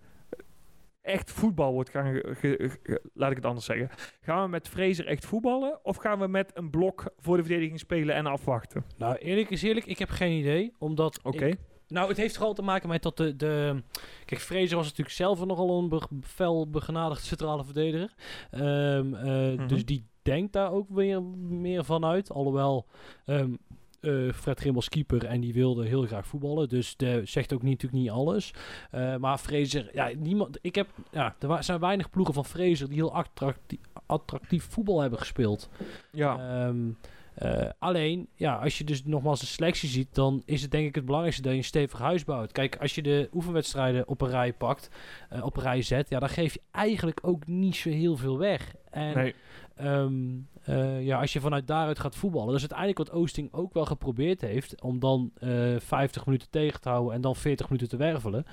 echt voetbal wordt gaan, ge, ge, ge, laat ik het anders zeggen. Gaan we met Vrezer echt voetballen of gaan we met een blok voor de verdediging spelen en afwachten? Nou, eerlijk is eerlijk, ik heb geen idee, omdat Oké. Okay. Nou, het heeft vooral te maken met dat de... de kijk, Vrezer was natuurlijk zelf nogal een be fel begenadigd centrale verdediger. Um, uh, mm-hmm. Dus die denkt daar ook weer meer van uit. Alhoewel... Um, Uh, Fred Grimmels keeper en die wilde heel graag voetballen. Dus de zegt ook niet, natuurlijk niet alles. Uh, maar Vrezer, ja, niemand. Ik heb, ja, er zijn weinig ploegen van Vrezer die heel attractief, attractief voetbal hebben gespeeld. Ja. Um, uh, alleen, ja, als je dus nogmaals de selectie ziet, dan is het denk ik het belangrijkste dat je een stevig huis bouwt. Kijk, als je de oefenwedstrijden op een rij pakt, uh, op een rij zet, ja, dan geef je eigenlijk ook niet zo heel veel weg. En nee. Um, uh, ja, als je vanuit daaruit gaat voetballen, dat is uiteindelijk wat Oosting ook wel geprobeerd heeft, om dan uh, vijftig minuten tegen te houden en dan veertig minuten te wervelen.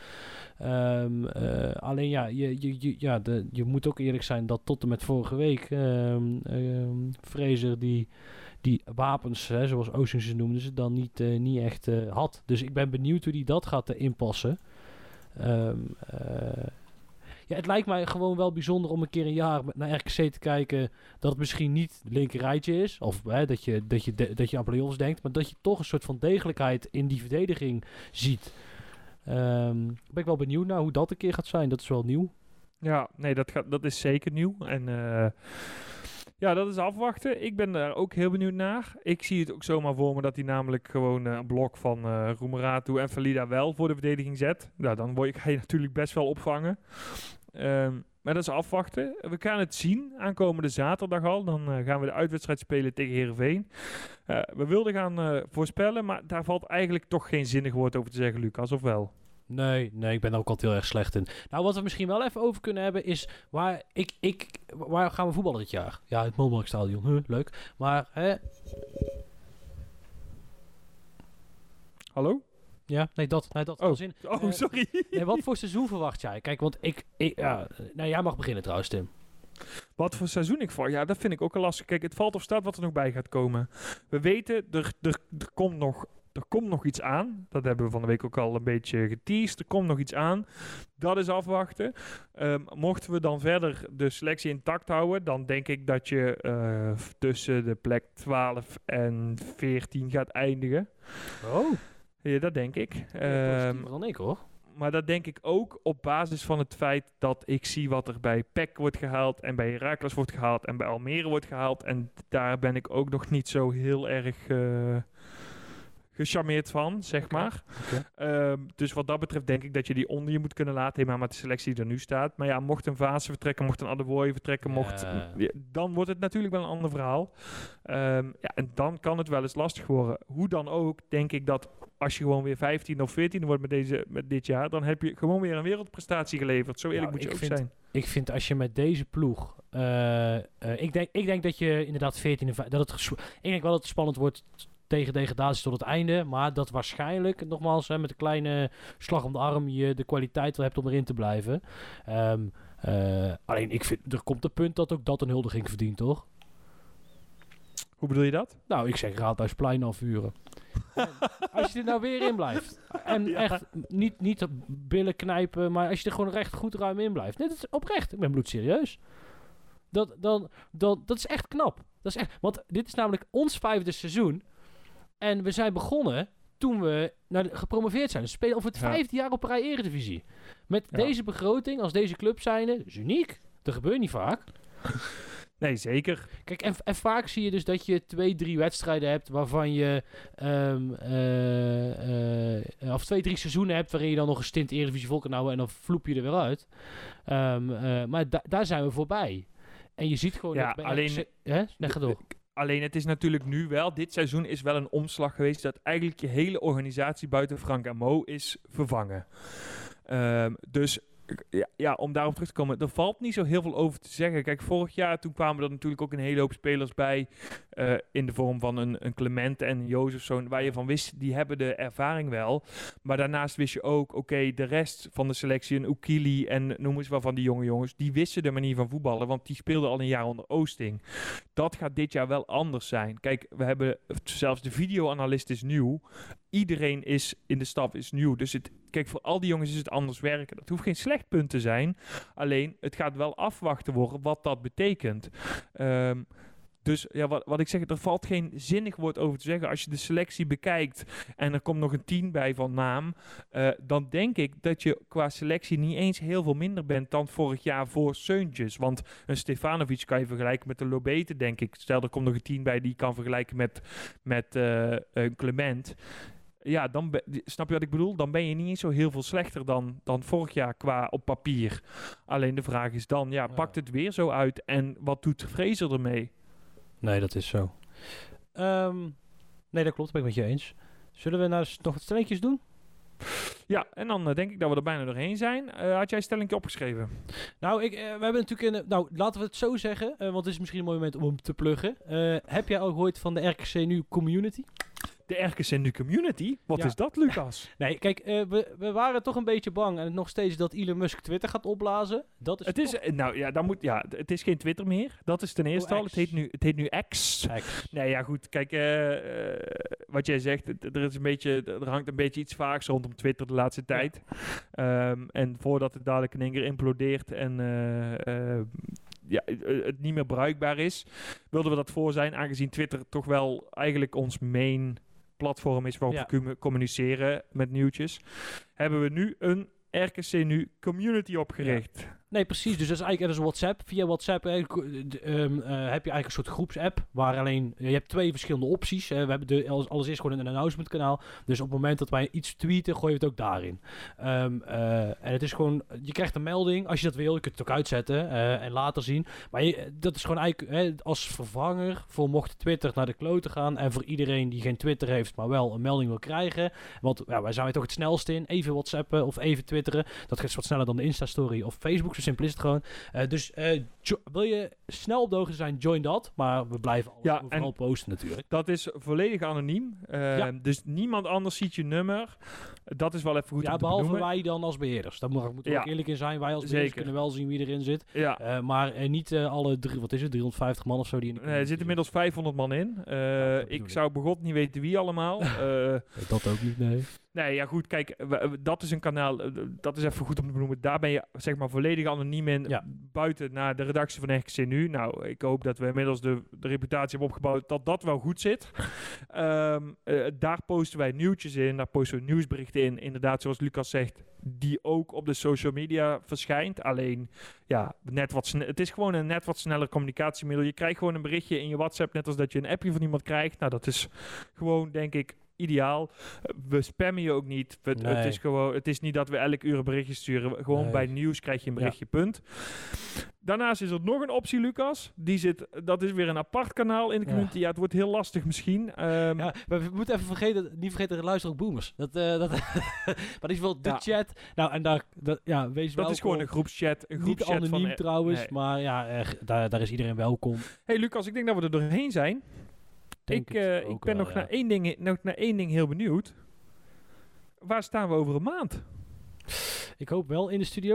Um, uh, alleen ja, je, je, je, ja de, je moet ook eerlijk zijn dat tot en met vorige week um, um, Vrezer die, die wapens, hè, zoals Oosting ze noemde, ze dan niet, uh, niet echt uh, had. Dus ik ben benieuwd hoe die dat gaat uh, inpassen. Um, uh, Ja, het lijkt mij gewoon wel bijzonder om een keer een jaar naar R K C te kijken dat het misschien niet het linker rijtje is. Of hè, dat, je, dat, je de, dat je aan play-offs denkt. Maar dat je toch een soort van degelijkheid in die verdediging ziet. Um, ben ik wel benieuwd naar hoe dat een keer gaat zijn. Dat is wel nieuw. Ja, nee, dat, gaat, dat is zeker nieuw. En uh, Ja, dat is afwachten. Ik ben daar ook heel benieuwd naar. Ik zie het ook zomaar voor me dat hij namelijk gewoon uh, een blok van uh, Roemeratu en Valida wel voor de verdediging zet. Nou, dan word je, ga je natuurlijk best wel opvangen. Um, maar dat is afwachten. We gaan het zien aankomende zaterdag al. Dan uh, gaan we de uitwedstrijd spelen tegen Heerenveen. Uh, we wilden gaan uh, voorspellen, maar daar valt eigenlijk toch geen zinnig woord over te zeggen, Lucas, of wel? Nee, nee, ik ben daar ook altijd heel erg slecht in. Nou, wat we misschien wel even over kunnen hebben is... Waar, ik, ik, waar gaan we voetballen dit jaar? Ja, het Moelmarktstadion. Huh, leuk. Maar, hè... Hallo? Ja, nee, dat. Nee, dat oh, zin. oh uh, sorry. Nee, wat voor seizoen verwacht jij? Kijk, want ik... ik ja, nou, jij mag beginnen trouwens, Tim. Wat voor seizoen ik voor? Ja, dat vind ik ook al lastig. Kijk, het valt of staat wat er nog bij gaat komen. We weten, er, er, er komt nog... Er komt nog iets aan. Dat hebben we van de week ook al een beetje geteased. Er komt nog iets aan. Dat is afwachten. Um, mochten we dan verder de selectie intact houden, dan denk ik dat je uh, tussen de plek twaalf en veertien gaat eindigen. Oh. Ja, dat denk ik. Ja, um, dan ik hoor. Maar dat denk ik ook op basis van het feit dat ik zie wat er bij P E C wordt gehaald en bij Heracles wordt gehaald en bij Almere wordt gehaald. En daar ben ik ook nog niet zo heel erg... Uh, gecharmeerd van, zeg okay. maar. Okay. Um, dus wat dat betreft denk ik dat je die onder je moet kunnen laten, helemaal met de selectie die er nu staat. Maar ja, mocht een Vaassen vertrekken, mocht een Adeboye vertrekken, mocht, uh. ja, dan wordt het natuurlijk wel een ander verhaal. Um, ja, en dan kan het wel eens lastig worden. Hoe dan ook, denk ik dat als je gewoon weer vijftien of veertien wordt met, deze, met dit jaar, dan heb je gewoon weer een wereldprestatie geleverd. Zo eerlijk nou, moet je ook vind, zijn. Ik vind als je met deze ploeg... Uh, uh, ik, denk, ik denk dat je inderdaad veertien en vijftien... Dat het gespo- ik denk wel dat het spannend wordt... tegen degradatie tot het einde, maar dat waarschijnlijk, nogmaals, hè, met een kleine slag om de arm, je de kwaliteit wel hebt om erin te blijven. Um, uh, alleen, ik vind, er komt een punt dat ook dat een huldiging verdient, toch? Hoe bedoel je dat? Nou, ik zeg Raadhuisplein afvuren. Als je er nou weer in blijft. En ja. echt niet, niet billen knijpen, maar als je er gewoon recht goed ruim in blijft. Nee, dat is oprecht. Ik ben bloedserieus. Dat, dan, dat, dat is echt knap. Dat is echt, want dit is namelijk ons vijfde seizoen. En we zijn begonnen toen we naar de, gepromoveerd zijn. Dus we spelen over het ja. vijfde jaar op een rij Eredivisie. Met ja. deze begroting, als deze club zijnde, dat is uniek. Dat gebeurt niet vaak. Nee, zeker. Kijk, en, en vaak zie je dus dat je twee, drie wedstrijden hebt waarvan je... Um, uh, uh, of twee, drie seizoenen hebt waarin je dan nog een stint Eredivisie vol kan houden en dan vloep je er weer uit. Um, uh, maar da- daar zijn we voorbij. En je ziet gewoon... Ja, dat bij alleen... R K C, hè? Nee, ga door. Alleen het is natuurlijk nu wel, dit seizoen is wel een omslag geweest dat eigenlijk je hele organisatie buiten Frank en Mo is vervangen. Um, dus ja, ja, om daarop terug te komen, er valt niet zo heel veel over te zeggen. Kijk, vorig jaar toen kwamen er natuurlijk ook een hele hoop spelers bij uh, in de vorm van een, een Clemente en een Jozefzoon, waar je van wist, die hebben de ervaring wel. Maar daarnaast wist je ook, oké, okay, de rest van de selectie, een Oekili en noem eens wat van die jonge jongens, die wisten de manier van voetballen, want die speelden al een jaar onder Oosting. Dat gaat dit jaar wel anders zijn. Kijk, we hebben, zelfs de videoanalist is nieuw. Iedereen is in de staf is nieuw. Dus het, kijk, voor al die jongens is het anders werken. Dat hoeft geen slecht punt te zijn. Alleen, het gaat wel afwachten worden wat dat betekent. Um, dus ja, wat, wat ik zeg, er valt geen zinnig woord over te zeggen. Als je de selectie bekijkt en er komt nog een tien bij van naam, uh, dan denk ik dat je qua selectie niet eens heel veel minder bent dan vorig jaar voor Seuntjes. Want een Stefanovic kan je vergelijken met de Lobete, denk ik. Stel, er komt nog een tien bij die je kan vergelijken met, met uh, een Clement. Ja, dan be- snap je wat ik bedoel? Dan ben je niet eens zo heel veel slechter dan, dan vorig jaar qua op papier. Alleen de vraag is dan, ja, pakt het weer zo uit en wat doet Fraser ermee? Nee, dat is zo. Um, nee, dat klopt. Dat ben ik met je eens. Zullen we nou nog wat stellingjes doen? Ja, en dan uh, denk ik dat we er bijna doorheen zijn. Uh, had jij een stellingje opgeschreven? Nou, ik, uh, we hebben natuurlijk... In, nou, laten we het zo zeggen, uh, want het is misschien een mooi moment om hem te pluggen. Uh, heb jij al gehoord van de R K C Nu Community? De R K C Nu Community? Wat ja. is dat, Lucas? Nee, kijk, uh, we, we waren toch een beetje bang en nog steeds dat Elon Musk Twitter gaat opblazen. Dat is het is, toch... nou ja, dan moet, ja, het is geen Twitter meer. Dat is ten eerste oh, al. Het heet nu, het heet nu X. X. Nee, ja, goed. Kijk, uh, uh, wat jij zegt, er is een beetje, er hangt een beetje iets vaags rondom Twitter de laatste tijd. Ja. Um, en voordat het dadelijk in één keer implodeert en uh, uh, ja, het niet meer bruikbaar is, wilden we dat voor zijn, aangezien Twitter toch wel eigenlijk ons main platform is waarop ja. we communiceren met nieuwtjes, hebben we nu een R K C Nu Community opgericht. Ja. Nee, precies. Dus dat is eigenlijk dat is WhatsApp. Via WhatsApp eh, ko- d- ehm, eh, heb je eigenlijk een soort groepsapp waar alleen je hebt twee verschillende opties. Eh, we hebben de alles, alles is gewoon een announcement kanaal. Dus op het moment dat wij iets tweeten, gooi je het ook daarin. Ehm, eh, en het is gewoon, je krijgt een melding als je dat wil. Je kunt het ook uitzetten eh, en later zien. Maar je, dat is gewoon eigenlijk hè, als vervanger voor mocht Twitter naar de klote gaan en voor iedereen die geen Twitter heeft, maar wel een melding wil krijgen. Want ja, wij zijn er toch het snelst in. Even WhatsAppen of even twitteren. Dat gaat wat sneller dan de Insta-story of Facebook. Zo simpel is het gewoon. Uh, dus uh, jo- wil je snel op de hoogte zijn, join dat. Maar we blijven alles Ja, overal en- posten natuurlijk. Dat is volledig anoniem. Uh, Ja. Dus niemand anders ziet je nummer. Dat is wel even goed Ja, om te behalve benoemen. wij dan als beheerders. Daar moeten we Ja. ook eerlijk in zijn. Wij als beheerders Zeker. kunnen wel zien wie erin zit. Ja. Uh, maar uh, niet uh, alle, drie, wat is het, driehonderdvijftig man of zo die in de Nee, er zitten inmiddels vijfhonderd man in. Uh, dat bedoel ik ik. zou begot niet weten wie allemaal. Uh, Dat ook niet, nee. nee, ja goed, kijk, w- w- dat is een kanaal, uh, dat is even goed om te benoemen. Daar ben je zeg maar volledig anoniem in, Ja. buiten naar de redactie van R K C Nu. Nou, ik hoop dat we inmiddels de, de reputatie hebben opgebouwd dat dat wel goed zit. Um, uh, daar posten wij nieuwtjes in, daar posten we nieuwsberichten in. Inderdaad, zoals Lucas zegt, die ook op de social media verschijnt. Alleen, ja, net wat sne- het is gewoon een net wat sneller communicatiemiddel. Je krijgt gewoon een berichtje in je WhatsApp, net als dat je een appje van iemand krijgt. Nou, dat is gewoon, denk ik, ideaal. Uh, We spammen je ook niet. We- Nee. Het is gewoon, het is niet dat we elk uur een berichtje sturen. Gewoon Nee. bij nieuws krijg je een berichtje, punt. Daarnaast is er nog een optie, Lucas. Die zit, dat is weer een apart kanaal in de Ja. community. Ja, het wordt heel lastig misschien. Ehm, Ja, maar we moeten even vergeten, niet vergeten, er luisteren ook boomers. Dat, uh, dat maar die is wel de Ja. chat. Nou, en daar, dat, ja, wees dat welkom. is gewoon een groepschat. Een Niet groepschat anoniem van, eh, trouwens, nee. maar ja, er, daar, daar is iedereen welkom. Hey Lucas, ik denk dat we er doorheen zijn. Denk Ik, het eh, ik ook ben wel, nog, ja. naar één ding, nog naar één ding heel benieuwd. Waar staan we over een maand? Ik hoop wel in de studio.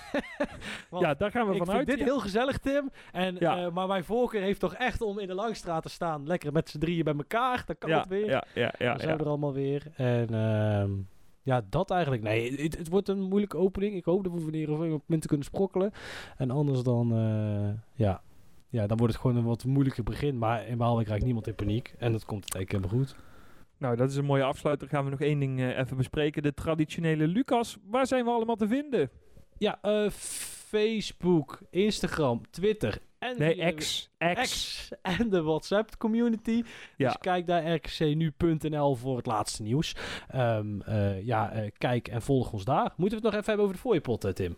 Want Ja, daar gaan we ik vanuit. vind dit ja. heel gezellig, Tim. En, Ja. eh, maar mijn voorkeur heeft toch echt om in de Langstraat te staan. Lekker met z'n drieën bij elkaar. Dan kan ja, het weer. Ja, ja, ja, Dan zijn ja. we er allemaal weer. En ehm, ja, dat eigenlijk. Nee, het, het wordt een moeilijke opening. Ik hoop dat we wanneer of op momenten kunnen sprokkelen. En anders dan, eh, ja. ja, dan wordt het gewoon een wat moeilijker begin. Maar in Waalwijk raakt niemand in paniek. En dat komt het eigenlijk helemaal goed. Nou, dat is een mooie afsluiter. Gaan we nog één ding eh, even bespreken. De traditionele Lucas. Waar zijn we allemaal te vinden? Ja, eh, Facebook, Instagram, Twitter en Nee, via de- X. X. X en de WhatsApp community. Ja. Dus kijk naar r k c nu punt n l voor het laatste nieuws. Ehm, eh, ja, eh, kijk en volg ons daar. Moeten we het nog even hebben over de fooiepot, eh, Tim?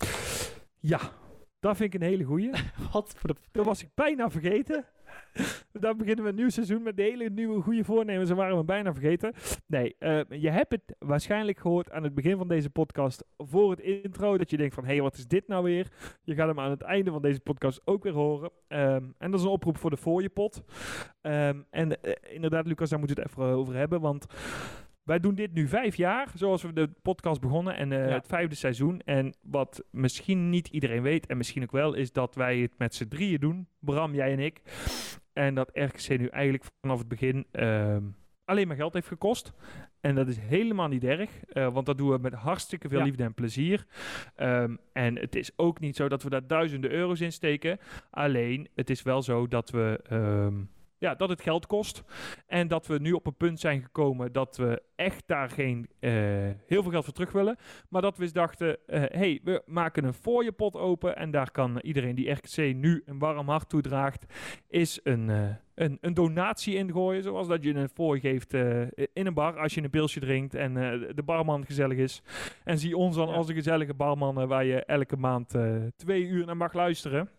Ja, dat vind ik een hele goeie. Wat voor de... Dat was ik bijna vergeten. Dan beginnen we een nieuw seizoen met de hele nieuwe goede voornemens en waren we bijna vergeten. Nee, uh, je hebt het waarschijnlijk gehoord aan het begin van deze podcast voor het intro. Dat je denkt van, hé, hey, wat is dit nou weer? Je gaat hem aan het einde van deze podcast ook weer horen. Um, en dat is een oproep voor de fooiepot. Um, en uh, inderdaad, Lucas, daar moeten we het even over hebben, want... Wij doen dit nu vijf jaar, zoals we de podcast begonnen. En uh, Ja. het vijfde seizoen. En wat misschien niet iedereen weet, en misschien ook wel, is dat wij het met z'n drieën doen. Bram, jij en ik. En dat R K C nu eigenlijk vanaf het begin uh, alleen maar geld heeft gekost. En dat is helemaal niet erg, uh, want dat doen we met hartstikke veel Ja. liefde en plezier. Um, en het is ook niet zo dat we daar duizenden euro's in steken. Alleen, het is wel zo dat we... Um, Ja, dat het geld kost. En dat we nu op een punt zijn gekomen dat we echt daar geen uh, heel veel geld voor terug willen. Maar dat we eens dachten, hé, uh, hey, we maken een fooiepot open. En daar kan iedereen die R K C nu een warm hart toedraagt, is een, uh, een, een donatie ingooien. Zoals dat je een fooi geeft uh, in een bar als je een pilsje drinkt en uh, de barman gezellig is. En zie ons dan Ja. als een gezellige barman uh, waar je elke maand uh, twee uur naar mag luisteren.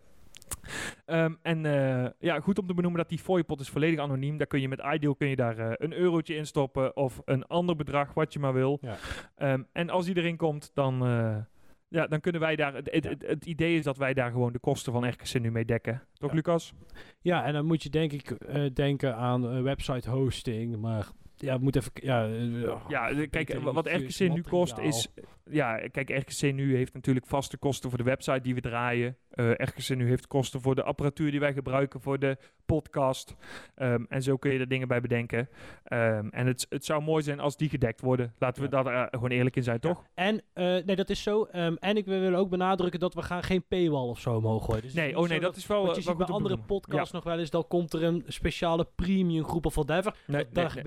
Um, en uh, ja, goed om te benoemen dat die fooiepot is volledig anoniem. Daar kun je met Ideal kun je daar uh, een eurotje in stoppen of een ander bedrag wat je maar wil. Ja. Um, en als die erin komt, dan, uh, ja, dan kunnen wij daar... Het, het, het, het idee is dat wij daar gewoon de kosten van R K C nu mee dekken. Toch, Ja. Lucas? Ja, en dan moet je denk ik uh, denken aan uh, website hosting, maar... Ja, het moet even... Ja, uh, Ja, de- kijk, batterietjes, wat R K C nu kost materiaal. is... Ja, kijk, R K C nu heeft natuurlijk vaste kosten voor de website die we draaien. Uh, R K C nu heeft kosten voor de apparatuur die wij gebruiken voor de podcast. Um, en zo kun je er dingen bij bedenken. Um, en het, het zou mooi zijn als die gedekt worden. Laten we Ja. daar uh, gewoon eerlijk in zijn, toch? En, uh, nee, dat is zo. Um, en ik wil ook benadrukken dat we gaan geen paywall of zo omhoog gooien. Dus het Nee, is oh niet nee, zo dat is wel... Wat je uh, ziet wel bij goed om te andere benoemen. podcasts nog wel eens, dan komt er een speciale premium groep of whatever. Nee, Dat- nee, daar nee. willen we niet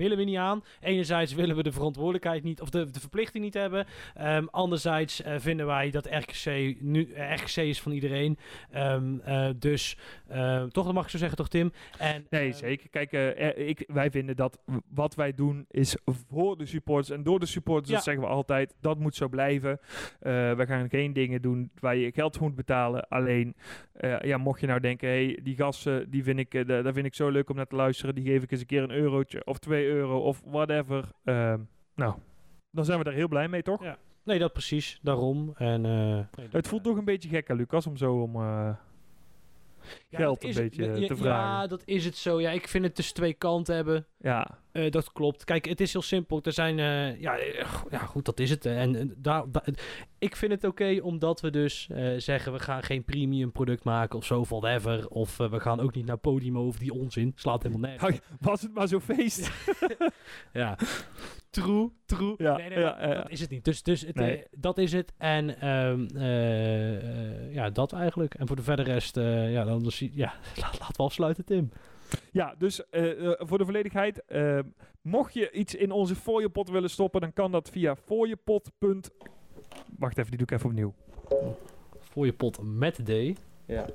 aan. Enerzijds willen we de verantwoordelijkheid niet, of de, de verplichting niet hebben. Um, anderzijds uh, vinden wij dat R K C nu uh, R K C is van iedereen. Um, uh, dus uh, toch, dat mag ik zo zeggen, toch Tim? En, Nee, uh, zeker. Kijk, uh, er, ik, wij vinden dat w- wat wij doen is voor de supporters en door de supporters. Ja. Dat zeggen we altijd. Dat moet zo blijven. Uh, we gaan geen dingen doen waar je geld voor moet betalen. Alleen, uh, ja, mocht je nou denken, hey, die gasten, die vind ik, uh, da- daar vind ik zo leuk om naar te luisteren. Die geef ik eens een keer een eurotje of twee euro of whatever. Uh, nou, dan zijn we daar heel blij mee, toch? Ja. Nee, dat precies. Daarom. En, uh, nee, dat, Het voelt toch een beetje gek, hè, Lucas, om zo om... Uh, ja, geld dat een is het. beetje Ja, te vragen. Ja, dat is het zo. Ja, ik vind het dus twee kanten hebben. Ja, Uh, dat klopt. Kijk, het is heel simpel. Er zijn, uh, ja, uh, ja, goed, dat is het. En uh, daar, da- ik vind het oké, okay, omdat we dus uh, zeggen, we gaan geen premium product maken of zo, whatever. Of uh, we gaan ook niet naar Podimo of die onzin. Slaat helemaal nergens. Nou, was het maar zo'n feest. Ja. True, true. Ja, nee, nee, ja, maar ja, ja. dat is het niet. Dus, dus het, Nee. uh, dat is het. En um, uh, uh, ja, dat eigenlijk. En voor de verder rest, uh, ja, dan zie ja, laten we afsluiten, Tim. Ja, dus uh, uh, voor de volledigheid, uh, mocht je iets in onze fooiepot willen stoppen, dan kan dat via fooiepot. Wacht even, die doe ik even opnieuw. Voor je pot met D. Ja.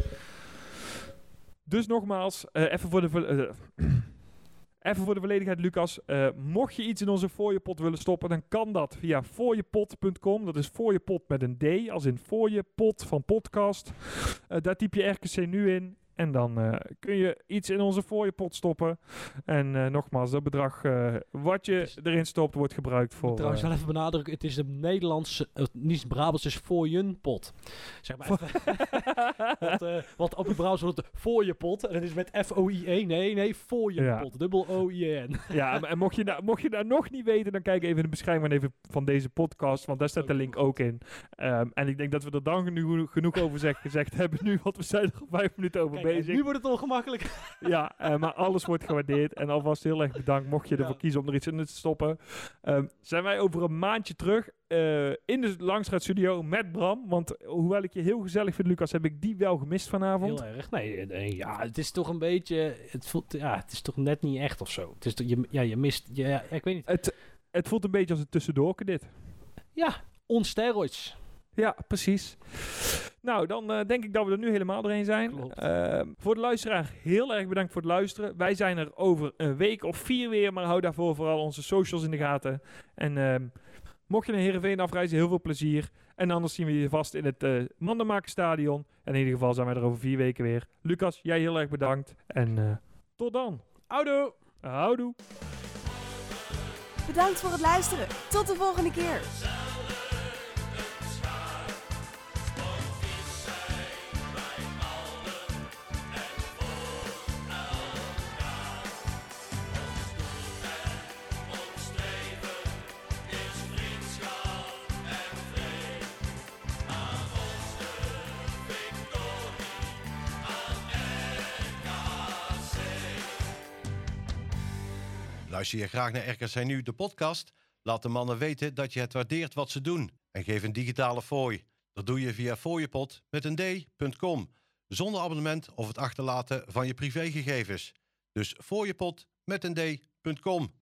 Dus nogmaals, uh, even voor de vo- uh, even voor de volledigheid, Lucas. Uh, mocht je iets in onze fooiepot willen stoppen, dan kan dat via fooiepot punt com. Dat is fooiepot met een D, als in fooiepot van podcast. Uh, daar typ je R K C nu in. En dan uh, kun je iets in onze fooiepot stoppen. En uh, nogmaals, dat bedrag uh, wat je erin stopt, wordt gebruikt voor... Trouwens, uh, wel even benadrukken, het is de Nederlandse, uh, niet Brabants, is fooienpot. Zeg maar even. wat, uh, wat op de Brabants wordt het fooiepot. En dat is met F O I E. Nee, nee, fooienpot. Ja. Dubbel O I E N. Ja, en mocht je, nou, mocht je nou nog niet weten, dan kijk even in de beschrijving even van deze podcast. Want daar staat de link ook in. Um, en ik denk dat we er dan genoeg, genoeg over zeg, gezegd hebben nu. Want we zijn er al vijf minuten over Kijk, bezig. Nu wordt het ongemakkelijk. Ja, uh, maar alles wordt gewaardeerd. En alvast heel erg bedankt mocht je ervoor Ja. kiezen om er iets in te stoppen. Um, zijn wij over een maandje terug uh, in de Langstraat Studio met Bram. Want hoewel ik je heel gezellig vind, Lucas, heb ik die wel gemist vanavond. Heel erg. Nee, nee, ja, het is toch een beetje... Het voelt, ja, het is toch net niet echt of zo. Het is toch, je, ja, je mist... Ja, ja, ik weet niet. Het, het voelt een beetje als een tussendoorke dit. Ja, on steroids. Ja, precies. Nou, dan uh, denk ik dat we er nu helemaal doorheen zijn. Uh, voor de luisteraar, heel erg bedankt voor het luisteren. Wij zijn er over een week of vier weer, maar hou daarvoor vooral onze socials in de gaten. En uh, mocht je naar Heerenveen afreizen, heel veel plezier. En anders zien we je vast in het uh, Mandenmakerstadion. En in ieder geval zijn wij er over vier weken weer. Lucas, jij heel erg bedankt. En uh, tot dan. Houdoe. Houdoe. Bedankt voor het luisteren. Tot de volgende keer. Luister je graag naar R K C Nu, de podcast? Laat de mannen weten dat je het waardeert wat ze doen. En geef een digitale fooi. Dat doe je via fooiepot met een d punt com. Zonder abonnement of het achterlaten van je privégegevens. Dus fooiepot met een d punt com.